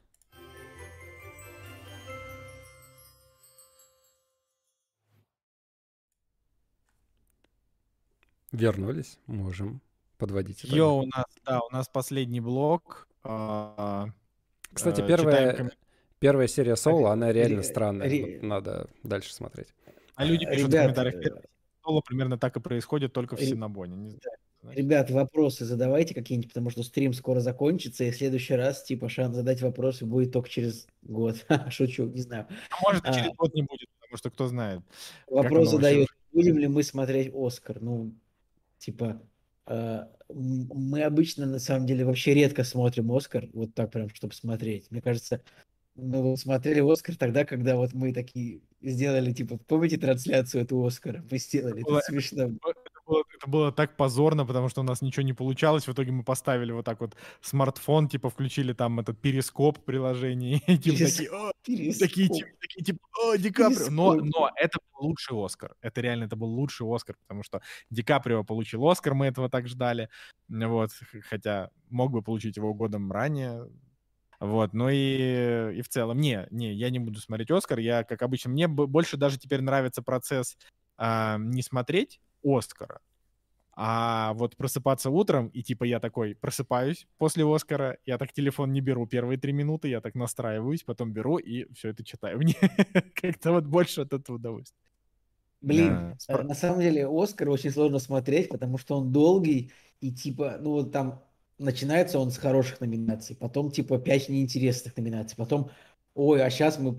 Вернулись, можем подводить итоги. У нас последний блок. Кстати, первая серия Соло, она реально странная. Вот надо дальше смотреть. А люди пишут в комментариях, Соло примерно так и происходит, только в Синнабоне. Не знаю. Ребят, вопросы задавайте какие-нибудь, потому что стрим скоро закончится, и в следующий раз, типа, шанс задать вопросы будет только через год. Шучу, не знаю. Может, через год не будет, потому что кто знает. Вопрос задает, будем ли мы смотреть «Оскар». Ну, типа, мы обычно, на самом деле, вообще редко смотрим «Оскар», вот так прям, чтобы смотреть. Мне кажется, Мы вот смотрели «Оскар» тогда, когда вот мы такие сделали, типа, помните трансляцию эту «Оскара»? Мы сделали, это Было- смешно. Это было так позорно, потому что у нас ничего не получалось. В итоге мы поставили вот так вот смартфон, типа включили там этот перископ приложение, и типа такие, Перископ. такие типа, Ди Каприо. Но Перископ. это был лучший Оскар. Это реально, это был лучший Оскар, потому что Ди Каприо получил Оскар, мы этого так ждали. Вот, хотя мог бы получить его годом ранее. Вот, ну и в целом, я не буду смотреть Оскар. Я, как обычно, мне больше даже теперь нравится процесс не смотреть Оскара, а вот просыпаться утром, и типа я такой просыпаюсь после Оскара, я так телефон не беру первые 3 минуты, я так настраиваюсь, потом беру и все это читаю. Мне как-то вот больше от этого удовольствия. Блин, на самом деле «Оскар» очень сложно смотреть, потому что он долгий, и типа, ну вот там начинается он с хороших номинаций, потом типа 5 неинтересных номинаций, потом, ой, а сейчас мы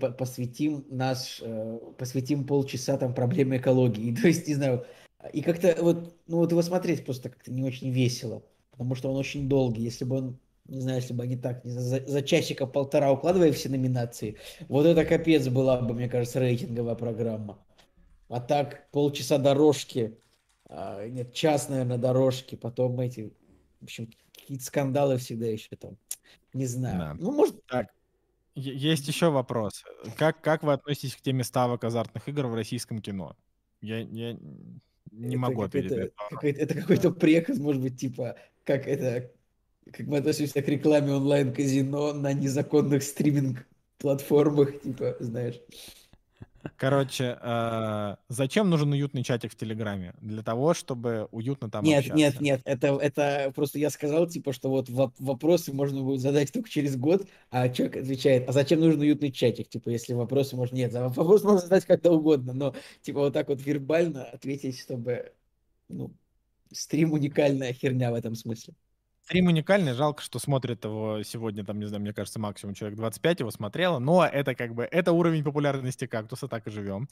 посвятим полчаса там проблеме экологии. То есть, не знаю, и как-то вот, ну вот его смотреть просто как-то не очень весело, потому что он очень долгий. Если бы он, не знаю, если бы они так не знаю, за часика полтора укладывали все номинации, вот это капец была бы, мне кажется, рейтинговая программа. А так полчаса дорожки, нет, час, наверное, дорожки, потом эти, в общем, какие-то скандалы всегда еще там, не знаю. Да. Ну, может, Так, есть еще вопрос. Как вы относитесь к теме ставок азартных игр в российском кино? Я не могу ответить на этот вопрос. это какой-то приказ, может быть, типа, как мы относимся к рекламе онлайн-казино на незаконных стриминг-платформах, типа, знаешь. Короче, зачем нужен уютный чатик в Телеграме? Для того, чтобы уютно там Нет, общаться. это просто я сказал, типа, что вот вопросы можно будет задать только через год, а человек отвечает, а зачем нужен уютный чатик? Типа, если вопросы можно... Нет, вопрос можно задать когда угодно, но, типа, вот так вот вербально ответить, чтобы, ну, стрим уникальная херня в этом смысле. Стрим уникальный, жалко, что смотрит его сегодня, там, не знаю, мне кажется, максимум человек 25 его смотрело, но это как бы, это уровень популярности «Кактуса», так и живем.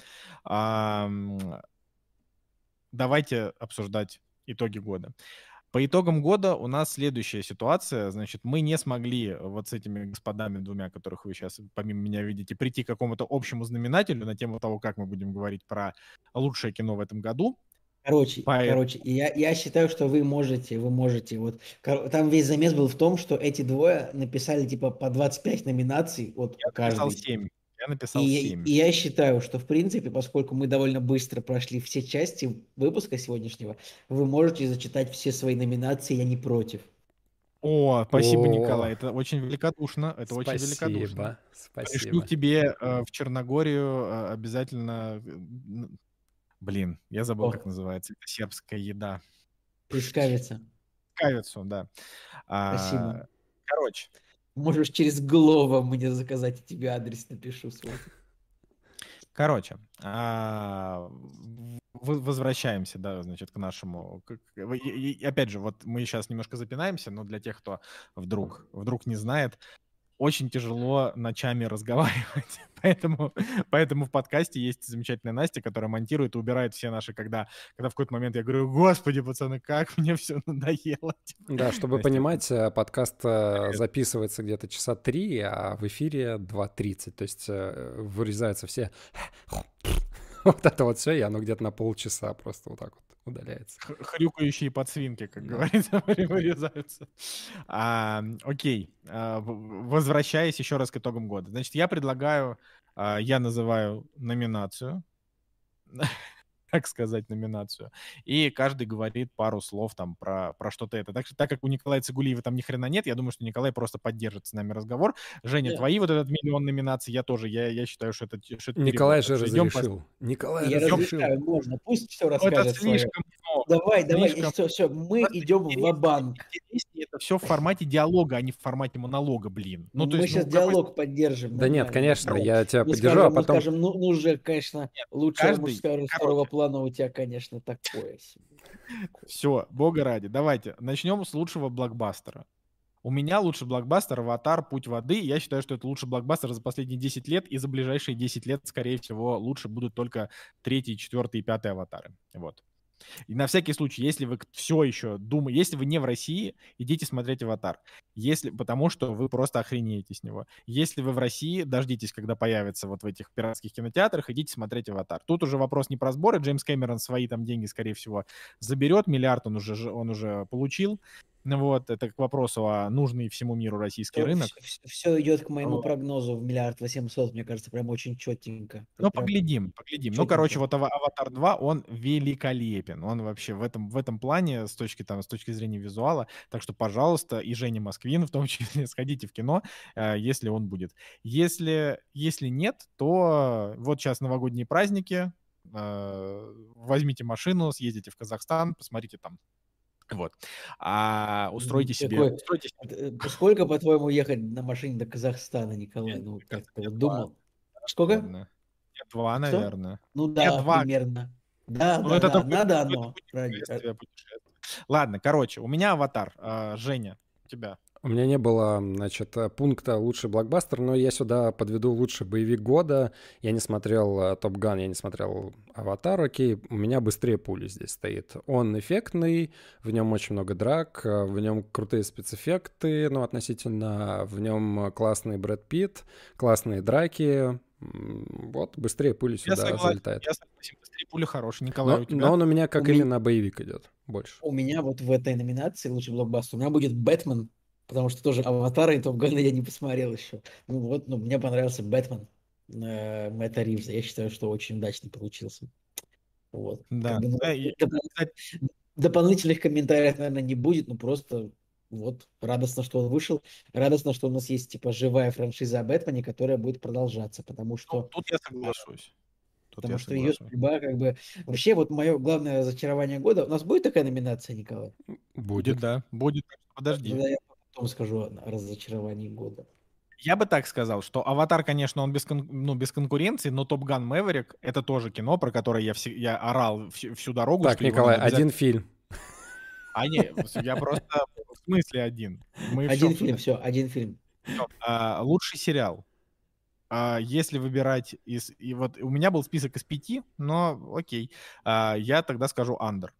Давайте обсуждать итоги года. По итогам года у нас следующая ситуация. Значит, мы не смогли вот с этими господами двумя, которых вы сейчас помимо меня видите, прийти к какому-то общему знаменателю на тему того, как мы будем говорить про лучшее кино в этом году. Короче, я считаю, что вы можете, вот, там весь замес был в том, что эти двое написали, типа, по 25 номинаций, вот, каждый. Я написал 7. И я считаю, что, в принципе, поскольку мы довольно быстро прошли все части выпуска сегодняшнего, вы можете зачитать все свои номинации, я не против. О, спасибо, О. Николай, это очень великодушно, это очень великодушно. Спасибо. Пришлю к тебе в Черногорию обязательно... Блин, я забыл, как называется. Это сербская еда. Плескавица. Плескавицу, да. Спасибо. Короче. Можешь через Глова мне заказать, я тебе адрес напишу свой. Короче, возвращаемся, да, значит, к нашему... И опять же, вот мы сейчас немножко запинаемся, но для тех, кто вдруг не знает, очень тяжело ночами разговаривать, поэтому в подкасте есть замечательная Настя, которая монтирует и убирает все наши, когда в какой-то момент я говорю, господи, пацаны, как мне все надоело. Да, чтобы Настя, понимать, подкаст записывается где-то часа 3, а в эфире 2:30, то есть вырезаются все вот это вот все, и оно где-то на полчаса просто вот так вот удаляется. Хрюкающие подсвинки, как говорится, вырезаются. Окей. Возвращаясь еще раз к итогам года. Значит, я предлагаю, я называю номинацию, как сказать номинацию, и каждый говорит пару слов там про что-то это. Так как у Николая Цигулиева там ни хрена нет, я думаю, что Николай просто поддержит с нами разговор. Женя, твои вот этот миллион номинаций, я тоже, я считаю, что это Николай перебор. же разрешил. Николай я разрешил. Можно, пусть все расскажет. Это слишком много. Давай, все, мы идем в банк. Это все в формате диалога, а не в формате монолога, блин. Ну, мы сейчас диалог поддержим. Да нет, конечно, я тебя поддержу, скажем, а потом... Мы скажем, ну уже, конечно, лучшая мужская роль второго плана у тебя, конечно, такое себе. Все, бога ради. Давайте, начнем с лучшего блокбастера. У меня лучший блокбастер «Аватар. Путь воды». Я считаю, что это лучший блокбастер за последние 10 лет, и за ближайшие 10 лет, скорее всего, лучше будут только 3, 4 и 5 «Аватары». Вот. И на всякий случай, если вы все еще думаете, если вы не в России, идите смотреть «Аватар». Потому что вы просто охренеете с него. Если вы в России, дождитесь, когда появится вот в этих пиратских кинотеатрах, идите смотреть «Аватар». Тут уже вопрос не про сборы. Джеймс Кэмерон свои там деньги, скорее всего, заберет. Миллиард он уже получил. Ну вот, это к вопросу о нужный всему миру российский рынок. Все идет к моему Вот. прогнозу в 1 800 000 000, мне кажется, прям очень четенько. Ну, Прям поглядим. Ну, четенько. короче, вот «Аватар 2», он великолепен. Он вообще в этом плане, с точки зрения визуала. Так что, пожалуйста, и Женя Москвин, в том числе, сходите в кино, если он будет. Если нет, то вот сейчас новогодние праздники, возьмите машину, съездите в Казахстан, посмотрите там. Вот. Устройте себе... Сколько, по-твоему, ехать на машине до Казахстана, Николай? Ну, как ты вот думал? Сколько? Ладно. Нет, 2, Что? наверное. Ну да, 2. примерно. Да, Ну, да, это да, такое надо оно. путешествие. Ладно, короче, у меня «Аватар». Женя, у тебя? У меня не было, значит, пункта «лучший блокбастер», но я сюда подведу лучший боевик года. Я не смотрел «Топ Ган», я не смотрел «Аватар», окей. У меня «Быстрее пули» здесь стоит. Он эффектный, в нем очень много драк, в нем крутые спецэффекты, ну, относительно, в нем классный Брэд Питт, классные драки. Вот «Быстрее пули» сюда залетает. Я согласен, «Быстрее пули» хороший. Николай, у тебя? Но он у меня как именно боевик идет больше. У меня вот в этой номинации «Лучший блокбастер» у меня будет «Бэтмен», потому что тоже «Аватара» и «Топ Гана» я не посмотрел еще. Ну вот, мне понравился «Бэтмен» Мэтта Ривза. Я считаю, что очень удачно получился. Вот. Да. Дополнительных комментариев, наверное, не будет, но просто вот радостно, что он вышел. Радостно, что у нас есть типа живая франшиза о Бэтмене, которая будет продолжаться, потому что... Тут я соглашусь. Потому что ее судьба как бы... Вообще, вот мое главное разочарование года... У нас будет такая номинация, Николай? Будет, да. Будет. Подожди. Тогда я потом скажу о разочаровании года. Я бы так сказал, что «Аватар», конечно, он без конкуренции, но «Топ Ган Мэверик» — это тоже кино, про которое я орал всю дорогу. Так, Николай, один фильм. Не, я просто... В смысле один? Один фильм. Лучший сериал. Если выбирать И вот у меня был список из 5, но окей. Я тогда скажу «Андер».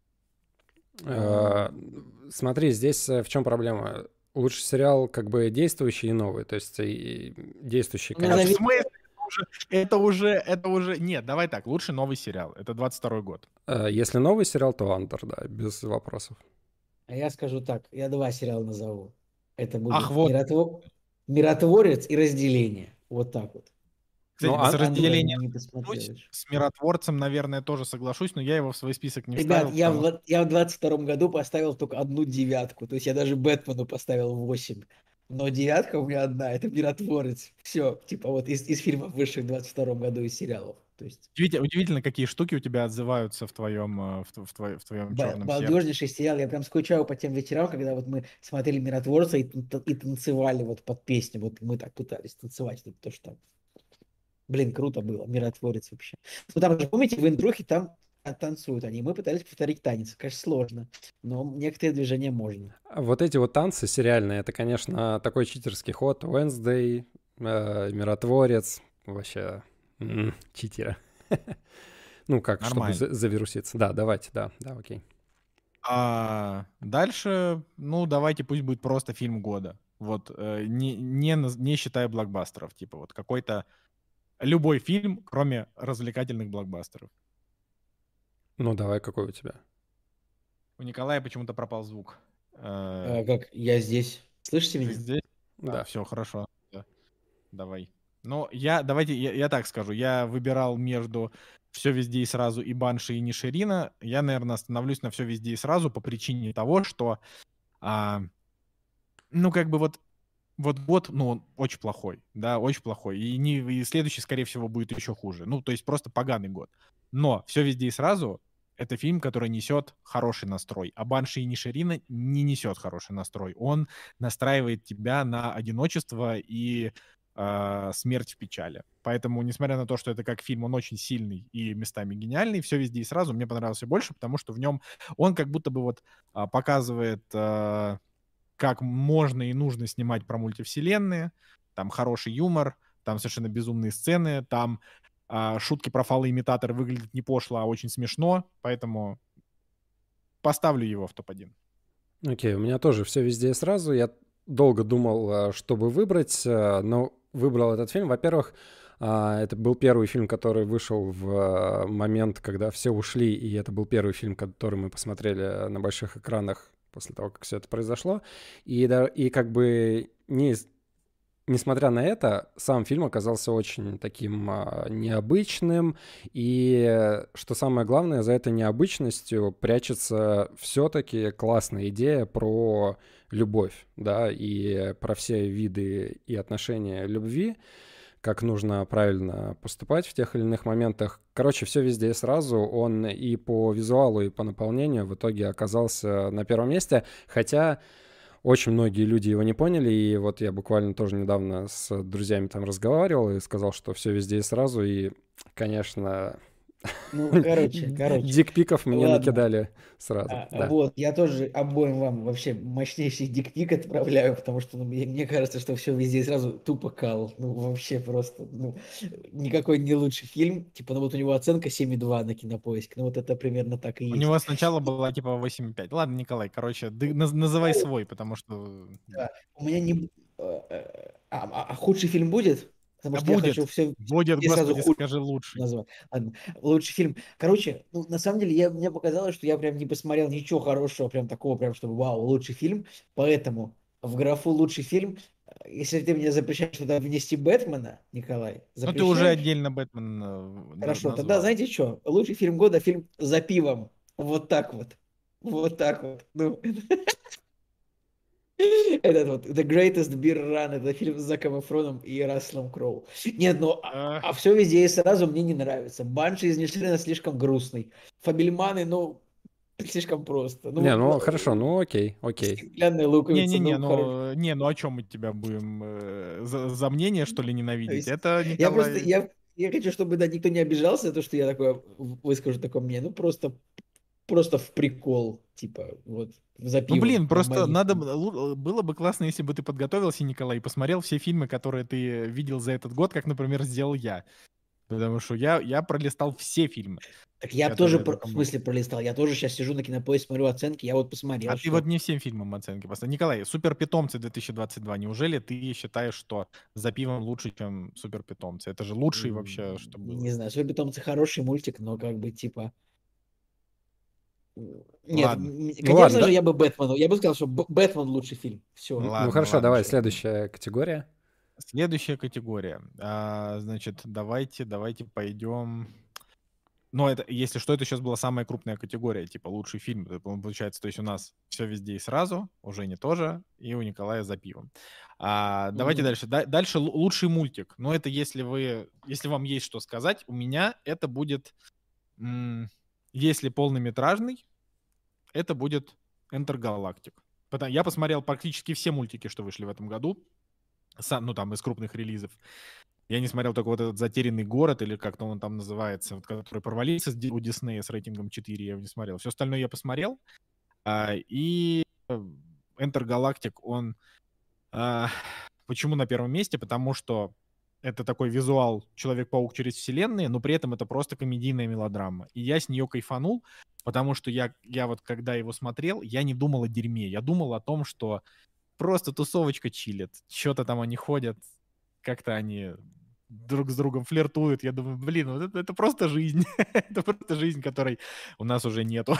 Смотри, здесь в чем проблема? Лучший сериал как бы действующий и новый, то есть и действующий. В смысле? Это уже... Нет, давай так, лучший новый сериал. Это 22-й год. Если новый сериал, то «Андер», да, без вопросов. А я скажу так, я 2 сериала назову. Это будет «Миротворец» и «Разделение». Вот так вот. Кстати, с «Разделением» с «Миротворцем», наверное, тоже соглашусь, но я его в свой список не вставил. Ребят, я в 22-м году поставил только 1 9, то есть я даже «Бэтмену» поставил 8. Но 9 у меня одна, это «Миротворец». Все, типа вот из фильмов, вышедших в 22-м году, из сериалов. То есть... Удивительно, какие штуки у тебя отзываются в твоем черном сердце. Балдежнейший сериал. Я прям скучаю по тем вечерам, когда вот мы смотрели «Миротворца» и танцевали вот под песню. Вот мы так пытались танцевать. Это то, что... Блин, круто было. «Миротворец» вообще. Ну там же, помните, в интрухе там танцуют они. Мы пытались повторить танец. Конечно, сложно, но некоторые движения можно. Вот эти вот танцы сериальные, это, конечно, такой читерский ход. Wednesday, «Миротворец», вообще читера. Ну как, нормально. Чтобы завируситься. Да, давайте, да, окей. Дальше, давайте пусть будет просто фильм года. Вот, не считая блокбастеров. Типа вот какой-то любой фильм, кроме развлекательных блокбастеров. Ну, давай, какой у тебя? У Николая почему-то пропал звук. Как? Я здесь. Слышите меня? Здесь? Да. Все, хорошо. Да. Давай. Давайте я так скажу. Я выбирал между «Все везде и сразу» и «Банши» и «Ниширина». Я, наверное, остановлюсь на «Все везде и сразу» по причине того, что вот год, он очень плохой, да, очень плохой. И следующий, скорее всего, будет еще хуже. То есть просто поганый год. Но «Все везде и сразу» — это фильм, который несет хороший настрой. А «Банши» и «Ниширина» не несет хороший настрой. Он настраивает тебя на одиночество и смерть в печали. Поэтому, несмотря на то, что это как фильм, он очень сильный и местами гениальный, «Все везде и сразу» мне понравился больше, потому что в нем он как будто бы вот показывает... как можно и нужно снимать про мультивселенные, там хороший юмор, там совершенно безумные сцены, там шутки про фалоимитаторы выглядят не пошло, а очень смешно, поэтому поставлю его в топ-1. Окей, у меня тоже все везде и сразу. Я долго думал, чтобы выбрать, но выбрал этот фильм. Во-первых, это был первый фильм, который вышел в момент, когда все ушли, и это был первый фильм, который мы посмотрели на больших экранах после того, как все это произошло. И как бы несмотря на это, сам фильм оказался очень таким необычным, и, что самое главное, за этой необычностью прячется все-таки классная идея про любовь, да, и про все виды и отношения любви, как нужно правильно поступать в тех или иных моментах. Короче, все везде и сразу. Он и по визуалу, и по наполнению в итоге оказался на первом месте, хотя очень многие люди его не поняли, и вот я буквально тоже недавно с друзьями там разговаривал и сказал, что все везде и сразу, и, конечно, Ну, короче. дикпиков мне Ладно. накидали сразу. Да. Вот, я тоже обоим вам вообще мощнейший дикпик отправляю, потому что мне кажется, что все везде и сразу тупо кал. Ну, вообще просто, никакой не лучший фильм. Типа, вот у него оценка 7,2 на Кинопоиске. Ну, вот это примерно так и У есть. него сначала была типа 8,5. Ладно, Николай, короче, называй свой, потому что... Да, у меня не... А худший фильм будет? Потому Да что я будет, хочу все будет, сразу господи, худший скажи лучший. назвать. Ладно, лучший фильм. Короче, на самом деле, мне показалось, что я прям не посмотрел ничего хорошего, прям такого, прям, чтобы вау, лучший фильм. Поэтому в графу лучший фильм, если ты мне запрещаешь туда внести Бэтмена, Николай, Ну, ты уже запрещаешь? отдельно Бэтмен Хорошо, тогда назвал. знаете что? Лучший фильм года — фильм «За пивом». Вот так вот. Вот так вот. Ну. Этот вот The Greatest Beer Run, это фильм с Заком Эфроном и Расселом Кроу. Нет, ну, все везде и сразу мне не нравится. Банши из Нишлина слишком грустный. Фабельманы, ну, слишком просто. Не, ну хорошо, ну окей. Стеклянная луковица, хорошо. Ну о чем мы тебя будем за мнение, что ли, ненавидеть? То есть Это, Я Николай... просто, я хочу, чтобы, да, никто не обижался за то, что я такое выскажу такое мнение. Ну, просто в прикол, типа, вот, за Ну, пивом. блин, просто нормально. было бы классно, если бы ты подготовился, Николай, и посмотрел все фильмы, которые ты видел за этот год, как, например, сделал я. Потому что я пролистал все фильмы. Так я тоже, в смысле, пролистал. Я тоже сейчас сижу на Кинопоиске, смотрю оценки, я вот посмотрел. А ты вот не всем фильмам оценки поставил. Николай, «Супер питомцы» 2022, неужели ты считаешь, что «За пивом» лучше, чем «Супер питомцы»? Это же лучший вообще, что было. Не знаю, «Супер питомцы» хороший мультик, но как бы, типа... Нет, Ладно. конечно ладно, же, да? я бы сказал, что Бэтмен лучший фильм. Все. Ну хорошо, давай, всё. следующая категория. Следующая категория. Значит, давайте пойдем... Но это, если что, это сейчас была самая крупная категория, типа лучший фильм. Это, получается, то есть у нас все везде и сразу, у Жени тоже, и у Николая за пивом. Давайте дальше. Дальше лучший мультик. Но это если вам есть что сказать, у меня это будет, если полнометражный, это будет Enter Galactic. Я посмотрел практически все мультики, что вышли в этом году, ну там из крупных релизов. Я не смотрел только вот этот «Затерянный город», или как-то он там называется, вот, который провалился у Диснея с рейтингом 4, я его не смотрел. Все остальное я посмотрел. И Enter Galactic, он... Почему на первом месте? Потому что это такой визуал «Человек-паук через вселенные», но при этом это просто комедийная мелодрама. И я с нее кайфанул, потому что я вот когда его смотрел, я не думал о дерьме. Я думал о том, что просто тусовочка чилит. Что-то там они ходят, как-то они друг с другом флиртуют. Я думаю, блин, вот это просто жизнь. Это просто жизнь, которой у нас уже нету.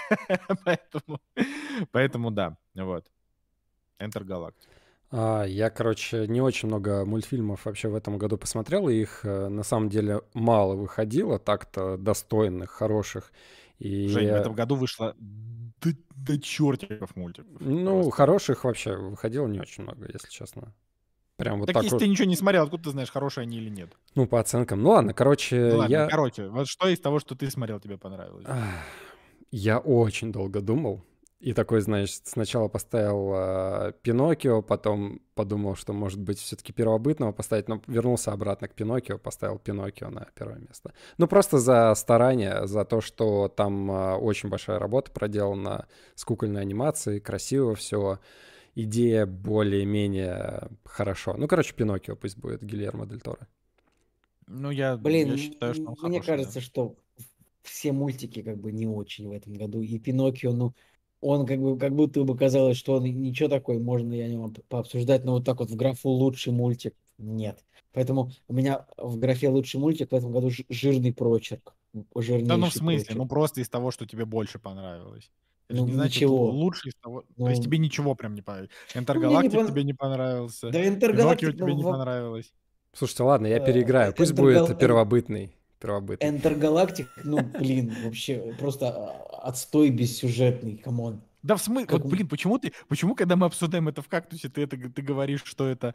Поэтому да, вот. Enter Galactic. Я, короче, не очень много мультфильмов вообще в этом году посмотрел, и их на самом деле мало выходило, так-то достойных, хороших. И... Жень, в этом году вышло до чертиков мультиков. Ну, просто. Хороших вообще выходило не очень много, если честно. Прям вот так так если вот. ты ничего не смотрел, откуда ты знаешь, хорошие они или нет? Ну, по оценкам. Ну ладно, короче, вот что из того, что ты смотрел, тебе понравилось? Я очень долго думал. И такой, знаешь, сначала поставил Пиноккио, потом подумал, что, может быть, все-таки Первобытного поставить, но вернулся обратно к Пиноккио, поставил Пиноккио на первое место. Ну, просто за старание, за то, что там очень большая работа проделана с кукольной анимацией, красиво все, идея более-менее хорошо. Ну, короче, Пиноккио пусть будет, Гильермо Дель Торо. Ну, я Блин, считаю, что он мне хороший, кажется, да. что все мультики как бы не очень в этом году. И Пиноккио, ну, он как будто бы казалось, что он ничего такой, можно я него пообсуждать, но вот так вот в графу лучший мультик нет. Поэтому у меня в графе лучший мультик в этом году жирный прочерк. Да, ну в Жирнейший смысле, ну прочерк. просто из того, что тебе больше понравилось. Это же Ну, не значит ничего. лучше из того. То есть Ну, тебе ничего прям не понравилось. ну, мне не Интергалактик тебе не понравился, Да, Пиноккио Интергалактик, тебе не понравилось. Слушайте, ладно, я переиграю. Пусть будет первобытный. Первобытный. Интергалактик, ну, блин, вообще просто отстой бессюжетный, камон. Да в смысле, Как вот, блин, почему, когда мы обсуждаем это в «Кактусе», ты говоришь, что это,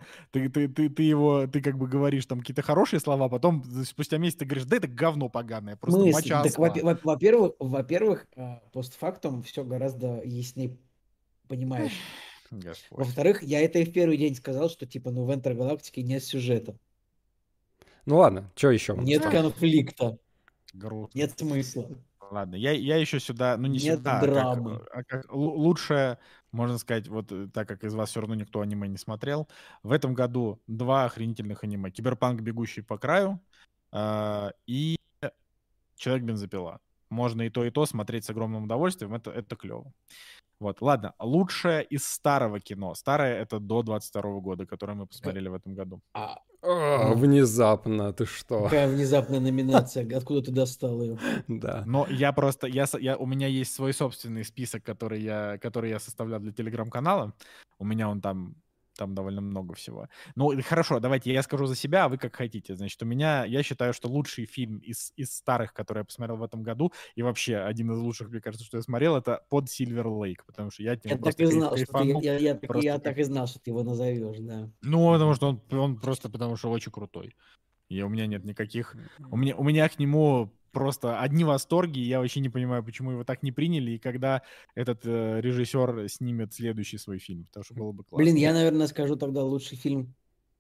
ты как бы говоришь там какие-то хорошие слова, потом спустя месяц ты говоришь, да это говно поганое, просто мысль. моча Так, осла. во-первых, постфактум все гораздо яснее понимаешь. Господь. Во-вторых, я это и в первый день сказал, что типа, ну, в Интергалактике нет сюжета, Ну ладно, что еще? нет конфликта, Грустно. нет смысла, Ладно, я еще сюда, ну не нет сюда, драмы. а как лучше, можно сказать, вот так как из вас все равно никто аниме не смотрел, в этом году 2 охренительных аниме. «Киберпанк. Бегущий по краю» и «Человек-бензопила». Можно и то смотреть с огромным удовольствием, это клево. Вот, ладно, лучшее из старого кино. Старое — это до 22 года, которое мы посмотрели в этом году. Ну, Внезапно, ты что? какая внезапная номинация, откуда ты достал ее? Да. Но я просто, у меня есть свой собственный список, который я составлял для телеграм-канала. У меня он там довольно много всего. Ну, хорошо, давайте я скажу за себя, а вы как хотите. Значит, я считаю, что лучший фильм из старых, который я посмотрел в этом году, и вообще один из лучших, мне кажется, что я смотрел, это «Под Сильвер Лейк», потому что я от него Я так просто и знал, что ты, кайфанул. я Просто так и знал, что ты его назовешь, да. Ну, потому что он просто потому что очень крутой. И у меня нет никаких... У меня к нему просто одни восторги, и я вообще не понимаю, почему его так не приняли, и когда этот режиссер снимет следующий свой фильм, потому что было бы классно. Блин, я, наверное, скажу тогда лучший фильм.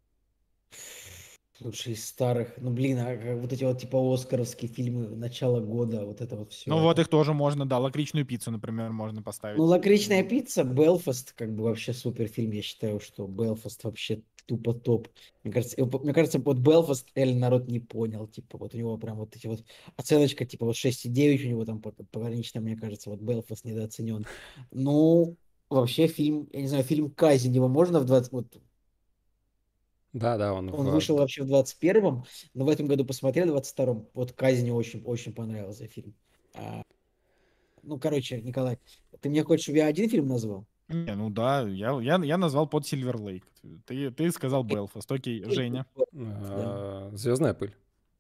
Лучший из старых. Ну, блин, вот эти вот типа оскаровские фильмы начала года, вот это вот все. Ну вот их тоже можно, да, «Лакричную пиццу», например, можно поставить. Ну, «Лакричная пицца», «Белфаст», как бы вообще супер фильм. Я считаю, что «Белфаст» вообще тупо топ. Мне кажется, вот «Белфаст» Эль народ не понял. Типа, вот у него прям вот эти вот оценочка, типа, вот 6,9 у него там погранично, мне кажется, вот «Белфаст» недооценен. Ну, вообще фильм, я не знаю, фильм «Казнь», его можно в 20... Вот, Да, он вышел вообще в 21-м, но в этом году посмотрел, в 22-м. Вот «Казнь» очень понравился фильм. Ну, короче, Николай, ты мне хочешь, чтобы я один фильм назвал? Не, ну да, я назвал «Под Сильвер Лейк». Ты сказал «Белфаст». Окей, Женя. «Звездная пыль».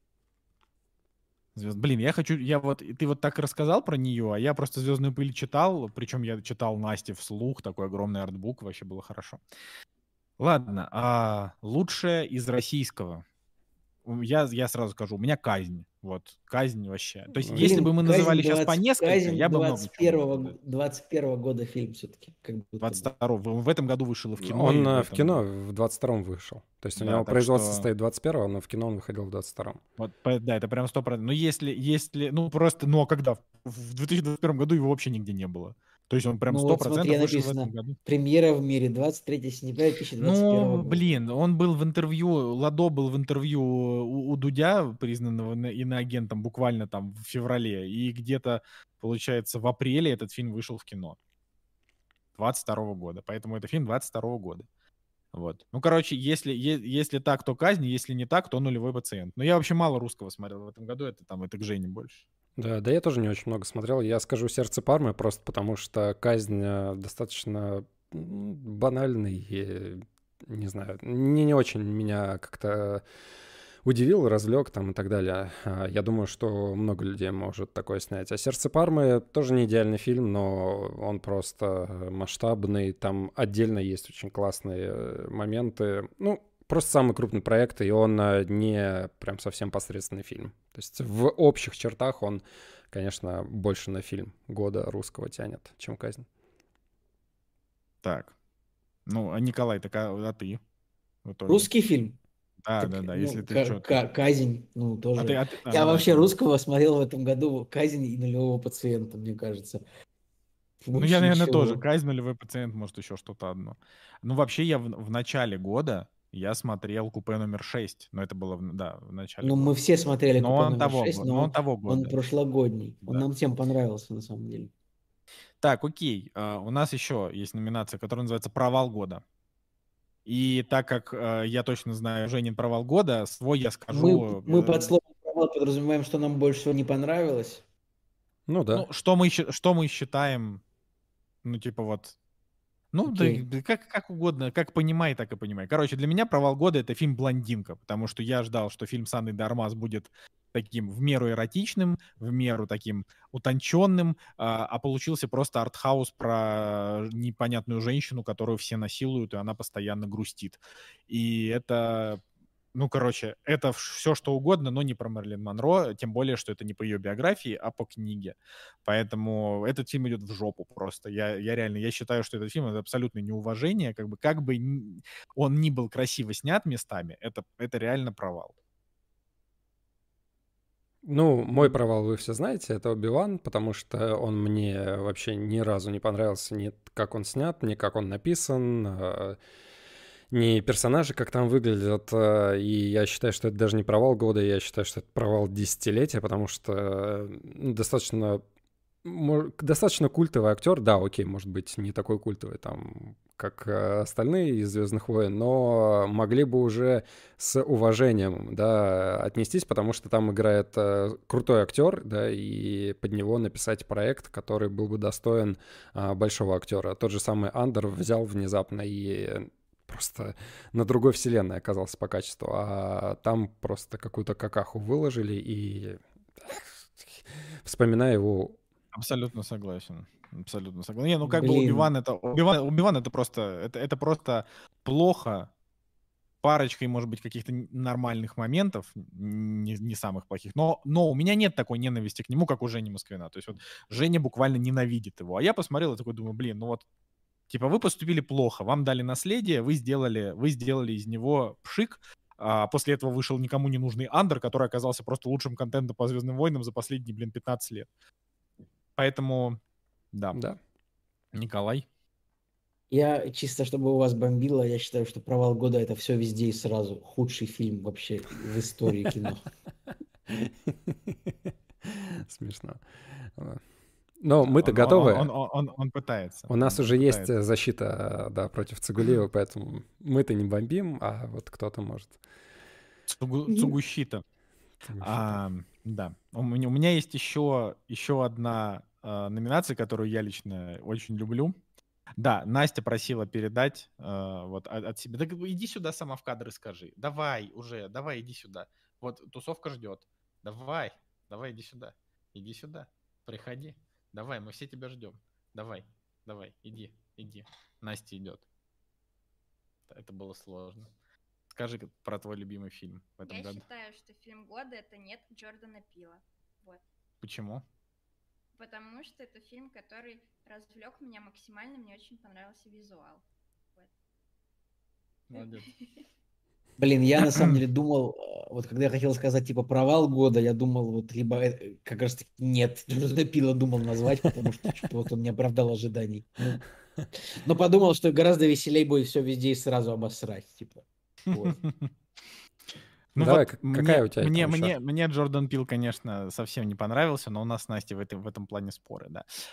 Блин, ты вот так рассказал про нее, а я просто «Звездную пыль» читал, причем я читал Насте вслух, такой огромный артбук, вообще было хорошо. Ладно, а лучшее из российского. Я сразу скажу, у меня «Казнь». Вот, «Казнь» вообще. То есть, если бы мы называли сейчас по несколько, я бы много чего. 21-го года фильм все-таки. 22-го. В этом году вышел и в кино. Он и в кино в 22-м вышел. То есть у него производство стоит 21-го, но в кино он выходил в 22-м. Вот, да, это прям 100%. Но если, ну просто, ну а когда? В 2021 году его вообще нигде не было. То есть он прям 100% вот смотри, вышел написано, в этом году. премьера в мире 23 сентября 2021 Ну, года. блин, он был в интервью, Ладо был в интервью у Дудя, признанного иноагентом, буквально там в феврале, и где-то, получается, в апреле этот фильм вышел в кино. 22 года. Поэтому это фильм 22 года. Вот. Ну, короче, если так, то «Казнь», если не так, то «Нулевой пациент». Но я вообще мало русского смотрел в этом году, это к Жене больше. Да, я тоже не очень много смотрел. Я скажу «Сердце Пармы» просто потому, что «Казнь» достаточно банальный, и, не знаю, не очень меня как-то удивил, развлек там и так далее. Я думаю, что много людей может такое снять. А «Сердце Пармы» тоже не идеальный фильм, но он просто масштабный. Там отдельно есть очень классные моменты. Ну, просто самый крупный проект, и он не прям совсем посредственный фильм. То есть в общих чертах он, конечно, больше на фильм года русского тянет, чем «Казнь». Так. Ну, а Николай, так а ты? Русский фильм? Да, если ты что-то... «Казнь», ну, тоже. Я вообще русского смотрел в этом году «Казнь» и «Нулевого пациента», мне кажется. Ну, я, наверное, тоже. «Казнь», «Нулевой пациент», может, еще что-то одно. Ну, вообще, я в начале года я смотрел «Купе номер 6», но это было, в начале Ну, мы года. все смотрели Но «Купе он номер 6», но он но того он года. прошлогодний. Он Да. нам всем понравился, на самом деле. Так, окей. У нас еще есть номинация, которая называется «Провал года». И так как я точно знаю Женин провал года, свой я скажу. Мы под словом «провал» подразумеваем, что нам больше всего не понравилось. Ну да. Ну, что мы считаем, ну, типа вот. Ну, Окей. да как угодно, как понимай, так и понимай. Короче, для меня провал года — это фильм «Блондинка», потому что я ждал, что фильм с Анной де Армас будет таким в меру эротичным, в меру таким утонченным, а получился просто артхаус про непонятную женщину, которую все насилуют, и она постоянно грустит. И это, ну, короче, это все что угодно, но не про Мэрилин Монро, тем более, что это не по ее биографии, а по книге. Поэтому этот фильм идет в жопу просто. Я реально, я считаю, что этот фильм — это абсолютное неуважение. Как бы он ни был красиво снят местами, это реально провал. Ну, мой провал вы все знаете, это «Оби-Ван», потому что он мне вообще ни разу не понравился, ни как он снят, ни как он написан, ни персонажи, как там выглядят. И я считаю, что это даже не провал года, я считаю, что это провал десятилетия, потому что достаточно культовый актер, да, окей, может быть, не такой культовый там, как остальные из «Звездных войн», но могли бы уже с уважением, да, отнестись, потому что там играет крутой актер, да, и под него написать проект, который был бы достоин большого актера. Тот же самый Андер взял внезапно и просто на другой вселенной оказался по качеству, а там просто какую-то какаху выложили, и вспоминая его. Абсолютно согласен. Абсолютно согласен. Не, ну как бы Блин. Оби-Ван это просто плохо парочкой, может быть, каких-то нормальных моментов, не самых плохих, но у меня нет такой ненависти к нему, как у Жени Москвина. То есть вот Женя буквально ненавидит его. А я посмотрел и такой думаю, блин, ну вот, типа вы поступили плохо, вам дали наследие, вы сделали из него пшик, а после этого вышел никому не нужный Андер, который оказался просто лучшим контентом по «Звездным войнам» за последние, 15 лет. Поэтому, да. Да. Николай? Я чисто, чтобы у вас бомбило, я считаю, что «Провал года» — это все везде и сразу. Худший фильм вообще в истории кино. Смешно. Но мы-то готовы. Он пытается. У нас уже есть защита, да, против Цугулиева, поэтому мы-то не бомбим, а вот кто-то может. Цугущита. Да. У меня есть еще одна номинация, которую я лично очень люблю. Да, Настя просила передать вот от себя. Да иди сюда сама в кадр и скажи. Давай, иди сюда. Вот тусовка ждет. Давай, иди сюда. Иди сюда. Приходи. Давай, мы все тебя ждем. Давай, иди. Настя идет. Это было сложно. Скажи про твой любимый фильм в этом году. Я считаю, что фильм года — это «Нет» Джордана Пила. Вот. Почему? Потому что это фильм, который развлек меня максимально, мне очень понравился визуал. Вот. Молодец. Блин, я на самом деле думал, вот когда я хотел сказать типа «Провал года», я думал вот либо как раз таки «Нет», Джордана Пила думал назвать, потому что что-то вот он не оправдал ожиданий. Но подумал, что гораздо веселее будет все везде и сразу обосрать, типа. Вот. Ну Давай, вот какая у тебя там еще? мне Джордан Пил, конечно, совсем не понравился, но у нас с Настей в этом плане споры,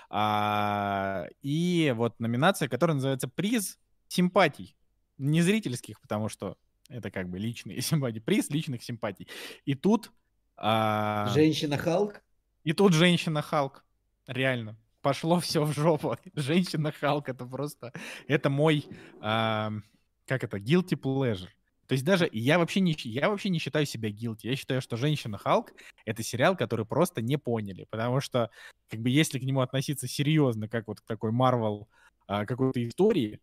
да. И вот номинация, которая называется «Приз симпатий». Не зрительских, потому что это как бы личные симпатии. Приз личных симпатий. И тут... Женщина-Халк? И тут женщина-Халк. Реально. Пошло все в жопу. Женщина-Халк — это просто... Это мой... как это? Guilty pleasure. То есть даже я вообще не считаю себя guilty. Я считаю, что «Женщина-Халк» — это сериал, который просто не поняли. Потому что, как бы, если к нему относиться серьезно, как вот к такой Marvel какой-то истории,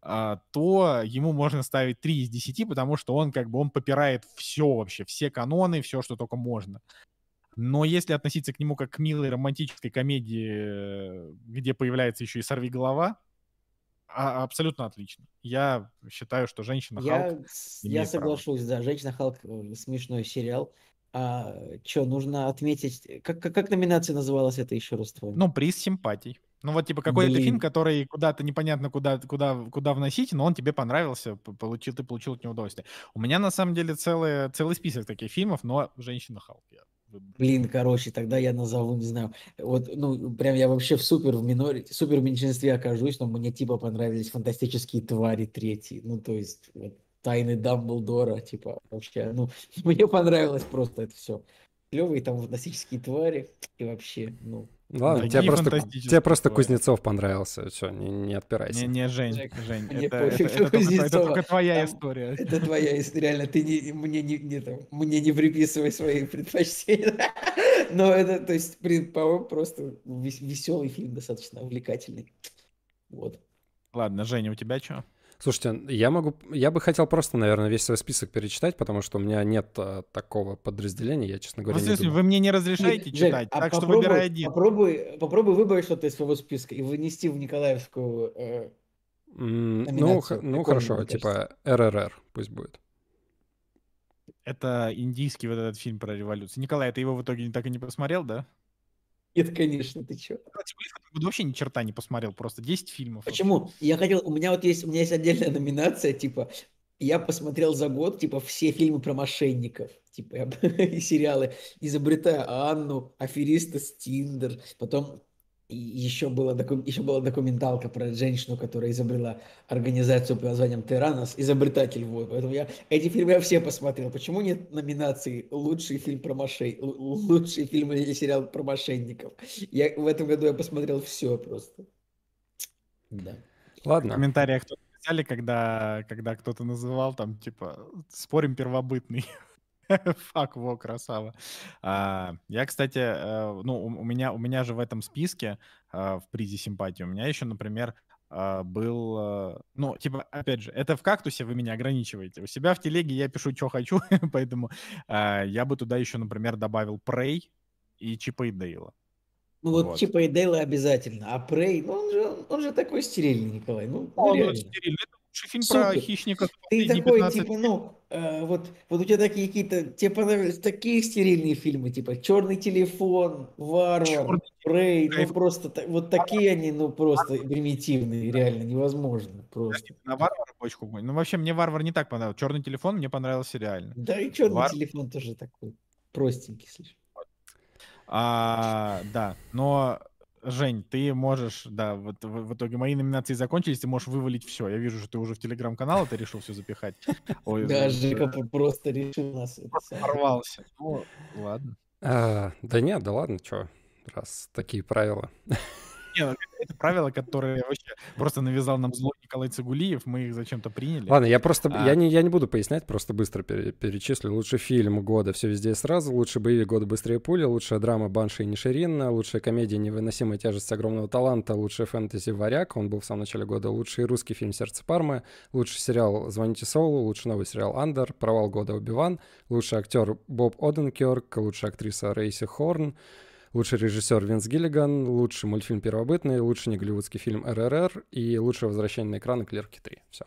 то ему можно ставить 3 из 10, потому что он как бы он попирает все вообще, все каноны, все, что только можно. Но если относиться к нему как к милой романтической комедии, где появляется еще и «Сорвиголова», абсолютно отлично. Я считаю, что «Женщина-Халк» Я соглашусь, да, «Женщина-Халк» смешной сериал. Что, нужно отметить... Как номинация называлась это еще раз твоя? Ну, приз симпатий. Ну вот типа какой-то фильм, Блин. который куда-то непонятно куда вносить, но он тебе понравился, ты получил от него удовольствие. У меня на самом деле целый список таких фильмов, но «Женщина Халк» я выбрал. Блин, короче, тогда я назову, не знаю, вот, ну, прям я вообще супер меньшинстве окажусь, но мне типа понравились «Фантастические твари» третий, ну, то есть, вот, «Тайны Дамблдора», типа, вообще, ну, мне понравилось просто это все. Клевые там фантастические твари, и вообще, ну, Ладно, да, тебе Какие просто фантастические твари. Кузнецов понравился. Все, не отпирайся. Не, Жень, Жек, Жень, мне это пофиг на только Кузнецова. твоя Там история. Это твоя история, реально, ты мне не приписывай свои предпочтения. Но это, то есть, по-моему, просто веселый фильм, достаточно увлекательный. Вот. Ладно, Женя, у тебя что? Слушайте, я бы хотел просто, наверное, весь свой список перечитать, потому что у меня нет такого подразделения, я, честно говоря, не Если думал. вы мне не разрешаете Жек, читать, а так что выбирай один. попробуй выбрать что-то из своего списка и вынести в Николаевскую номинацию. Ну, Прикольно, хорошо, мне кажется. типа РРР пусть будет. Это индийский вот этот фильм про революцию. Николай, ты его в итоге так и не посмотрел, да? Нет, конечно, ты чё? Кстати, в этом году вообще ни черта не посмотрел, просто 10 фильмов вообще. Почему? У меня есть отдельная номинация, типа, я посмотрел за год, типа, все фильмы про мошенников, типа, и сериалы, изобретая Анну, аферисты с Тиндер, потом еще была документалка про женщину, которая изобрела организацию под названием Терранос, изобретатель вот. Поэтому эти фильмы я все посмотрел. Почему нет номинации лучший фильм про лучший фильм или сериал про мошенников? В этом году я посмотрел все просто. Да. В Ладно. комментариях кто-то писали, когда кто-то называл там, типа, спорим первобытный. Фак, во, красава. Я, кстати, ну, у меня же в этом списке, в призе симпатии, у меня еще, например, был, ну, типа, опять же, это в «Кактусе» вы меня ограничиваете. У себя в телеге я пишу, что хочу, поэтому я бы туда еще, например, добавил Prey и Чипа и Дейла. Ну вот Вот. Чипа и Дейла обязательно, а Прей, ну он же такой стерильный, Николай, ну Он реально. стерильный. Это лучший фильм про Супер. хищника за Ты последние такой, 15 типа, лет. ну, вот у тебя такие какие-то, тебе понравились такие стерильные фильмы, типа «Черный телефон», «Варвар», Чёрный «Прей», ну кайф. просто, вот такие они, ну просто примитивные, реально невозможно просто. На «Варвара» бочку гонит. Ну, вообще, мне «Варвар» не так понравился. «Черный телефон» мне понравился реально. Да и «Черный Вар- телефон» тоже такой простенький слишком. Да, но, Жень, ты можешь, да, вот в итоге мои номинации закончились, ты можешь вывалить все. Я вижу, что ты уже в телеграм-канал это решил все запихать. Ой, Да, Жека просто решил нас это самое. порвался. Ну, ладно. Да нет, да ладно, что, раз такие правила. Не, ну, это правила, которые вообще просто навязал нам злой Николай Цигулиев, мы их зачем-то приняли. Ладно, я не буду пояснять, просто быстро перечислю. Лучший фильм года «Все везде и сразу», лучший боевик года «Быстрее пули», лучшая драма «Банши и Ниширин», лучшая комедия «Невыносимая тяжесть огромного таланта», лучшая фэнтези «Варяг», он был в самом начале года, лучший русский фильм «Сердце Пармы», лучший сериал «Звоните Солу», лучший новый сериал «Андер», провал года «Оби-Ван», лучший актер Боб Оденкёрк, лучшая актриса Рейси Хорн, лучший режиссер Винс Гиллиган, лучший мультфильм «Первобытный», лучший неголливудский фильм «РРР» и лучшее возвращение на экраны «Клерки 3». Все.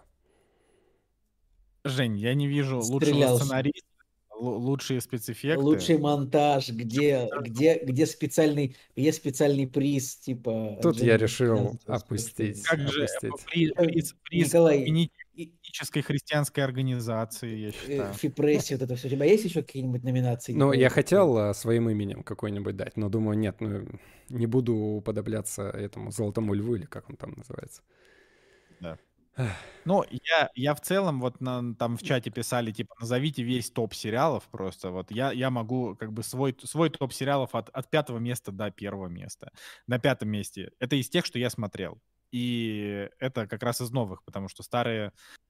Жень, я не вижу лучшего Стрелялся. сценариста, лучшие спецэффекты. Лучший монтаж, где специальный приз, типа... Тут я Дженни решил Финансового опустить. спецприз. Как же приз Николай, этнической христианской организации, я считаю. Фипресси, вот это все. У тебя есть еще какие-нибудь номинации? Ну, Николай? я хотел своим именем какой-нибудь дать, но думаю, нет, ну, не буду уподобляться этому «Золотому льву» или как он там называется. Да. Ну, я в целом, вот там в чате писали, типа, назовите весь топ сериалов просто. Вот я могу как бы свой топ сериалов от 5-го места до 1-го места. На 5-м месте. Это из тех, что я смотрел. И это как раз из новых, потому что старые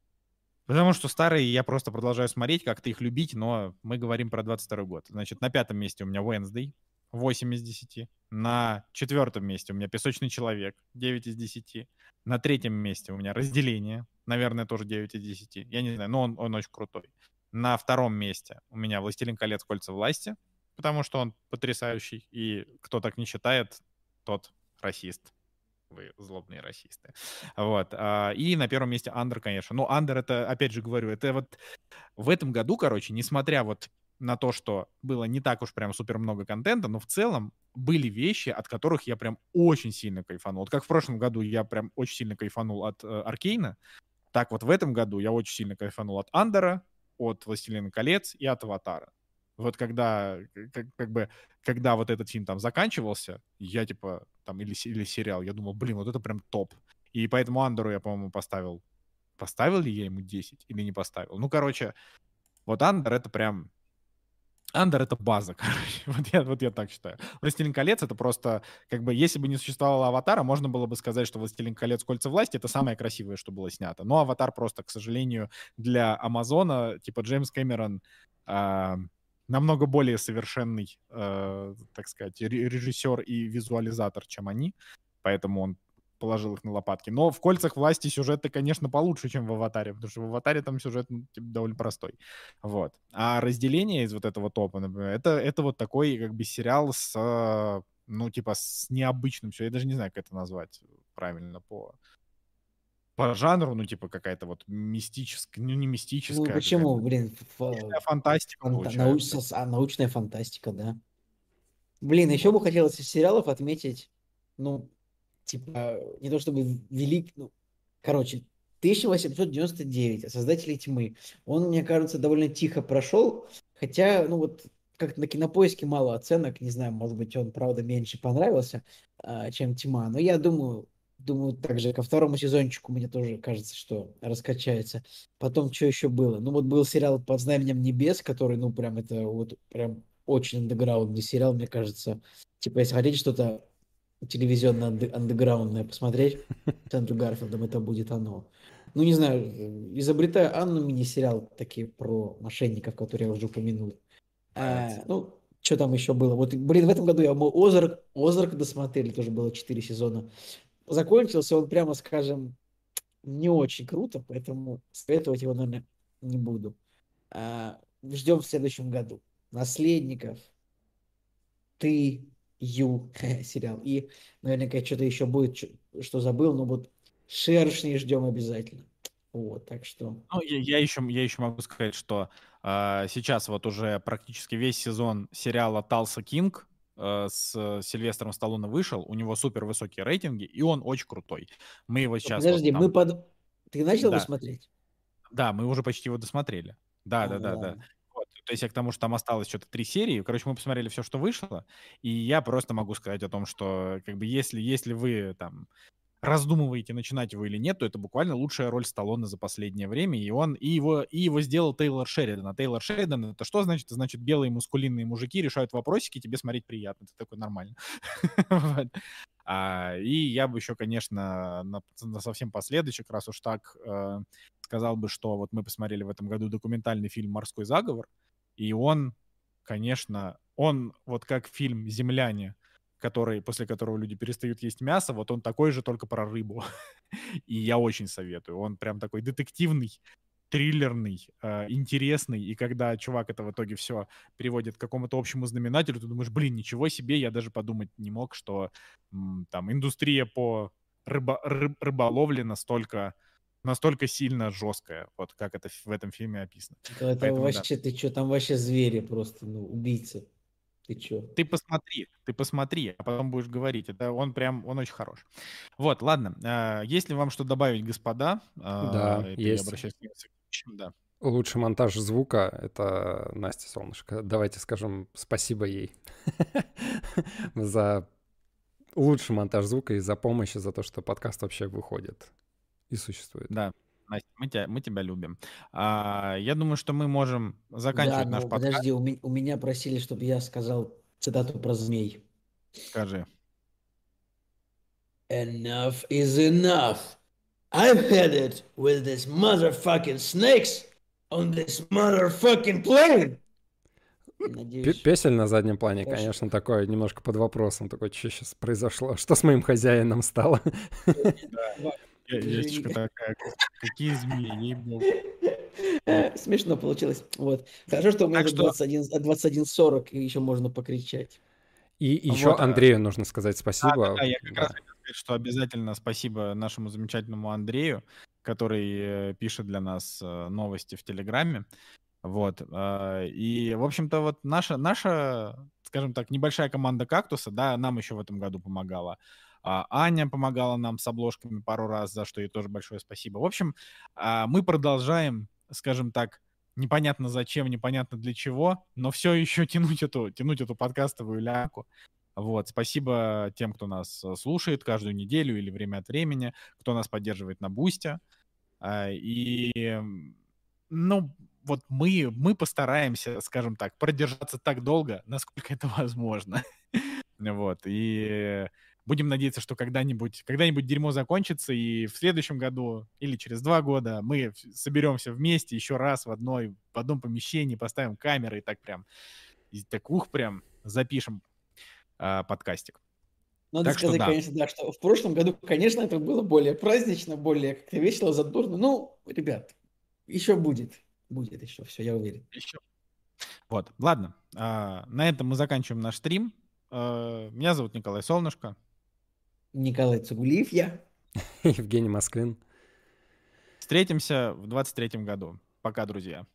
я просто продолжаю смотреть, как-то их любить, но мы говорим про 22 год. Значит, на 5-м месте у меня Wednesday, 8 из 10. На 4-м месте у меня «Песочный человек», 9 из 10. На 3-м месте у меня «Разделение», наверное, тоже 9 из 10. Я не знаю, но он очень крутой. На 2-м месте у меня «Властелин колец. Кольца власти», потому что он потрясающий, и кто так не считает, тот расист. Вы злобные расисты. Вот. И на 1-м месте «Андер», конечно. Ну, «Андер» — это, опять же говорю, это вот в этом году, короче, несмотря вот на то, что было не так уж прям супер много контента, но в целом были вещи, от которых я прям очень сильно кайфанул. Вот как в прошлом году я прям очень сильно кайфанул от Аркейна, так вот в этом году я очень сильно кайфанул от Андора, от «Властелина колец» и от «Аватара». Вот когда, когда вот этот фильм там заканчивался, я типа, там, или сериал, я думал, блин, вот это прям топ. И поэтому Андору я, по-моему, поставил. Поставил ли я ему 10 или не поставил? Ну, короче, вот Андор это прям... Андор — это база, короче. Вот я так считаю. «Властелин колец» — это просто, как бы, если бы не существовало «Аватара», можно было бы сказать, что «Властелин колец. Кольца власти» — это самое красивое, что было снято. Но «Аватар» просто, к сожалению, для Амазона, типа, Джеймс Кэмерон намного более совершенный, так сказать, режиссер и визуализатор, чем они. Поэтому он положил их на лопатки. Но в «Кольцах власти» сюжет-то, конечно, получше, чем в «Аватаре», потому что в «Аватаре» там сюжет типа, довольно простой. Вот. А разделение из вот этого топа, например, это вот такой как бы сериал с, ну, типа, с необычным все. Я даже не знаю, как это назвать правильно по жанру, ну, типа, какая-то вот мистическая, ну, не мистическая. Ну, почему, блин, фантастика получается. научная фантастика, да. Блин, еще бы хотелось из сериалов отметить, ну, типа, не то чтобы ну, короче, 1899, «Создатели тьмы». Он, мне кажется, довольно тихо прошел, хотя, ну, вот, как на Кинопоиске мало оценок, не знаю, может быть, он, правда, меньше понравился, чем «Тьма», но я думаю, также ко второму сезончику мне тоже кажется, что раскачается. Потом, что еще было? Ну, вот был сериал «Под знаменем небес», который, ну, прям, это вот, прям очень андеграундный сериал, мне кажется. Типа, если хотите что-то телевизионно андеграундное посмотреть с Эндрю Гарфилдом, это будет оно. Ну, не знаю, «Изобретая Анну», мини-сериал такие про мошенников, которые я уже упомянул. Ну, что там еще было? Вот, блин, в этом году мы Озарк досмотрели, тоже было 4 сезона. Закончился он, прямо скажем, не очень круто, поэтому советовать его, наверное, не буду. Ждем в следующем году «Наследников», «Ты», сериал. И, наверняка, что-то еще будет, что забыл, но вот «Шершни» ждем обязательно. Вот, так что... Ну, я еще могу сказать, что сейчас вот уже практически весь сезон сериала «Талса Кинг» с Сильвестром Сталлоне вышел, у него супер высокие рейтинги, и он очень крутой. Мы его сейчас... Подожди, вот там... Ты начал его Да. смотреть? Да, мы уже почти его досмотрели. Да. Вот. То есть я к тому, что там осталось что-то 3 серии. Короче, мы посмотрели все, что вышло, и я просто могу сказать о том, что как бы если вы там раздумываете, начинать его или нет, то это буквально лучшая роль Сталлоне за последнее время, и его сделал Тейлор Шеридан. А Тейлор Шеридан — это что значит? Это значит, белые мускулинные мужики решают вопросики, тебе смотреть приятно. Это такой нормально. И я бы еще, конечно, на совсем последующих, раз уж так, сказал бы, что вот мы посмотрели в этом году документальный фильм «Морской заговор», и он, конечно, он вот как фильм «Земляне», после которого люди перестают есть мясо, вот он такой же, только про рыбу. И я очень советую. Он прям такой детективный, триллерный, интересный, и когда чувак это в итоге все переводит к какому-то общему знаменателю, ты думаешь, блин, ничего себе, я даже подумать не мог, что там индустрия по рыболовле настолько сильно жесткая, вот как это в этом фильме описано. Это поэтому, вообще, да. Ты что, там вообще звери просто, ну, убийцы. Ты чё? Ты посмотри, а потом будешь говорить. Он очень хорош. Вот, ладно. Есть ли вам что добавить, господа? Да, есть. Я обращаюсь к следующим, да. Лучший монтаж звука — это Настя Солнышко. Давайте скажем спасибо ей за лучший монтаж звука и за помощь, и за то, что подкаст вообще выходит и существует. Да, Настя, мы тебя любим. Я думаю, что мы можем заканчивать наш подкаст. Подожди, у меня просили, чтобы я сказал цитату про змей. Скажи. Enough is enough. I've had it with these motherfucking snakes on this motherfucking plane. Песель на заднем плане, конечно, такой немножко под вопросом. Такой, что сейчас произошло? Что с моим хозяином стало? Яичко такая, какие змеи, Смешно получилось. Вот. Хорошо, что у меня 21:40, и еще можно покричать. И еще Андрею нужно сказать спасибо. Да, я как раз хотел сказать, что обязательно спасибо нашему замечательному Андрею, который пишет для нас новости в Телеграме. Вот. И, в общем-то, вот наша, скажем так, небольшая команда «Кактуса», да, нам еще в этом году помогала. Аня помогала нам с обложками пару раз, за что ей тоже большое спасибо. В общем, мы продолжаем, скажем так, непонятно зачем, непонятно для чего, но все еще тянуть эту подкастовую лямку. Вот, спасибо тем, кто нас слушает каждую неделю или время от времени, кто нас поддерживает на Бусте. Ну, вот мы постараемся, скажем так, продержаться так долго, насколько это возможно. Вот, и будем надеяться, что когда-нибудь дерьмо закончится, и в следующем году или через 2 года мы соберемся вместе еще раз в одном помещении, поставим камеры и так прям запишем подкастик. Надо Так что сказать, да. конечно, да, что в прошлом году, конечно, это было более празднично, более как-то весело, задорно. Ну, ребят, еще будет еще, все, я уверен. Еще. Вот, ладно. На этом мы заканчиваем наш стрим. Меня зовут Николай Солнышко. Николай Цугулиев, я. Евгений Москвин. Встретимся в 23-м году. Пока, друзья.